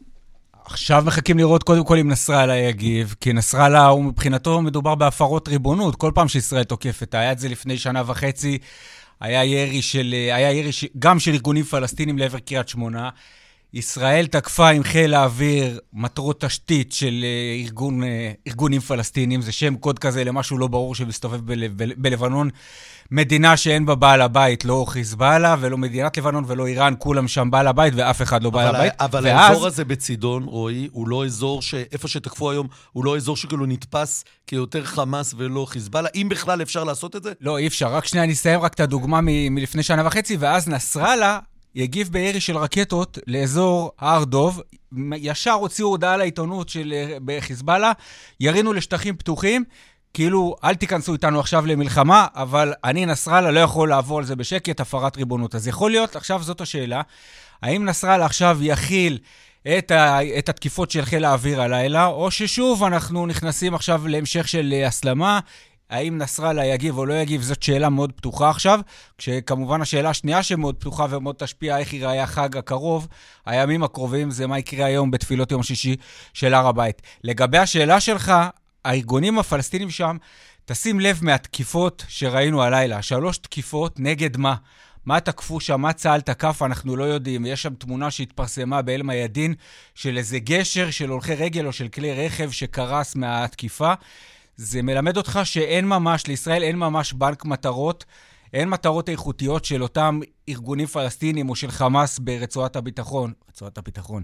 עכשיו מחכים לראות קודם כל אם נסראללה יגיב, כי נסראללה הוא מבחינתו מדובר בהפרות ריבונות, כל פעם שישראל תוקפת, היה את זה לפני שנה וחצי, היה ירי של, היה ירי גם של ארגונים פלסטינים לעבר קריית שמונה, ישראל תקפה עם חיל האוויר מטרות תשתית של ארגון, ארגונים פלסטינים, זה שם קוד כזה למשהו לא ברור שמסתובב בל, בל, בלבנון, מדינה שאין בה בעל הבית, לא חיזבאללה ולא מדינת לבנון ולא איראן, כולם שם בעל הבית ואף אחד לא בעל הבית. אבל ואז... האזור הזה בצידון, רועי, הוא לא אזור שאיפה שתקפו היום, הוא לא אזור שכאילו נתפס כיותר חמאס ולא חיזבאללה, אם בכלל אפשר לעשות את זה? לא, אי אפשר. רק שנייה, אני אסיים רק את הדוגמה מ- מלפני שנה וחצי, ואז נסראללה יגיב בירי של רקטות לאזור הר דוב, ישר הוציאו הודעה לעיתונות של חיזבאללה, ירינו לשטחים פתוחים, כאילו, אל תיכנסו איתנו עכשיו למלחמה, אבל אני נסראללה לא יכול לעבור על זה בשקט, הפרת ריבונות. אז יכול להיות, עכשיו זאת השאלה, האם נסראללה עכשיו יכיל את, ה, את התקיפות של חיל האוויר הלילה, או ששוב אנחנו נכנסים עכשיו להמשך של הסלמה, האם נסראללה יגיב או לא יגיב, זאת שאלה מאוד פתוחה עכשיו, כשכמובן השאלה השנייה שמאוד פתוחה ומאוד תשפיע איך ייראה החג הקרוב, הימים הקרובים, זה מה יקרה היום בתפילות יום שישי של הר הבית. לגבי השאלה שלך, הארגונים הפלסטינים שם, תשים לב מהתקיפות שראינו הלילה, שלוש תקיפות נגד מה? מה תקפו שם, מה צהל תקף, אנחנו לא יודעים. יש שם תמונה שהתפרסמה באל מידין של איזה גשר של הולכי רגל או של כלי רכב שקרס מהתקיפה. זה מלמד אותך שאין ממש, לישראל אין ממש בנק מטרות, אין מטרות איכותיות של אותם ארגונים פלסטינים או של חמאס ברצועת הביטחון, רצועת הביטחון,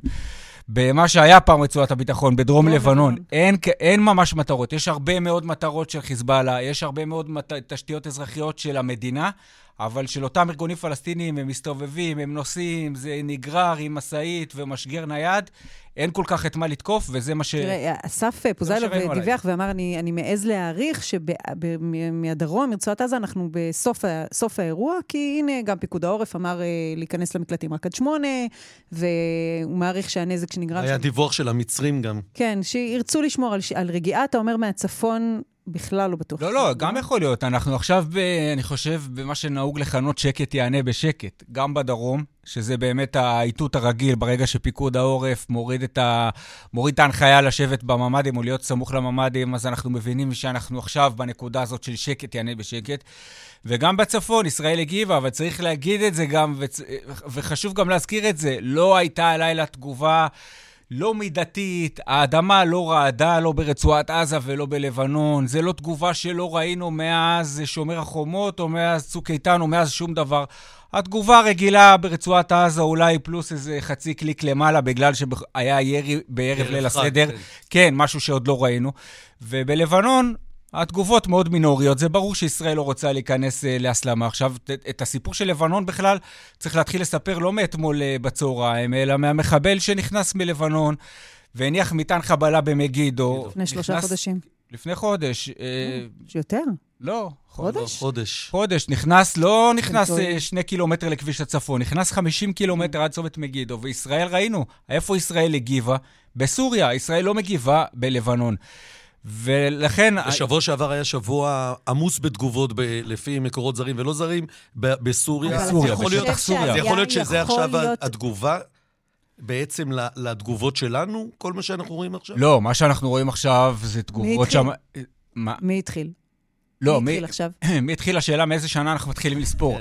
במה שהיה פעם רצועת הביטחון, בדרום לבנון. אין, אין ממש מטרות. יש הרבה מאוד מטרות של חיזבאללה, יש הרבה מאוד מת... תשתיות אזרחיות של המדינה, אבל של אותם ארגונים פלסטינים, הם מסתובבים, הם נוסעים, זה נגרר עם מסעית ומשגר נייד, אין כל כך את מה לתקוף, וזה מה ש... תראה, אסף פוזיילוב דיווח ואמר, אני, אני מעז להעריך שמהדרום, מרצועת עזה, אנחנו בסוף האירוע, כי הנה גם פיקוד העורף אמר להיכנס למקלטים רק עד שמונה, והוא מעריך שהנזק שנגרם... היה דיווח של המצרים גם. כן, שירצו לשמור על, על רגיעה, אתה אומר מהצפון... בכלל לא בטוח. לא, לא, גם יכול להיות. אנחנו עכשיו, ב, אני חושב, במה שנהוג לכנות שקט יענה בשקט. גם בדרום, שזה באמת העיתות הרגיל, ברגע שפיקוד העורף מוריד את, ה, מוריד את ההנחיה לשבת בממדים, או להיות סמוך לממדים, אז אנחנו מבינים שאנחנו עכשיו בנקודה הזאת של שקט יענה בשקט. וגם בצפון, ישראל הגיבה, אבל צריך להגיד את זה גם, וצ... וחשוב גם להזכיר את זה. לא הייתה הלילה תגובה... לא מידתית, האדמה לא רעדה, לא ברצועת עזה ולא בלבנון, זה לא תגובה שלא ראינו מאז שומר החומות, או מאז צוק איתן, או מאז שום דבר. התגובה רגילה ברצועת עזה אולי פלוס איזה חצי קליק למעלה, בגלל שהיה ירי בערב ליל הסדר, כן. כן, משהו שעוד לא ראינו. ובלבנון, התגובות מאוד מינוריות, זה ברור שישראל לא רוצה להיכנס להסלמה. עכשיו, את הסיפור של לבנון בכלל צריך להתחיל לספר לא מאתמול בצהריים, אלא מהמחבל שנכנס מלבנון, והניח מטען חבלה במגידו. לפני שלושה חודשים. לפני חודש. יותר? לא. חודש? חודש. חודש. נכנס, לא נכנס שני קילומטר לכביש הצפון, נכנס חמישים קילומטר עד צומת מגידו, וישראל ראינו, איפה ישראל הגיבה? בסוריה. ישראל לא מגיבה בלבנון. ולכן... בשבוע שעבר היה שבוע עמוס בתגובות ב- לפי מקורות זרים ולא זרים בסוריה. בסוריה, בשטח סוריה. זה יכול להיות שזה עכשיו התגובה בעצם לתגובות שלנו, כל מה שאנחנו רואים עכשיו? לא, מה שאנחנו רואים עכשיו זה תגובות שם... מי התחיל? לא, מי התחיל עכשיו? מי התחיל השאלה מאיזה שנה אנחנו מתחילים לספור.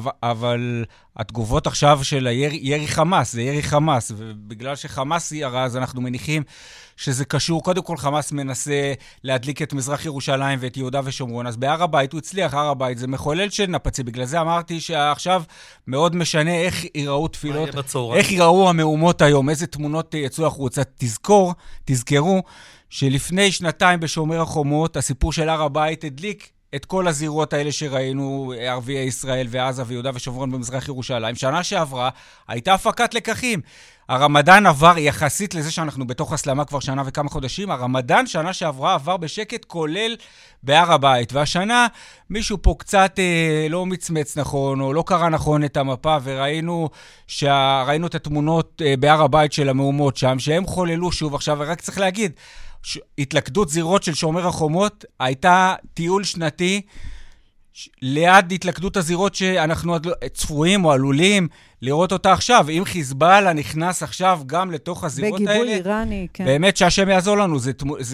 אבל התגובות עכשיו של ירי חמאס, זה ירי חמאס, ובגלל שחמאס ירה, אז אנחנו מניחים שזה קשור, קודם כל חמאס מנסה להדליק את מזרח ירושלים ואת יהודה ושומרון, אז בהר הבית הוא הצליח, הר הבית זה מחולל של נפצי, בגלל זה אמרתי שעכשיו מאוד משנה איך יראו תפילות, איך יראו המהומות היום, איזה תמונות יצאו החוצה, תזכור, תזכרו, שלפני שנתיים בשומר החומות, הסיפור של הר הבית הדליק את כל הזירות האלה שראינו, ערביי ישראל ועזה ויהודה ושומרון במזרח ירושלים. שנה שעברה הייתה הפקת לקחים. הרמדאן עבר, יחסית לזה שאנחנו בתוך הסלמה כבר שנה וכמה חודשים, הרמדאן שנה שעברה עבר בשקט, כולל בהר הבית. והשנה מישהו פה קצת אה, לא מצמץ נכון, או לא קרא נכון את המפה, וראינו שה... ראינו את התמונות אה, בהר הבית של המהומות שם, שהם חוללו שוב עכשיו, ורק צריך להגיד, ש... התלכדות זירות של שומר החומות הייתה טיול שנתי, ש... ליד התלכדות הזירות שאנחנו צפויים או עלולים לראות אותה עכשיו. אם חיזבאללה נכנס עכשיו גם לתוך הזירות בגיבוי האלה, איראני, כן. באמת שהשם יעזור לנו. זה, זה,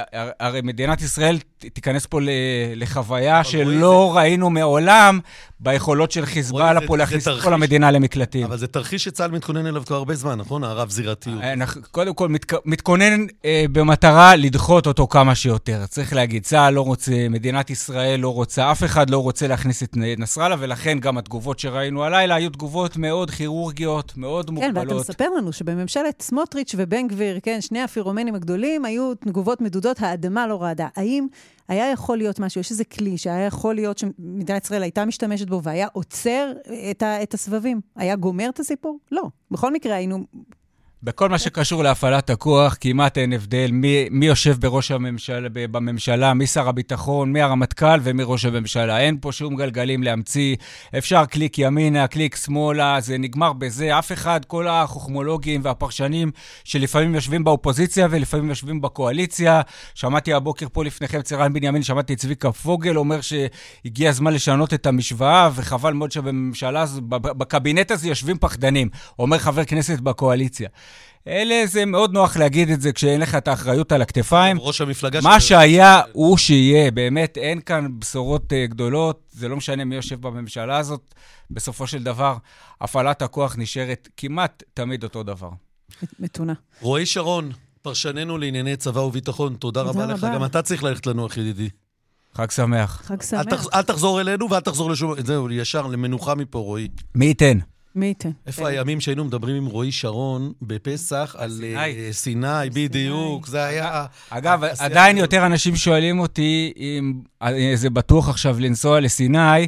הרי מדינת ישראל תיכנס פה לחוויה שלא זה... ראינו מעולם ביכולות של חיזבאללה פה להכניס את כל המדינה למקלטים. אבל זה תרחיש שצה"ל מתכונן אליו כבר הרבה זמן, נכון? הרב זירתיות. קודם כל, מת, מתכונן אה, במטרה לדחות אותו כמה שיותר. צריך להגיד, צה"ל לא רוצה, מדינת ישראל לא רוצה, אף אחד לא רוצה להכניס את נסראללה, ולכן גם התגובות שראינו הלילה היו תגובות מאוד כירורגיות, מאוד מוגבלות. כן, ואתה מספר לנו שבממשלת סמוטריץ' ובן גביר, כן, שני הפירומנים הגדולים, היו תגובות מדודות, האדמה לא רעדה. האם היה יכול להיות משהו, יש איזה כלי שהיה יכול להיות שמדינת ישראל הייתה משתמשת בו, והיה עוצר את, ה, את הסבבים? היה גומר את הסיפור? לא. בכל מקרה היינו... בכל מה שקשור להפעלת הכוח, כמעט אין הבדל מי, מי יושב בראש הממשלה, בממשלה, מי שר הביטחון, מי הרמטכ"ל ומי ראש הממשלה. אין פה שום גלגלים להמציא. אפשר קליק ימינה, קליק שמאלה, זה נגמר בזה. אף אחד, כל החוכמולוגים והפרשנים שלפעמים יושבים באופוזיציה ולפעמים יושבים בקואליציה. שמעתי הבוקר פה לפניכם צירן בנימין, שמעתי צביקה פוגל אומר שהגיע הזמן לשנות את המשוואה, וחבל מאוד שבממשלה, בקבינט הזה יושבים פחדנים, אומר חבר כנסת בקואליציה. אלה זה מאוד נוח להגיד את זה כשאין לך את האחריות על הכתפיים. ראש המפלגה מה שהיה הוא שיהיה. באמת אין כאן בשורות גדולות. זה לא משנה מי יושב בממשלה הזאת. בסופו של דבר, הפעלת הכוח נשארת כמעט תמיד אותו דבר. מתונה. רועי שרון, פרשננו לענייני צבא וביטחון, תודה רבה לך. גם אתה צריך ללכת לנוח, ידידי. חג שמח. חג שמח. אל תחזור אלינו ואל תחזור לשום... זהו, ישר למנוחה מפה, רועי. מי ייתן? מי ייתן? איפה הימים שהיינו מדברים עם רועי שרון בפסח על סיני, בדיוק, זה היה... אגב, עדיין יותר אנשים שואלים אותי אם זה בטוח עכשיו לנסוע לסיני.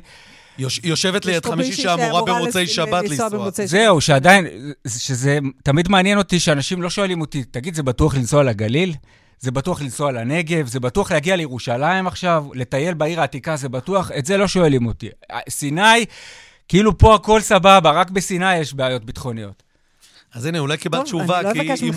יושבת ליד חמישי שאמורה במוצאי שבת לנסוע. זהו, שעדיין, שזה תמיד מעניין אותי שאנשים לא שואלים אותי, תגיד, זה בטוח לנסוע לגליל? זה בטוח לנסוע לנגב? זה בטוח להגיע לירושלים עכשיו? לטייל בעיר העתיקה? זה בטוח? את זה לא שואלים אותי. סיני... כאילו פה הכל סבבה, רק בסיני יש בעיות ביטחוניות. אז הנה, אולי קיבלת תשובה, כי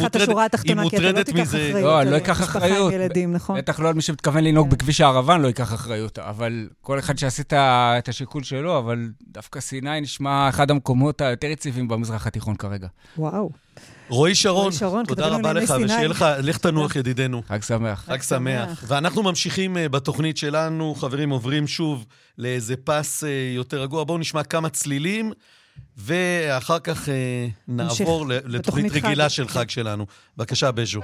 היא מוטרדת מזה. לא, אני לא אקח אחריות. בטח לא על מי שמתכוון לנהוג בכביש הערבן לא ייקח אחריות, אבל כל אחד שעשית את השיקול שלו, אבל דווקא סיני נשמע אחד המקומות היותר יציבים במזרח התיכון כרגע. וואו. רועי שרון, תודה רבה לך, ושיהיה לך, לך תנוח ידידנו. חג שמח. חג שמח. ואנחנו ממשיכים בתוכנית שלנו, חברים, עוברים שוב לאיזה פס יותר רגוע. בואו נשמע כמה צלילים, ואחר כך נעבור לתוכנית רגילה של חג שלנו. בבקשה, בז'ו.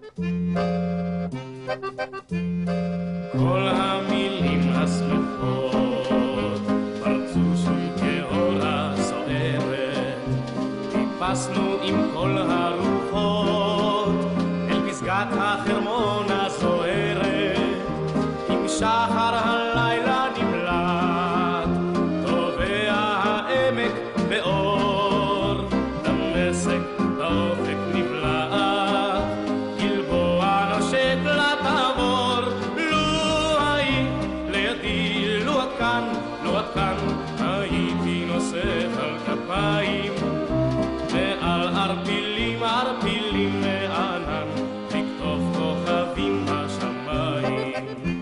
כל המילים הסלופות פרצו שום כאורה סוערת, טיפסנו עם כל הרוחות אל פסגת החרמון הזוהרת, עם שחר הלילה נמלט טובע העמק באור, דמשק באופק נבלע גלבוע נושק לתבור. לו היית לידי, לו את כאן, לו את כאן, הייתי נוסף על כפיים ועל ערפילים ערפילים לענן לקטוף כוכבים בשמיים.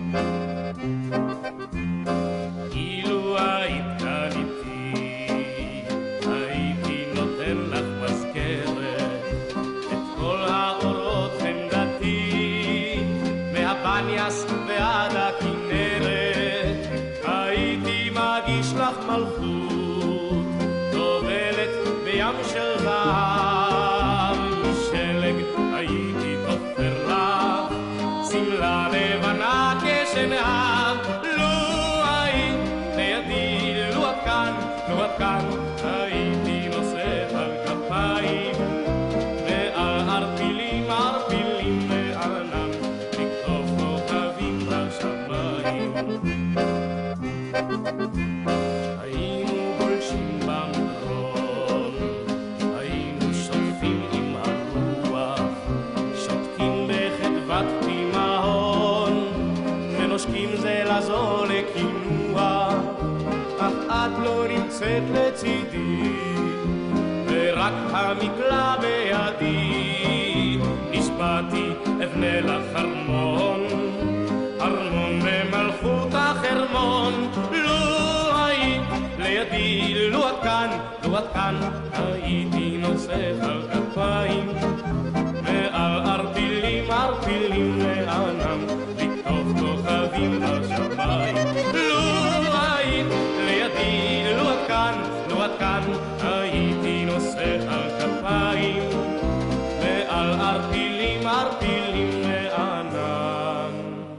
אילו היית כאן איתי, הייתי נותן לך מזכרת את כל האורות חמדתי, מהבניאס ועד הכנרת. הייתי מגיש לך מלכות טובלת בים של זהב, משלג הייתי תופר לך סמלה לבנה כשנהב. לו היית לידי, לו את כאן, לו את כאן, הייתי נוסף על כפיים ועל ערפילים ערפילים לענן לקטוף כוכבים בשמיים. היינו גולשים במדרון, היינו שוטפים עם הרוח, שותקים בחדוות תימהון, ונושקים זה לזו לכינוע, אך את לא נמצאת לצידי, ורק המקלע בידי. נשבעתי אבנה לך ארמון, ארמון במלכות החרמון. לו היית לידי, לו את כאן, לו את כאן, הייתי נוסף על כפיים, ועל ערפילים, ערפילים לענם, לקטוף כוכבים בשמיים. לו היית לידי, לו את כאן, לו את כאן, הייתי נוסף על כפיים, ועל ערפילים, ערפילים לענם,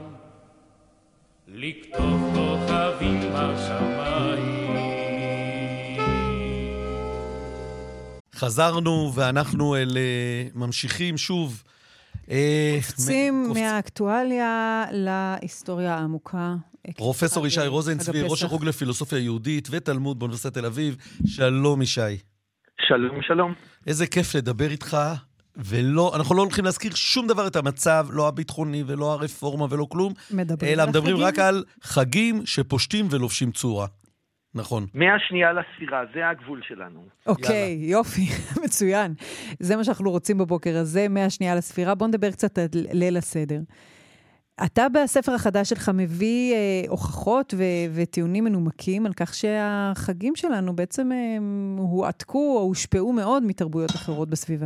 לקטוף כוכבים בשמיים. חזרנו ואנחנו אל ממשיכים שוב. קופצים מהאקטואליה להיסטוריה העמוקה. פרופסור ישי רוזנצבי, ראש החוג לפילוסופיה יהודית ותלמוד באוניברסיטת תל אביב. שלום ישי. שלום, שלום. איזה כיף לדבר איתך, ולא, אנחנו לא הולכים להזכיר שום דבר את המצב, לא הביטחוני ולא הרפורמה ולא כלום, אלא מדברים רק על חגים שפושטים ולובשים צורה. נכון. מאה שנייה לספירה, זה הגבול שלנו. אוקיי, יופי, מצוין. זה מה שאנחנו רוצים בבוקר הזה, מאה שנייה לספירה. בוא נדבר קצת על ליל הסדר. אתה בספר החדש שלך מביא אה, הוכחות ו- וטיעונים מנומקים על כך שהחגים שלנו בעצם אה, הועתקו או הושפעו מאוד מתרבויות אחרות בסביבה.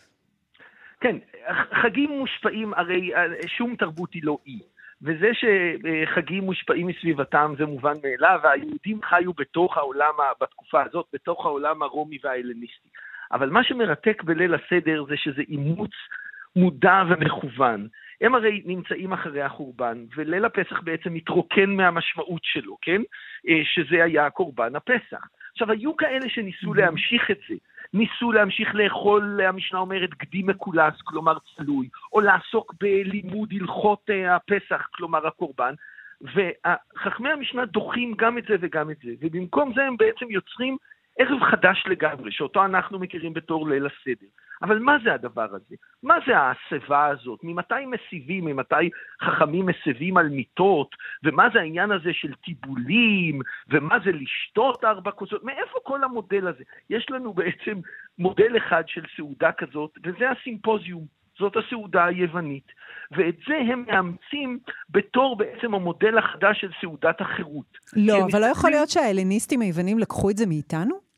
כן, חגים מושפעים, הרי שום תרבות היא לא אי. וזה שחגים מושפעים מסביבתם זה מובן מאליו, והיהודים חיו בתוך העולם, בתקופה הזאת, בתוך העולם הרומי וההלניסטי. אבל מה שמרתק בליל הסדר זה שזה אימוץ מודע ומכוון. הם הרי נמצאים אחרי החורבן, וליל הפסח בעצם מתרוקן מהמשמעות שלו, כן? שזה היה קורבן הפסח. עכשיו, היו כאלה שניסו להמשיך את זה. ניסו להמשיך לאכול, המשנה אומרת, גדי מקולס, כלומר צלוי, או לעסוק בלימוד הלכות הפסח, כלומר הקורבן, וחכמי המשנה דוחים גם את זה וגם את זה, ובמקום זה הם בעצם יוצרים ערב חדש לגמרי, שאותו אנחנו מכירים בתור ליל הסדר. אבל מה זה הדבר הזה? מה זה ההסבה הזאת? ממתי מסיבים, ממתי חכמים מסיבים על מיטות, ומה זה העניין הזה של טיבולים, ומה זה לשתות ארבע כוסות? מאיפה כל המודל הזה? יש לנו בעצם מודל אחד של סעודה כזאת, וזה הסימפוזיום, זאת הסעודה היוונית. ואת זה הם מאמצים בתור בעצם המודל החדש של סעודת החירות. לא, אבל לא יכול להיות שההלניסטים היוונים לקחו את זה מאיתנו?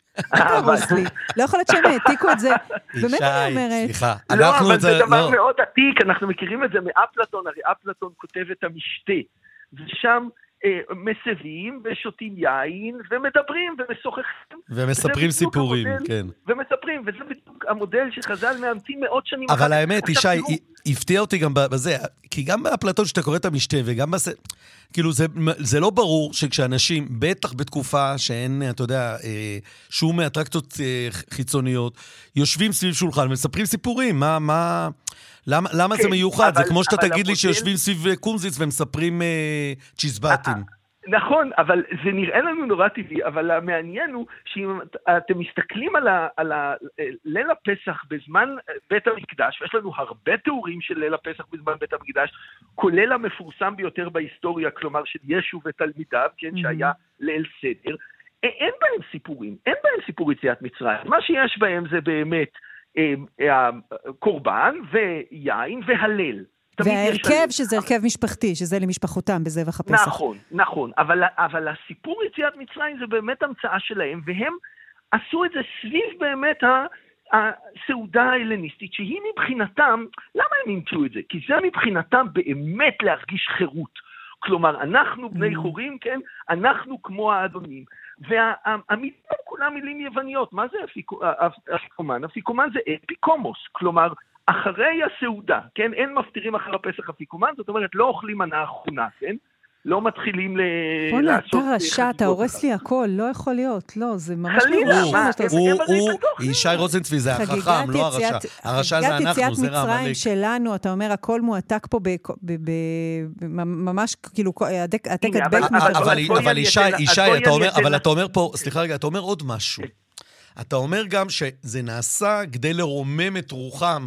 לא יכול להיות שהם העתיקו את זה, באמת אני אומרת. סליחה, לא, אבל זה דבר מאוד עתיק, אנחנו מכירים את זה מאפלטון, הרי אפלטון כותב את המשתה, ושם מסבים ושותים יין ומדברים ומשוחחים. ומספרים סיפורים, כן. ומספרים, וזה בדיוק המודל שחז"ל מאמצים מאות שנים. אבל האמת, ישי, הפתיע אותי גם בזה, כי גם באפלטון שאתה קורא את המשתה, וגם בזה, כאילו זה לא ברור שכשאנשים, בטח בתקופה שאין, אתה יודע, שום אטרקציות חיצוניות, יושבים סביב שולחן ומספרים סיפורים, מה, מה... למה, למה כן, זה מיוחד? אבל, זה כמו שאתה תגיד המודל... לי שיושבים סביב קומזיץ ומספרים אה, צ'יזבטים. נכון, אבל זה נראה לנו נורא טבעי, אבל המעניין הוא שאם אתם מסתכלים על, ה, על ה, ליל הפסח בזמן בית המקדש, ויש לנו הרבה תיאורים של ליל הפסח בזמן בית המקדש, כולל המפורסם ביותר בהיסטוריה, כלומר של ישו ותלמידיו, כן, mm-hmm. שהיה ליל סדר, אין בהם סיפורים, אין בהם סיפור יציאת מצרים. מה שיש בהם זה באמת קורבן ויין והלל. והרכב שזה הרכב משפחתי, שזה למשפחותם בזבח הפסח. נכון, נכון. אבל, אבל הסיפור יציאת מצרים זה באמת המצאה שלהם, והם עשו את זה סביב באמת הסעודה ההלניסטית, שהיא מבחינתם, למה הם אימצו את זה? כי זה מבחינתם באמת להרגיש חירות. כלומר, אנחנו בני חורים, כן? אנחנו כמו האדונים. והמילים כולם מילים יווניות. מה זה אפיקומן? אפיקומן זה אפיקומוס, כלומר, אחרי הסעודה, כן? אין מפתירים אחר הפסח אפיקומן, זאת אומרת, לא אוכלים מנה אחרונה, כן? לא מתחילים ל... בונה, אתה רשע, אתה הורס לי הכל, לא יכול להיות, לא, זה ממש לא... ישי רוזנצבי זה החכם, לא הרשע. הרשע זה אנחנו, זה רע מצרים שלנו, אתה אומר, הכל מועתק פה ממש, כאילו, העתק הדבק... אבל ישי, אבל אתה אומר פה, סליחה רגע, אתה אומר עוד משהו. אתה אומר גם שזה נעשה כדי לרומם את רוחם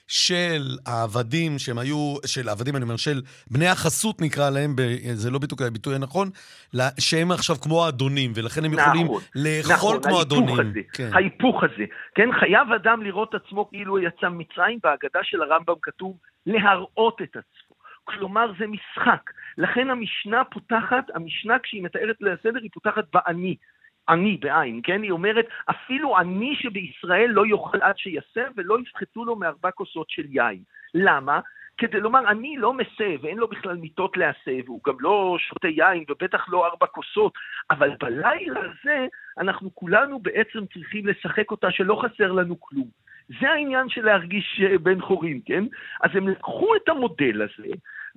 של העבדים שהם היו, של העבדים, אני אומר, של בני החסות נקרא להם, זה לא ביטוי, ביטוי נכון, שהם עכשיו כמו האדונים, ולכן הם יכולים לאכול כמו אדונים. ההיפוך הזה, כן, חייב אדם לראות עצמו כאילו יצא מצרים, בהגדה של הרמב"ם כתוב להראות את עצמו. כלומר, זה משחק. לכן המשנה פותחת, המשנה כשהיא מתארת לסדר, היא פותחת בעני. אני בעין, כן? היא אומרת, אפילו אני שבישראל לא יאכל עד שיסב, ולא יפחתו לו מארבע כוסות של יין. למה? כדי לומר, אני לא מסב, ואין לו בכלל מיטות להסב, הוא גם לא שותה יין, ובטח לא ארבע כוסות, אבל בלילה הזה, אנחנו כולנו בעצם צריכים לשחק אותה, שלא חסר לנו כלום. זה העניין של להרגיש בן חורים, כן? אז הם לקחו את המודל הזה,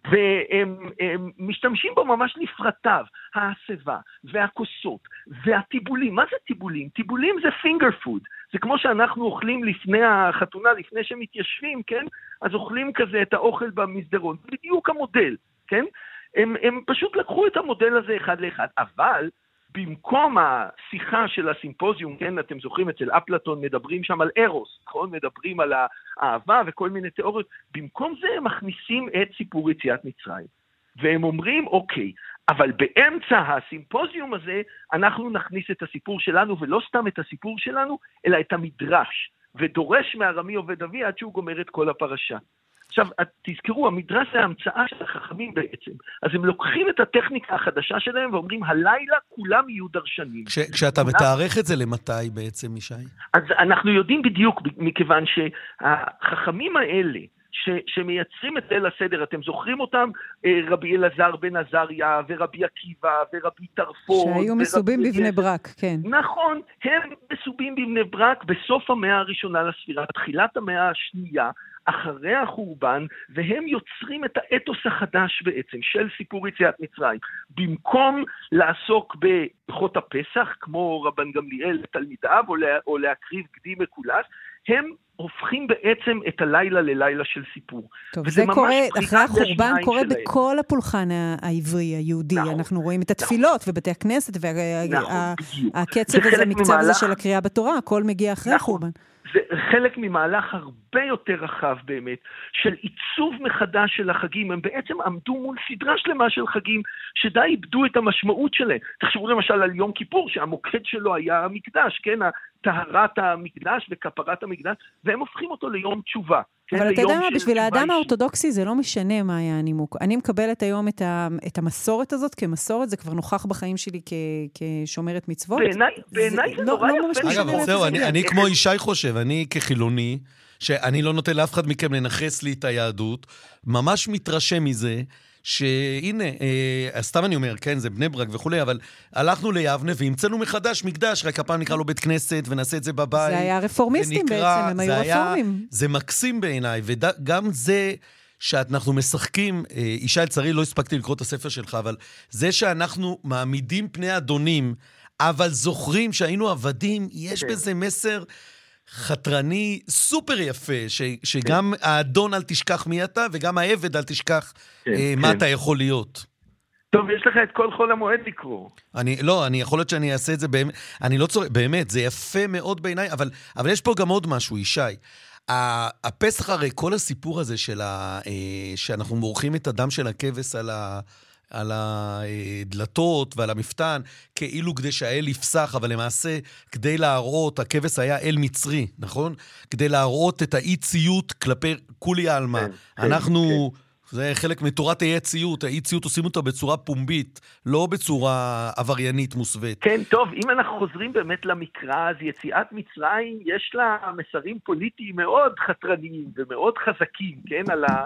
והם הם משתמשים בו ממש לפרטיו, ההסבה והכוסות והטיבולים. מה זה טיבולים? טיבולים זה finger food. זה כמו שאנחנו אוכלים לפני החתונה, לפני שמתיישבים, כן? אז אוכלים כזה את האוכל במסדרון. זה בדיוק המודל, כן? הם, הם פשוט לקחו את המודל הזה אחד לאחד, אבל במקום השיחה של הסימפוזיום, כן, אתם זוכרים, אצל אפלטון מדברים שם על ארוס, נכון? מדברים על האהבה וכל מיני תיאוריות. במקום זה הם מכניסים את סיפור יציאת מצרים. והם אומרים, אוקיי, אבל באמצע הסימפוזיום הזה, אנחנו נכניס את הסיפור שלנו, ולא סתם את הסיפור שלנו, אלא את המדרש, ודורש מארמי עובד אבי עד שהוא גומר את כל הפרשה. עכשיו, תזכרו, המדרש זה ההמצאה של החכמים בעצם. אז הם לוקחים את הטכניקה החדשה שלהם ואומרים, הלילה כולם יהיו דרשנים. כש, כשאתה מתארך את זה למתי בעצם, ישי? אז אנחנו יודעים בדיוק, מכיוון שהחכמים האלה, ש, שמייצרים את ליל הסדר, אתם זוכרים אותם? רבי אלעזר בן עזריה, ורבי עקיבא, ורבי טרפון. שהיו מסובים בבני ברק, כן. נכון, הם מסובים בבני ברק בסוף המאה הראשונה לספירה, תחילת המאה השנייה, אחרי החורבן, והם יוצרים את האתוס החדש בעצם, של סיפור יציאת מצרים. במקום לעסוק בהלכות הפסח, כמו רבן גמליאל לתלמידיו, או, לה, או להקריב גדי מקולס, הם הופכים בעצם את הלילה ללילה של סיפור. טוב, זה קורה, אחרי החורבן קורה שלהם. בכל הפולחן העברי, היהודי. נכון, אנחנו רואים את התפילות נכון. ובתי הכנסת, והקצב הזה, מקצב הזה של הקריאה בתורה, הכל מגיע אחרי נכון. החורבן. זה חלק ממהלך הרבה יותר רחב באמת, של עיצוב מחדש של החגים. הם בעצם עמדו מול סדרה שלמה של חגים, שדי איבדו את המשמעות שלהם. תחשבו למשל על יום כיפור, שהמוקד שלו היה המקדש, כן? טהרת המקדש וכפרת המקדש, והם הופכים אותו ליום תשובה. אבל אתה יודע מה, בשביל האדם האורתודוקסי זה לא משנה מה היה הנימוק. אני מקבלת היום את, ה, את המסורת הזאת כמסורת, זה כבר נוכח בחיים שלי כ, כשומרת מצוות. בעיניי, בעיניי זה נורא יפה. אגב, זהו, אני כמו ישי חושב, אני כחילוני, שאני לא נותן לאף אחד מכם לנחס לי את היהדות, ממש מתרשם מזה, שהנה, אה, סתם אני אומר, כן, זה בני ברק וכולי, אבל הלכנו ליבנה והמצאנו מחדש מקדש, רק הפעם נקרא לו בית כנסת ונעשה את זה בבית. זה היה רפורמיסטים ונקרא, בעצם, הם היו היה, רפורמים. זה מקסים בעיניי, וגם זה שאנחנו משחקים, אה, ישי לצערי לא הספקתי לקרוא את הספר שלך, אבל זה שאנחנו מעמידים פני אדונים, אבל זוכרים שהיינו עבדים, יש בזה מסר חתרני סופר יפה, ש, שגם כן. האדון אל תשכח מי אתה, וגם העבד אל תשכח כן, אה, מה כן. אתה יכול להיות. טוב, יש לך את כל חול המועד לקרוא. אני, לא, אני יכול להיות שאני אעשה את זה, באמת, אני לא צורק, באמת, זה יפה מאוד בעיניי, אבל, אבל יש פה גם עוד משהו, ישי. הפסח הרי, כל הסיפור הזה של ה, אה, שאנחנו מורחים את הדם של הכבש על ה... על הדלתות ועל המפתן, כאילו כדי שהאל יפסח, אבל למעשה כדי להראות, הכבש היה אל מצרי, נכון? כדי להראות את האי ציות כלפי כולי העלמה. כן, אנחנו, כן. זה חלק מתורת האי ציות, האי ציות עושים אותו בצורה פומבית, לא בצורה עבריינית מוסווית. כן, טוב, אם אנחנו חוזרים באמת למקרא, אז יציאת מצרים יש לה מסרים פוליטיים מאוד חתרניים ומאוד חזקים, כן? על ה...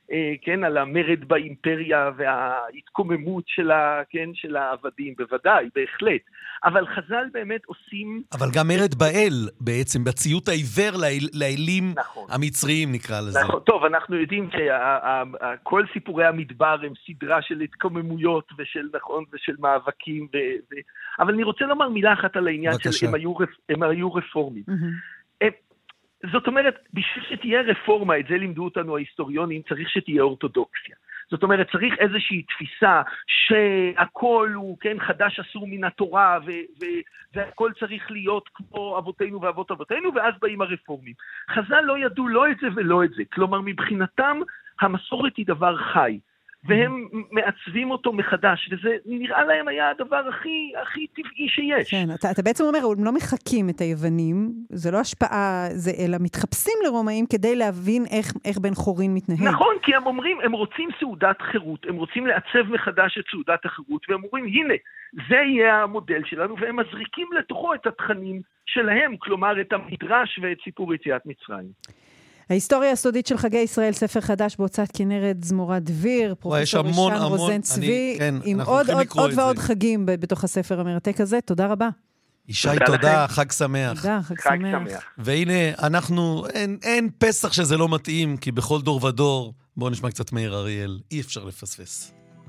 כן, על המרד באימפריה וההתקוממות של, ה, כן, של העבדים, בוודאי, בהחלט. אבל חז"ל באמת עושים... אבל גם מרד באל, בעצם, בציות העיוור לאל, לאלים נכון. המצריים, נקרא לזה. נכון, טוב, אנחנו יודעים שכל סיפורי המדבר הם סדרה של התקוממויות ושל, נכון, ושל מאבקים, ו, ו... אבל אני רוצה לומר מילה אחת על העניין בבקשה. של הם היו, הם היו רפורמים. Mm-hmm. זאת אומרת, בשביל שתהיה רפורמה, את זה לימדו אותנו ההיסטוריונים, צריך שתהיה אורתודוקסיה. זאת אומרת, צריך איזושהי תפיסה שהכל הוא, כן, חדש אסור מן התורה, ו- ו- והכל צריך להיות כמו אבותינו ואבות אבותינו, ואז באים הרפורמים. חז"ל לא ידעו לא את זה ולא את זה. כלומר, מבחינתם, המסורת היא דבר חי. והם מעצבים אותו מחדש, וזה נראה להם היה הדבר הכי, הכי טבעי שיש. כן, אתה, אתה בעצם אומר, הם לא מחקים את היוונים, זה לא השפעה, זה, אלא מתחפשים לרומאים כדי להבין איך, איך בן חורין מתנהל. נכון, כי הם אומרים, הם רוצים סעודת חירות, הם רוצים לעצב מחדש את סעודת החירות, והם אומרים, הנה, זה יהיה המודל שלנו, והם מזריקים לתוכו את התכנים שלהם, כלומר את המדרש ואת סיפור יציאת מצרים. ההיסטוריה הסודית של חגי ישראל, ספר חדש בהוצאת כנרת זמורה דביר, פרופסור ישן רוזן צבי, כן, עם עוד, עוד, עוד ועוד חגים בתוך הספר המרתק הזה. תודה רבה. ישי, תודה, תודה חג שמח. תודה, חג, חג שמח. שמח. והנה, אנחנו, אין, אין פסח שזה לא מתאים, כי בכל דור ודור, בואו נשמע קצת מאיר אריאל, אי אפשר לפספס.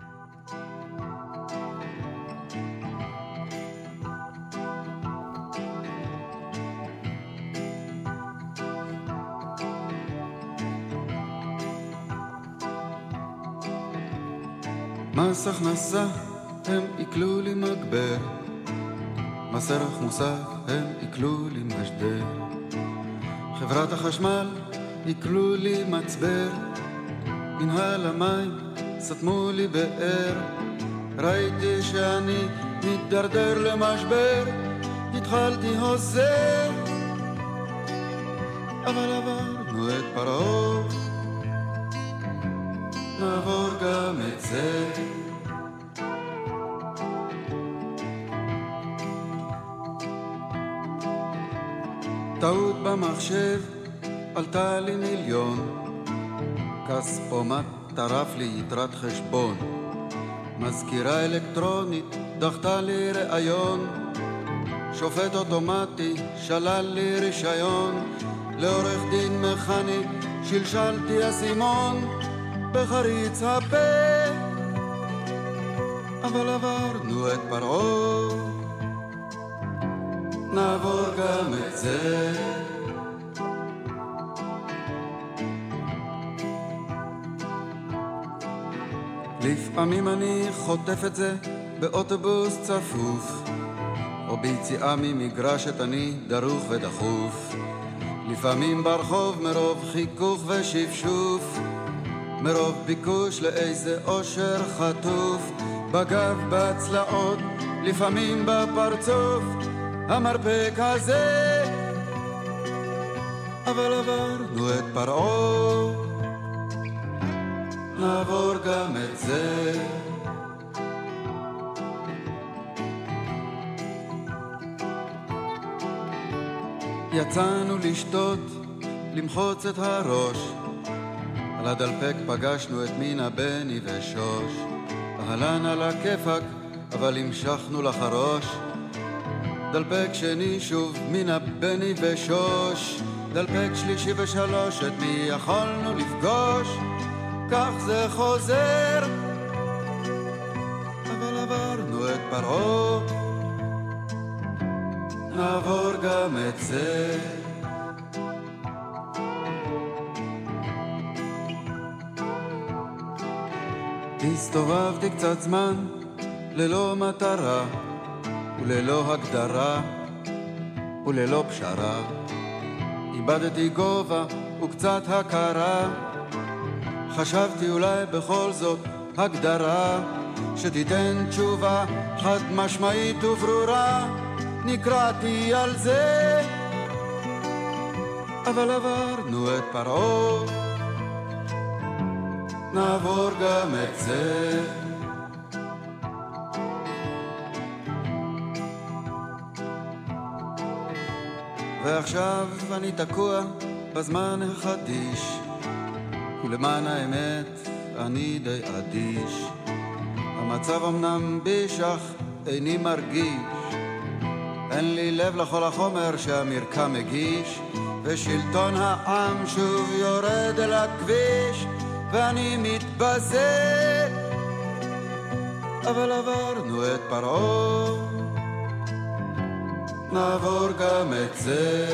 מס הכנסה הם יקלו לי מגבר, מס ערך מוסף הם יקלו לי משדר, חברת החשמל יקלו לי מצבר, מנהל המים סתמו לי באר, ראיתי שאני מתדרדר למשבר, התחלתי הוזר, אבל עברנו את פרעה, נעבור גם את זה. טעות במחשב עלתה לי מיליון, כספומט טרף לי יתרת חשבון, מזכירה אלקטרונית דחתה לי ראיון, שופט אוטומטי שלל לי רישיון, לעורך דין מכני שלשלתי אסימון בחריץ הפה, אבל עברנו את פרעה, נעבור גם את זה. לפעמים אני חוטף את זה באוטובוס צפוף, או ביציאה ממגרשת אני דרוך ודחוף, לפעמים ברחוב מרוב חיכוך ושפשוף, מרוב ביקוש לאיזה אושר חטוף, בגב בצלעות, לפעמים בפרצוף, המרפק הזה, אבל עברנו את פרעה, נעבור גם את זה. יצאנו לשתות, למחוץ את הראש, על הדלפק פגשנו את מינה בני ושוש, אהלן על הכיפק, אבל המשכנו לחרוש, דלפק שני שוב מינה בני ושוש, דלפק שלישי ושלוש, את מי יכולנו לפגוש, כך זה חוזר, אבל עברנו את פרעה, נעבור גם את זה. הסתובבתי קצת זמן ללא מטרה וללא הגדרה וללא פשרה, איבדתי גובה וקצת הכרה, חשבתי אולי בכל זאת הגדרה שתיתן תשובה חד משמעית וברורה, נקראתי על זה, אבל עברנו את פרעה, נעבור גם את זה. ועכשיו אני תקוע בזמן החדיש, ולמען האמת אני די אדיש. המצב אמנם בישך איני מרגיש, אין לי לב לכל החומר שהמרקע מגיש, ושלטון העם שוב יורד אל הכביש ואני מתבזה. אבל עברנו את פרעה, נעבור גם את זה.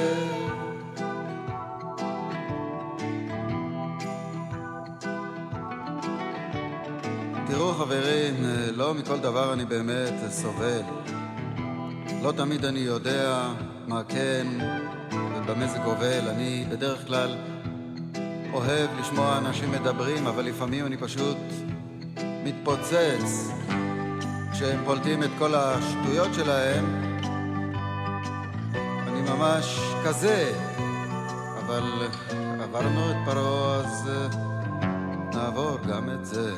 תראו חברים, לא מכל דבר אני באמת סובל. לא תמיד אני יודע מה כן ובמה זה גובל. אני בדרך כלל אוהב לשמוע אנשים מדברים, אבל לפעמים אני פשוט מתפוצץ כשהם פולטים את כל השטויות שלהם. אני ממש כזה, אבל עברנו את פרעה, אז נעבור גם את זה.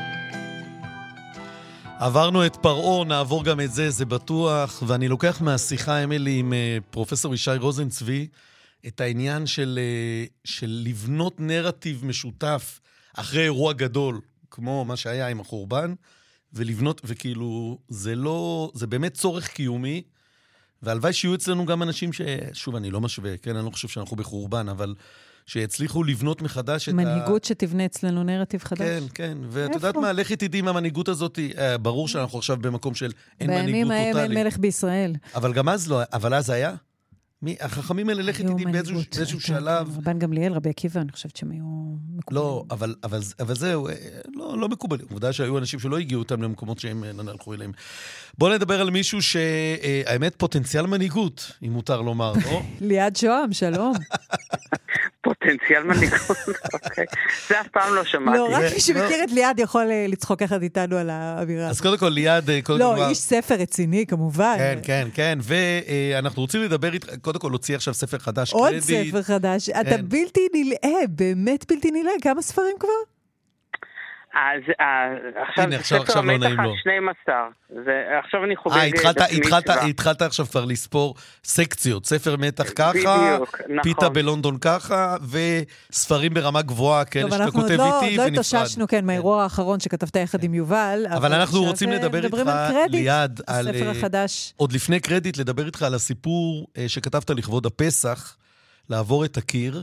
עברנו את פרעה, נעבור גם את זה, זה בטוח. ואני לוקח מהשיחה, אמילי, עם פרופסור ישי רוזנצבי, את העניין של, של לבנות נרטיב משותף אחרי אירוע גדול, כמו מה שהיה עם החורבן, ולבנות, וכאילו, זה לא, זה באמת צורך קיומי, והלוואי שיהיו אצלנו גם אנשים ש... שוב, אני לא משווה, כן, אני לא חושב שאנחנו בחורבן, אבל שיצליחו לבנות מחדש את ה... מנהיגות שתבנה אצלנו נרטיב חדש. כן, כן, ואת יודעת מה, לכי תדעי עם המנהיגות הזאת, ברור שאנחנו עכשיו במקום של אין מנהיגות טוטלית. בימים ההם אין מלך בישראל. אבל גם אז לא, אבל אז היה? מי, החכמים האלה לכי תדעי באיזשהו שלב. רבן גמליאל, רבי עקיבא, אני חושבת שהם היו מקובלים. לא, אבל, אבל, אבל זהו, לא, לא מקובלים. עובדה שהיו אנשים שלא הגיעו אותם למקומות שהם הלכו אליהם. בואו נדבר על מישהו שהאמת פוטנציאל מנהיגות, אם מותר לומר, לא? ליעד שוהם, שלום. פוטנציאל מנהיגות, אוקיי. זה אף פעם לא שמעתי. לא, רק מי שמכיר את ליעד יכול לצחוק יחד איתנו על האווירה. אז קודם כל, ליעד... לא, איש ספר רציני, כמובן. כן, כן, כן. ואנחנו רוצים לדבר איתך, קודם כל, להוציא עכשיו ספר חדש. עוד ספר חדש. אתה בלתי נלאה, באמת בלתי נלאה. כמה ספרים כבר? אז עכשיו זה ספר המתח ה-שנים עשר. עכשיו אני חוגג את עצמי. התחלת עכשיו כבר לספור סקציות. ספר מתח ככה, פיתה בלונדון ככה, וספרים ברמה גבוהה, כן, שאתה כותב איתי ונפרד. לא התאוששנו, כן, מהאירוע האחרון שכתבת יחד עם יובל. אבל אנחנו רוצים לדבר איתך ליד, הספר החדש. עוד לפני קרדיט, לדבר איתך על הסיפור שכתבת לכבוד הפסח, לעבור את הקיר.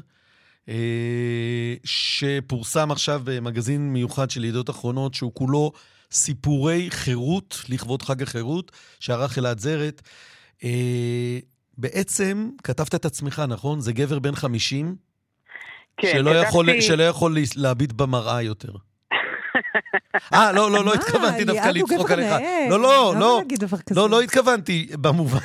שפורסם עכשיו במגזין מיוחד של ידיעות אחרונות, שהוא כולו סיפורי חירות, לכבוד חג החירות, שערך אלעד זרת. בעצם כתבת את עצמך, נכון? זה גבר בן חמישים, כן, שלא כתבתי... יכול, שלא יכול להביט במראה יותר. אה, לא, לא, לא התכוונתי דווקא לצחוק עליך. לא, לא, לא, לא, לא התכוונתי במובן.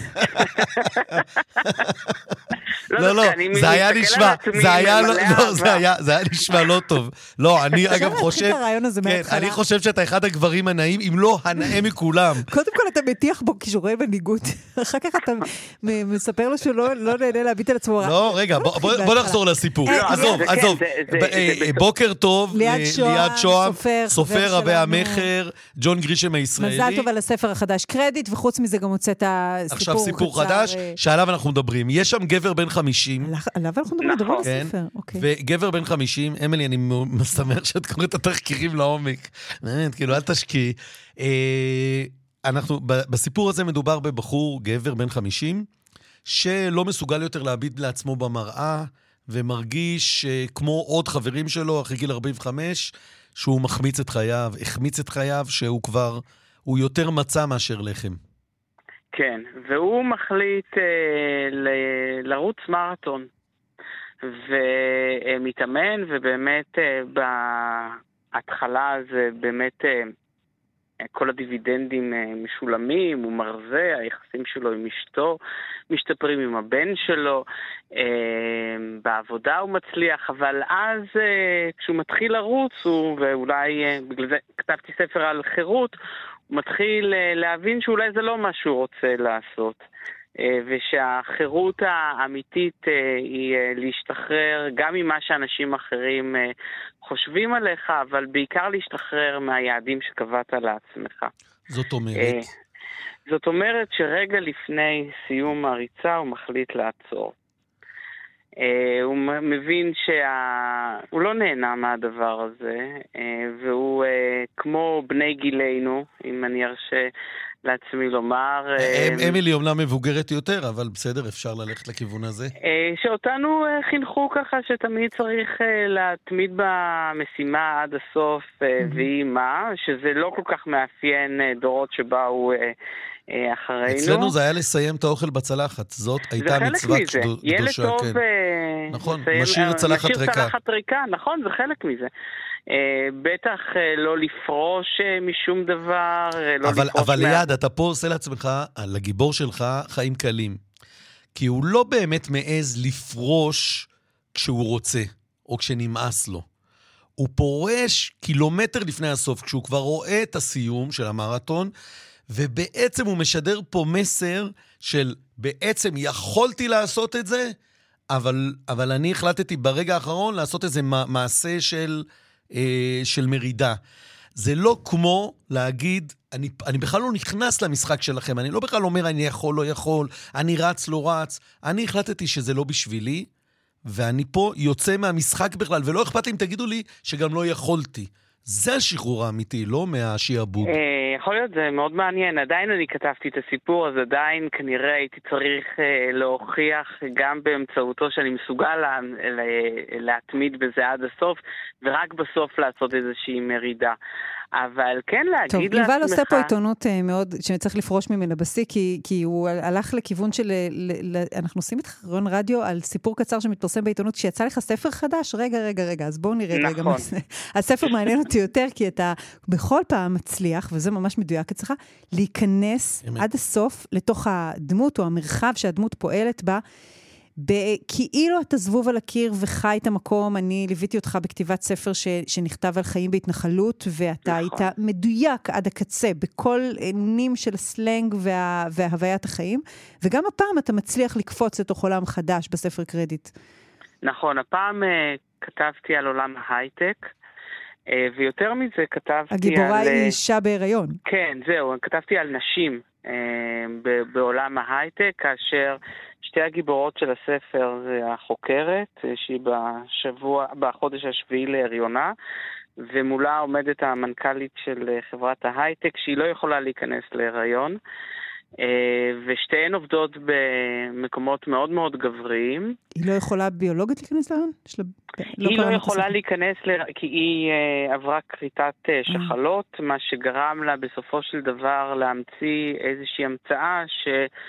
לא, לא, זה היה נשמע, זה היה לא, זה היה, זה היה נשמע לא טוב. לא, אני אגב חושב, אני חושב שאתה אחד הגברים הנאים, אם לא הנאה מכולם. קודם כל אתה מטיח בו כישורי מנהיגות, אחר כך אתה מספר לו שהוא לא נהנה להביט על עצמו. לא, רגע, בוא נחזור לסיפור. עזוב, עזוב. בוקר טוב, ליעד שוהם, סופר רבי המחר, ג'ון גרישם הישראלי. מזל טוב על הספר החדש, קרדיט, וחוץ מזה גם הוצאת סיפור עכשיו סיפור חדש, שעליו אנחנו מדברים. יש שם גבר בן חמישים. עליו אנחנו מדברים, מדברים על הספר. וגבר בן חמישים, אמילי, אני מסתמך שאת קוראת את התחקירים לעומק. באמת, כאילו, אל תשקיעי. אנחנו, בסיפור הזה מדובר בבחור, גבר בן חמישים, שלא מסוגל יותר להביט לעצמו במראה, ומרגיש כמו עוד חברים שלו, אחרי גיל ארבעים וחמש, שהוא מחמיץ את חייו, החמיץ את חייו, שהוא כבר, הוא יותר מצא מאשר לחם. כן, והוא מחליט אה, ל- לרוץ מרתון, ומתאמן, ובאמת אה, בהתחלה זה באמת אה, כל הדיבידנדים אה, משולמים, הוא מרזה, היחסים שלו עם אשתו משתפרים עם הבן שלו, אה, בעבודה הוא מצליח, אבל אז אה, כשהוא מתחיל לרוץ, הוא, ואולי אה, בגלל זה כתבתי ספר על חירות, הוא מתחיל להבין שאולי זה לא מה שהוא רוצה לעשות, ושהחירות האמיתית היא להשתחרר גם ממה שאנשים אחרים חושבים עליך, אבל בעיקר להשתחרר מהיעדים שקבעת לעצמך. זאת אומרת? זאת אומרת שרגע לפני סיום הריצה הוא מחליט לעצור. הוא מבין שהוא לא נהנה מהדבר הזה, והוא כמו בני גילנו, אם אני ארשה לעצמי לומר. אמילי אומנם מבוגרת יותר, אבל בסדר, אפשר ללכת לכיוון הזה. שאותנו חינכו ככה שתמיד צריך להתמיד במשימה עד הסוף, והיא מה, שזה לא כל כך מאפיין דורות שבאו אחרינו. אצלנו זה היה לסיים את האוכל בצלחת, זאת הייתה מצווה קדושה. ילד טוב נכון, משאיר צלחת ריקה. משאיר צלחת ריקה, נכון, זה חלק מזה. בטח לא לפרוש משום דבר, לא אבל, לפרוש אבל מה... ליד, אתה פה עושה לעצמך, לגיבור שלך, חיים קלים. כי הוא לא באמת מעז לפרוש כשהוא רוצה, או כשנמאס לו. הוא פורש קילומטר לפני הסוף, כשהוא כבר רואה את הסיום של המרתון, ובעצם הוא משדר פה מסר של בעצם יכולתי לעשות את זה, אבל, אבל אני החלטתי ברגע האחרון לעשות איזה מעשה של, אה, של מרידה. זה לא כמו להגיד, אני, אני בכלל לא נכנס למשחק שלכם, אני לא בכלל אומר אני יכול, לא יכול, אני רץ, לא רץ. אני החלטתי שזה לא בשבילי, ואני פה יוצא מהמשחק בכלל, ולא אכפת לי אם תגידו לי שגם לא יכולתי. זה השחרור האמיתי, לא מהשיעבוד. יכול להיות, זה מאוד מעניין. עדיין אני כתבתי את הסיפור, אז עדיין כנראה הייתי צריך להוכיח גם באמצעותו שאני מסוגל להתמיד בזה עד הסוף, ורק בסוף לעשות איזושהי מרידה. אבל כן להגיד טוב, לעצמך... יובל עושה פה עיתונות מאוד, שצריך לפרוש ממנה בשיא, כי, כי הוא הלך לכיוון של... ל, ל, אנחנו עושים את חרון רדיו על סיפור קצר שמתפרסם בעיתונות, שיצא לך ספר חדש, רגע, רגע, רגע, אז בואו נראה נכון. רגע מה זה. הספר מעניין אותי יותר, כי אתה בכל פעם מצליח, וזה ממש מדויק אצלך, להיכנס אמת. עד הסוף לתוך הדמות או המרחב שהדמות פועלת בה, כאילו אתה זבוב על הקיר וחי את המקום. אני ליוויתי אותך בכתיבת ספר ש, שנכתב על חיים בהתנחלות, ואתה נכון. היית מדויק עד הקצה, בכל נים של הסלנג וה, וההוויית החיים, וגם הפעם אתה מצליח לקפוץ לתוך עולם חדש בספר קרדיט. נכון, הפעם uh, כתבתי על עולם ההייטק, uh, ויותר מזה כתבתי הגיבורה על... הגיבורה היא אישה בהיריון. כן, זהו, כתבתי על נשים uh, ב- בעולם ההייטק, כאשר... שתי הגיבורות של הספר זה החוקרת, שהיא בשבוע, בחודש השביעי להריונה, ומולה עומדת המנכ"לית של חברת ההייטק, שהיא לא יכולה להיכנס להיריון, ושתיהן עובדות במקומות מאוד מאוד גבריים. היא לא יכולה ביולוגית להיכנס להיריון? היא לא יכולה להיכנס, כי היא עברה כריתת שחלות, מה שגרם לה בסופו של דבר להמציא איזושהי המצאה ש...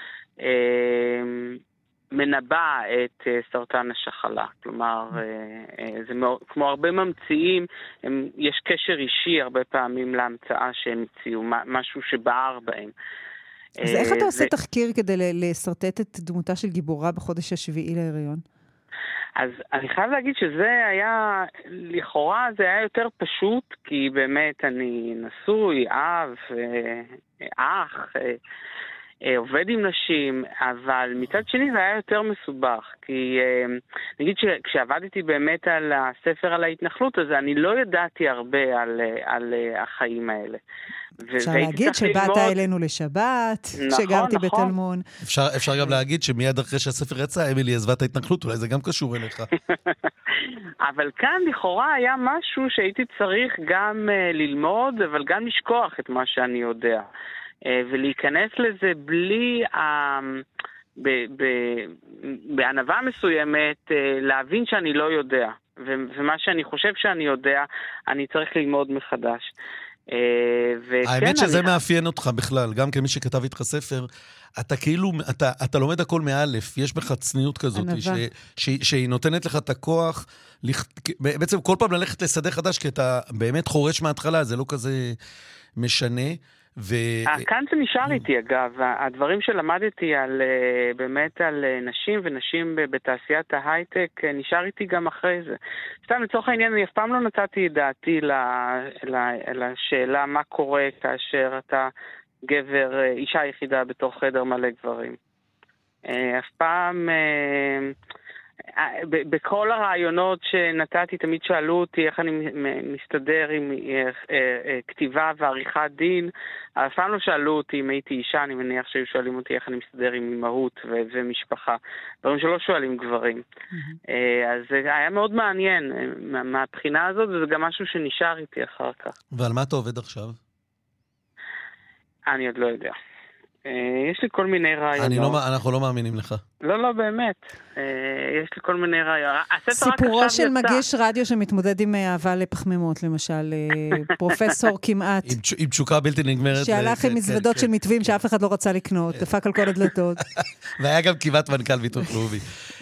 מנבא את סרטן השחלה. כלומר, זה כמו הרבה ממציאים, יש קשר אישי הרבה פעמים להמצאה שהם הציעו, משהו שבער בהם. אז איך אתה עושה תחקיר כדי לסרטט את דמותה של גיבורה בחודש השביעי להיריון? אז אני חייב להגיד שזה היה, לכאורה זה היה יותר פשוט, כי באמת אני נשוי, אב, אח, עובד עם נשים, אבל מצד שני זה היה יותר מסובך, כי נגיד שכשעבדתי באמת על הספר על ההתנחלות, אז אני לא ידעתי הרבה על, על החיים האלה. אפשר להגיד שבאת אלינו לשבת, שגרתי בתלמון. אפשר גם להגיד שמיד אחרי שהספר יצא, אמילי עזבה את ההתנחלות, אולי זה גם קשור אליך. אבל כאן לכאורה היה משהו שהייתי צריך גם ללמוד, אבל גם לשכוח את מה שאני יודע. ולהיכנס לזה בלי, בענווה מסוימת, להבין שאני לא יודע. ומה שאני חושב שאני יודע, אני צריך ללמוד מחדש. האמת שזה מאפיין אותך בכלל, גם כמי שכתב איתך ספר, אתה כאילו, אתה, אתה לומד הכל מאלף, יש בך צניעות כזאת, ש, ש, שהיא נותנת לך את הכוח, בעצם כל פעם ללכת לשדה חדש, כי אתה באמת חורש מההתחלה, זה לא כזה משנה. ו... כאן זה נשאר איתי אגב, הדברים שלמדתי על, באמת על נשים ונשים בתעשיית ההייטק, נשאר איתי גם אחרי זה. סתם לצורך העניין, אני אף פעם לא נתתי דעתי לשאלה מה קורה כאשר אתה גבר, אישה יחידה בתוך חדר מלא גברים. אף פעם בכל הרעיונות שנתתי תמיד שאלו אותי איך אני מסתדר עם כתיבה ועריכת דין. אף פעם לא שאלו אותי אם הייתי אישה, אני מניח שהיו שואלים אותי איך אני מסתדר עם אימהות ומשפחה. דברים שלא שואלים גברים. אז זה היה מאוד מעניין מהבחינה הזאת, וזה גם משהו שנשאר איתי אחר כך. ועל מה אתה עובד עכשיו? אני עוד לא יודע. יש לי כל מיני רעיונות. לא, אנחנו לא מאמינים לך. לא, לא, באמת. יש לי כל מיני רעיונות. סיפורו של מגיש רדיו שמתמודד עם אהבה לפחמימות, למשל, פרופסור כמעט. עם תשוקה בלתי נגמרת. שהלך עם מזוודות של מתווים שאף אחד לא רצה לקנות, דפק על כל הדלתות. והיה גם כמעט מנכ"ל ביטוח לאומי.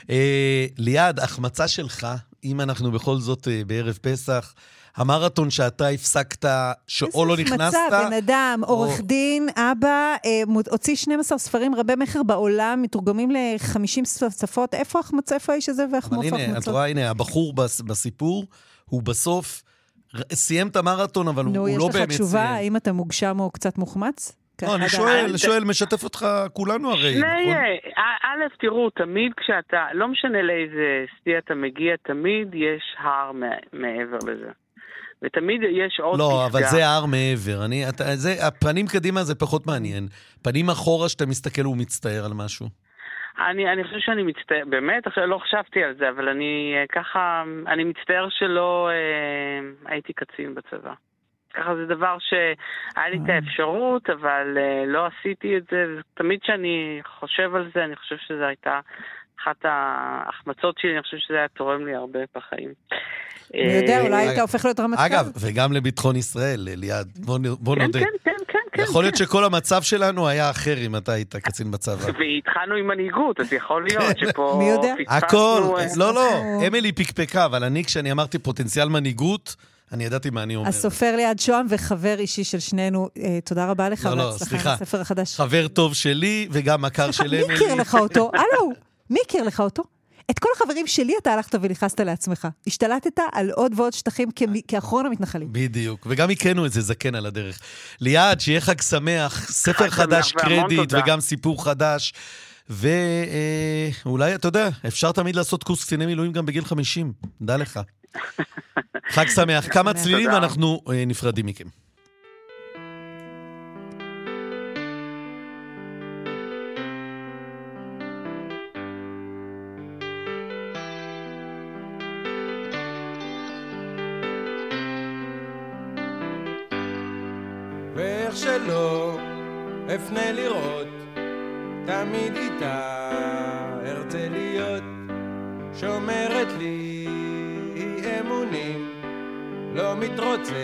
ליעד, החמצה שלך, אם אנחנו בכל זאת בערב פסח, המרתון שאתה הפסקת, שאו לא נכנסת. איזה החמצה, בן אדם, עורך דין, אבא, הוציא שנים עשר ספרים רבי מחר בעולם, מתורגמים ל-חמישים שפות. איפה החמצה, איפה האיש הזה והחמוף החמצות? אבל הנה, את רואה, הנה, הבחור בסיפור, הוא בסוף סיים את המרתון, אבל הוא לא באמת סיים. נו, יש לך תשובה, האם אתה מוגשם או קצת מוחמץ? לא, אני שואל, שואל, משתף אותך כולנו הרי, נכון? א', תראו, תמיד כשאתה, לא משנה לאיזה שיא אתה מגיע, תמיד יש הר מעבר לזה. ותמיד יש עוד פסגה. לא, אבל זה הר מעבר. אני, אתה, זה, הפנים קדימה זה פחות מעניין. פנים אחורה שאתה מסתכל הוא מצטער על משהו. אני, אני חושב שאני מצטער, באמת, עכשיו לא חשבתי על זה, אבל אני ככה, אני מצטער שלא אה, הייתי קצין בצבא. ככה זה דבר שהיה לי את האפשרות, אבל אה, לא עשיתי את זה, ותמיד שאני חושב על זה, אני חושב שזו הייתה אחת ההחמצות שלי, אני חושב שזה היה תורם לי הרבה בחיים. אני יודע, אולי היית הופך להיות רמטכ"ל. אגב, וגם לביטחון ישראל, ליעד, בוא נודה. כן, כן, כן, כן. יכול להיות שכל המצב שלנו היה אחר אם אתה היית קצין בצבא. והתחלנו עם מנהיגות, אז יכול להיות שפה... מי יודע? הכל, לא, לא, אמילי פיקפקה, אבל אני, כשאני אמרתי פוטנציאל מנהיגות, אני ידעתי מה אני אומר. הסופר ליעד שוהם וחבר אישי של שנינו, תודה רבה לך. לא, לא, סליחה. חבר טוב שלי וגם מכר של אמילי. מי הכיר לך אותו? הלו, מי הכיר לך אותו? את כל החברים שלי אתה הלכת ולכנסת לעצמך. השתלטת על עוד ועוד שטחים כאחרון המתנחלים. בדיוק, וגם הכנו את זה זקן על הדרך. ליעד, שיהיה חג שמח, ספר חדש קרדיט וגם סיפור חדש. ואולי, אתה יודע, אפשר תמיד לעשות קורס קציני מילואים גם בגיל חמישים. דע לך. חג שמח. כמה צלילים ואנחנו נפרדים מכם. ואיך שלא אפנה לראות, תמיד איתה ארצה להיות, שומרת לי אמונים, לא מתרוצצת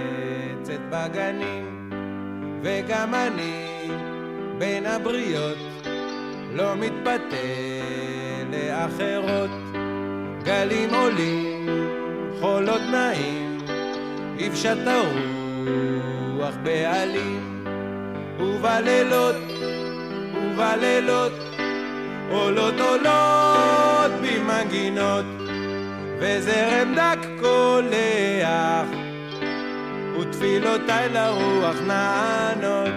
בגנים, וגם אני בין הבריות לא מתפתה לאחרות. גלים עולים, חולות נעים, יפשט הרוח בעלים, ובלילות, ובלילות עולות עולות במנגינות, וזרם דק קולח, ותפילותיי לרוח נענות.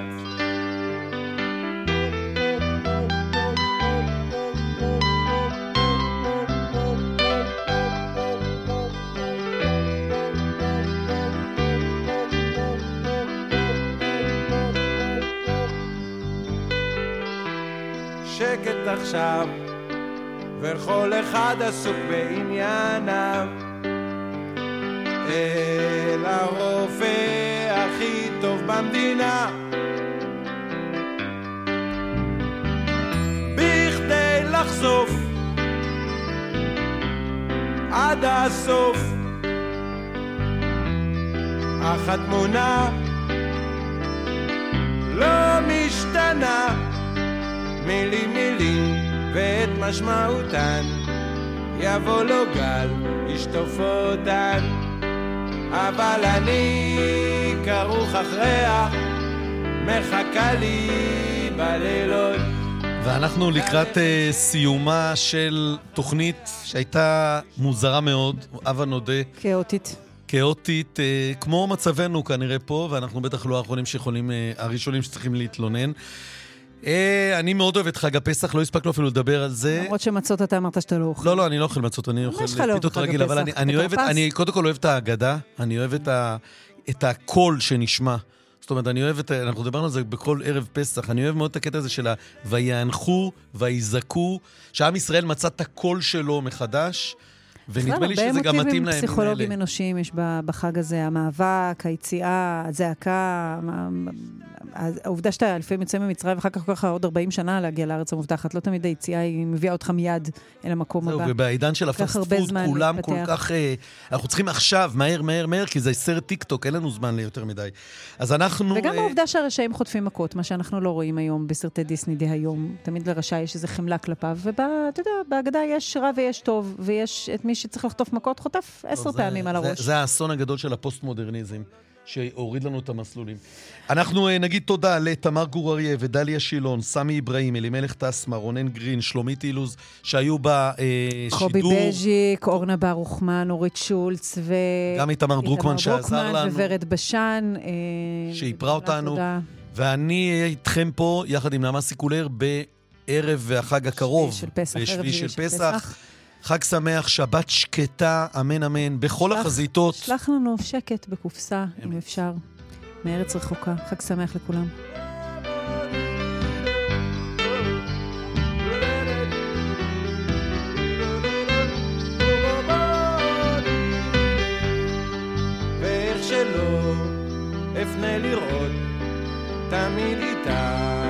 שקט עכשיו, וכל אחד עסוק בענייניו, אל הרופא הכי טוב במדינה, בכדי לחשוף עד הסוף, אך התמונה לא משתנה, מילים מילים ואת משמעותן, יבוא לו גל ישטוף אותן, אבל אני כרוך אחריה, מחכה לי בלילות. ואנחנו לקראת uh, סיומה של תוכנית שהייתה מוזרה מאוד, אבא נודה. כאוטית. כאוטית, uh, כמו מצבנו כנראה פה, ואנחנו בטח לא האחרונים שיכולים, uh, הראשונים שצריכים להתלונן. אני מאוד אוהב את חג הפסח, לא הספקנו אפילו לדבר על זה. למרות שמצות אתה אמרת שאתה לא אוכל. לא, לא, אני לא אוכל מצות, אני אוכל פיתות רגיל, אבל אני אוהב, אני קודם כל אוהב את ההגדה, אני אוהב את הקול שנשמע. זאת אומרת, אני אוהב את, אנחנו דיברנו על זה בכל ערב פסח, אני אוהב מאוד את הקטע הזה של ויענחו ויזעקו, שעם ישראל מצא את הקול שלו מחדש, ונדמה לי שזה גם מתאים להם. הרבה פסיכולוגים אנושיים יש בחג הזה, המאבק, היציאה, הזעקה, העובדה שאתה לפעמים יוצא ממצרים, ואחר כך ככה עוד ארבעים שנה להגיע לארץ המובטחת, לא תמיד היציאה היא מביאה אותך מיד אל המקום הבא. ובעידן של הפסט פוד, כולם כל כך, אנחנו צריכים עכשיו, מהר, מהר, מהר, כי זה סרט טיק טוק, אין לנו זמן ליותר מדי. אז אנחנו... וגם העובדה שהרשעים חוטפים מכות, מה שאנחנו לא רואים היום בסרטי דיסני די היום, תמיד לרשע יש איזה חמלה כלפיו, ואתה יודע, בהגדה יש רע ויש טוב, ויש את מי שצריך לחטוף מכות, חוטף עשר פעמים על הראש. זה האסון הגדול של הפוסט-מודרניזם, שהוריד לנו את המסלולים. אנחנו נגיד תודה לתמר גור-אריה ודליה שילון, סמי איברהים, אלימלך טסמה, רונן גרין, שלומית אילוז, שהיו בשידור. חובי בז'יק, אורנה ברוכמן, אורית שולץ, ו... גם איתמר דרוקמן שעזר לנו. וורד בשן. שהיפרה אותנו. ואני אהיה איתכם פה, יחד עם נעמה סיקולר, בערב החג הקרוב. של פסח. בשביעי של פסח. חג שמח, שבת שקטה, אמן אמן, בכל שלח, החזיתות. שלח לנו שקט בקופסה, אמן. אם אפשר, מארץ רחוקה. חג שמח לכולם. ואיך שלא אפנה לראות, תמיד איתה.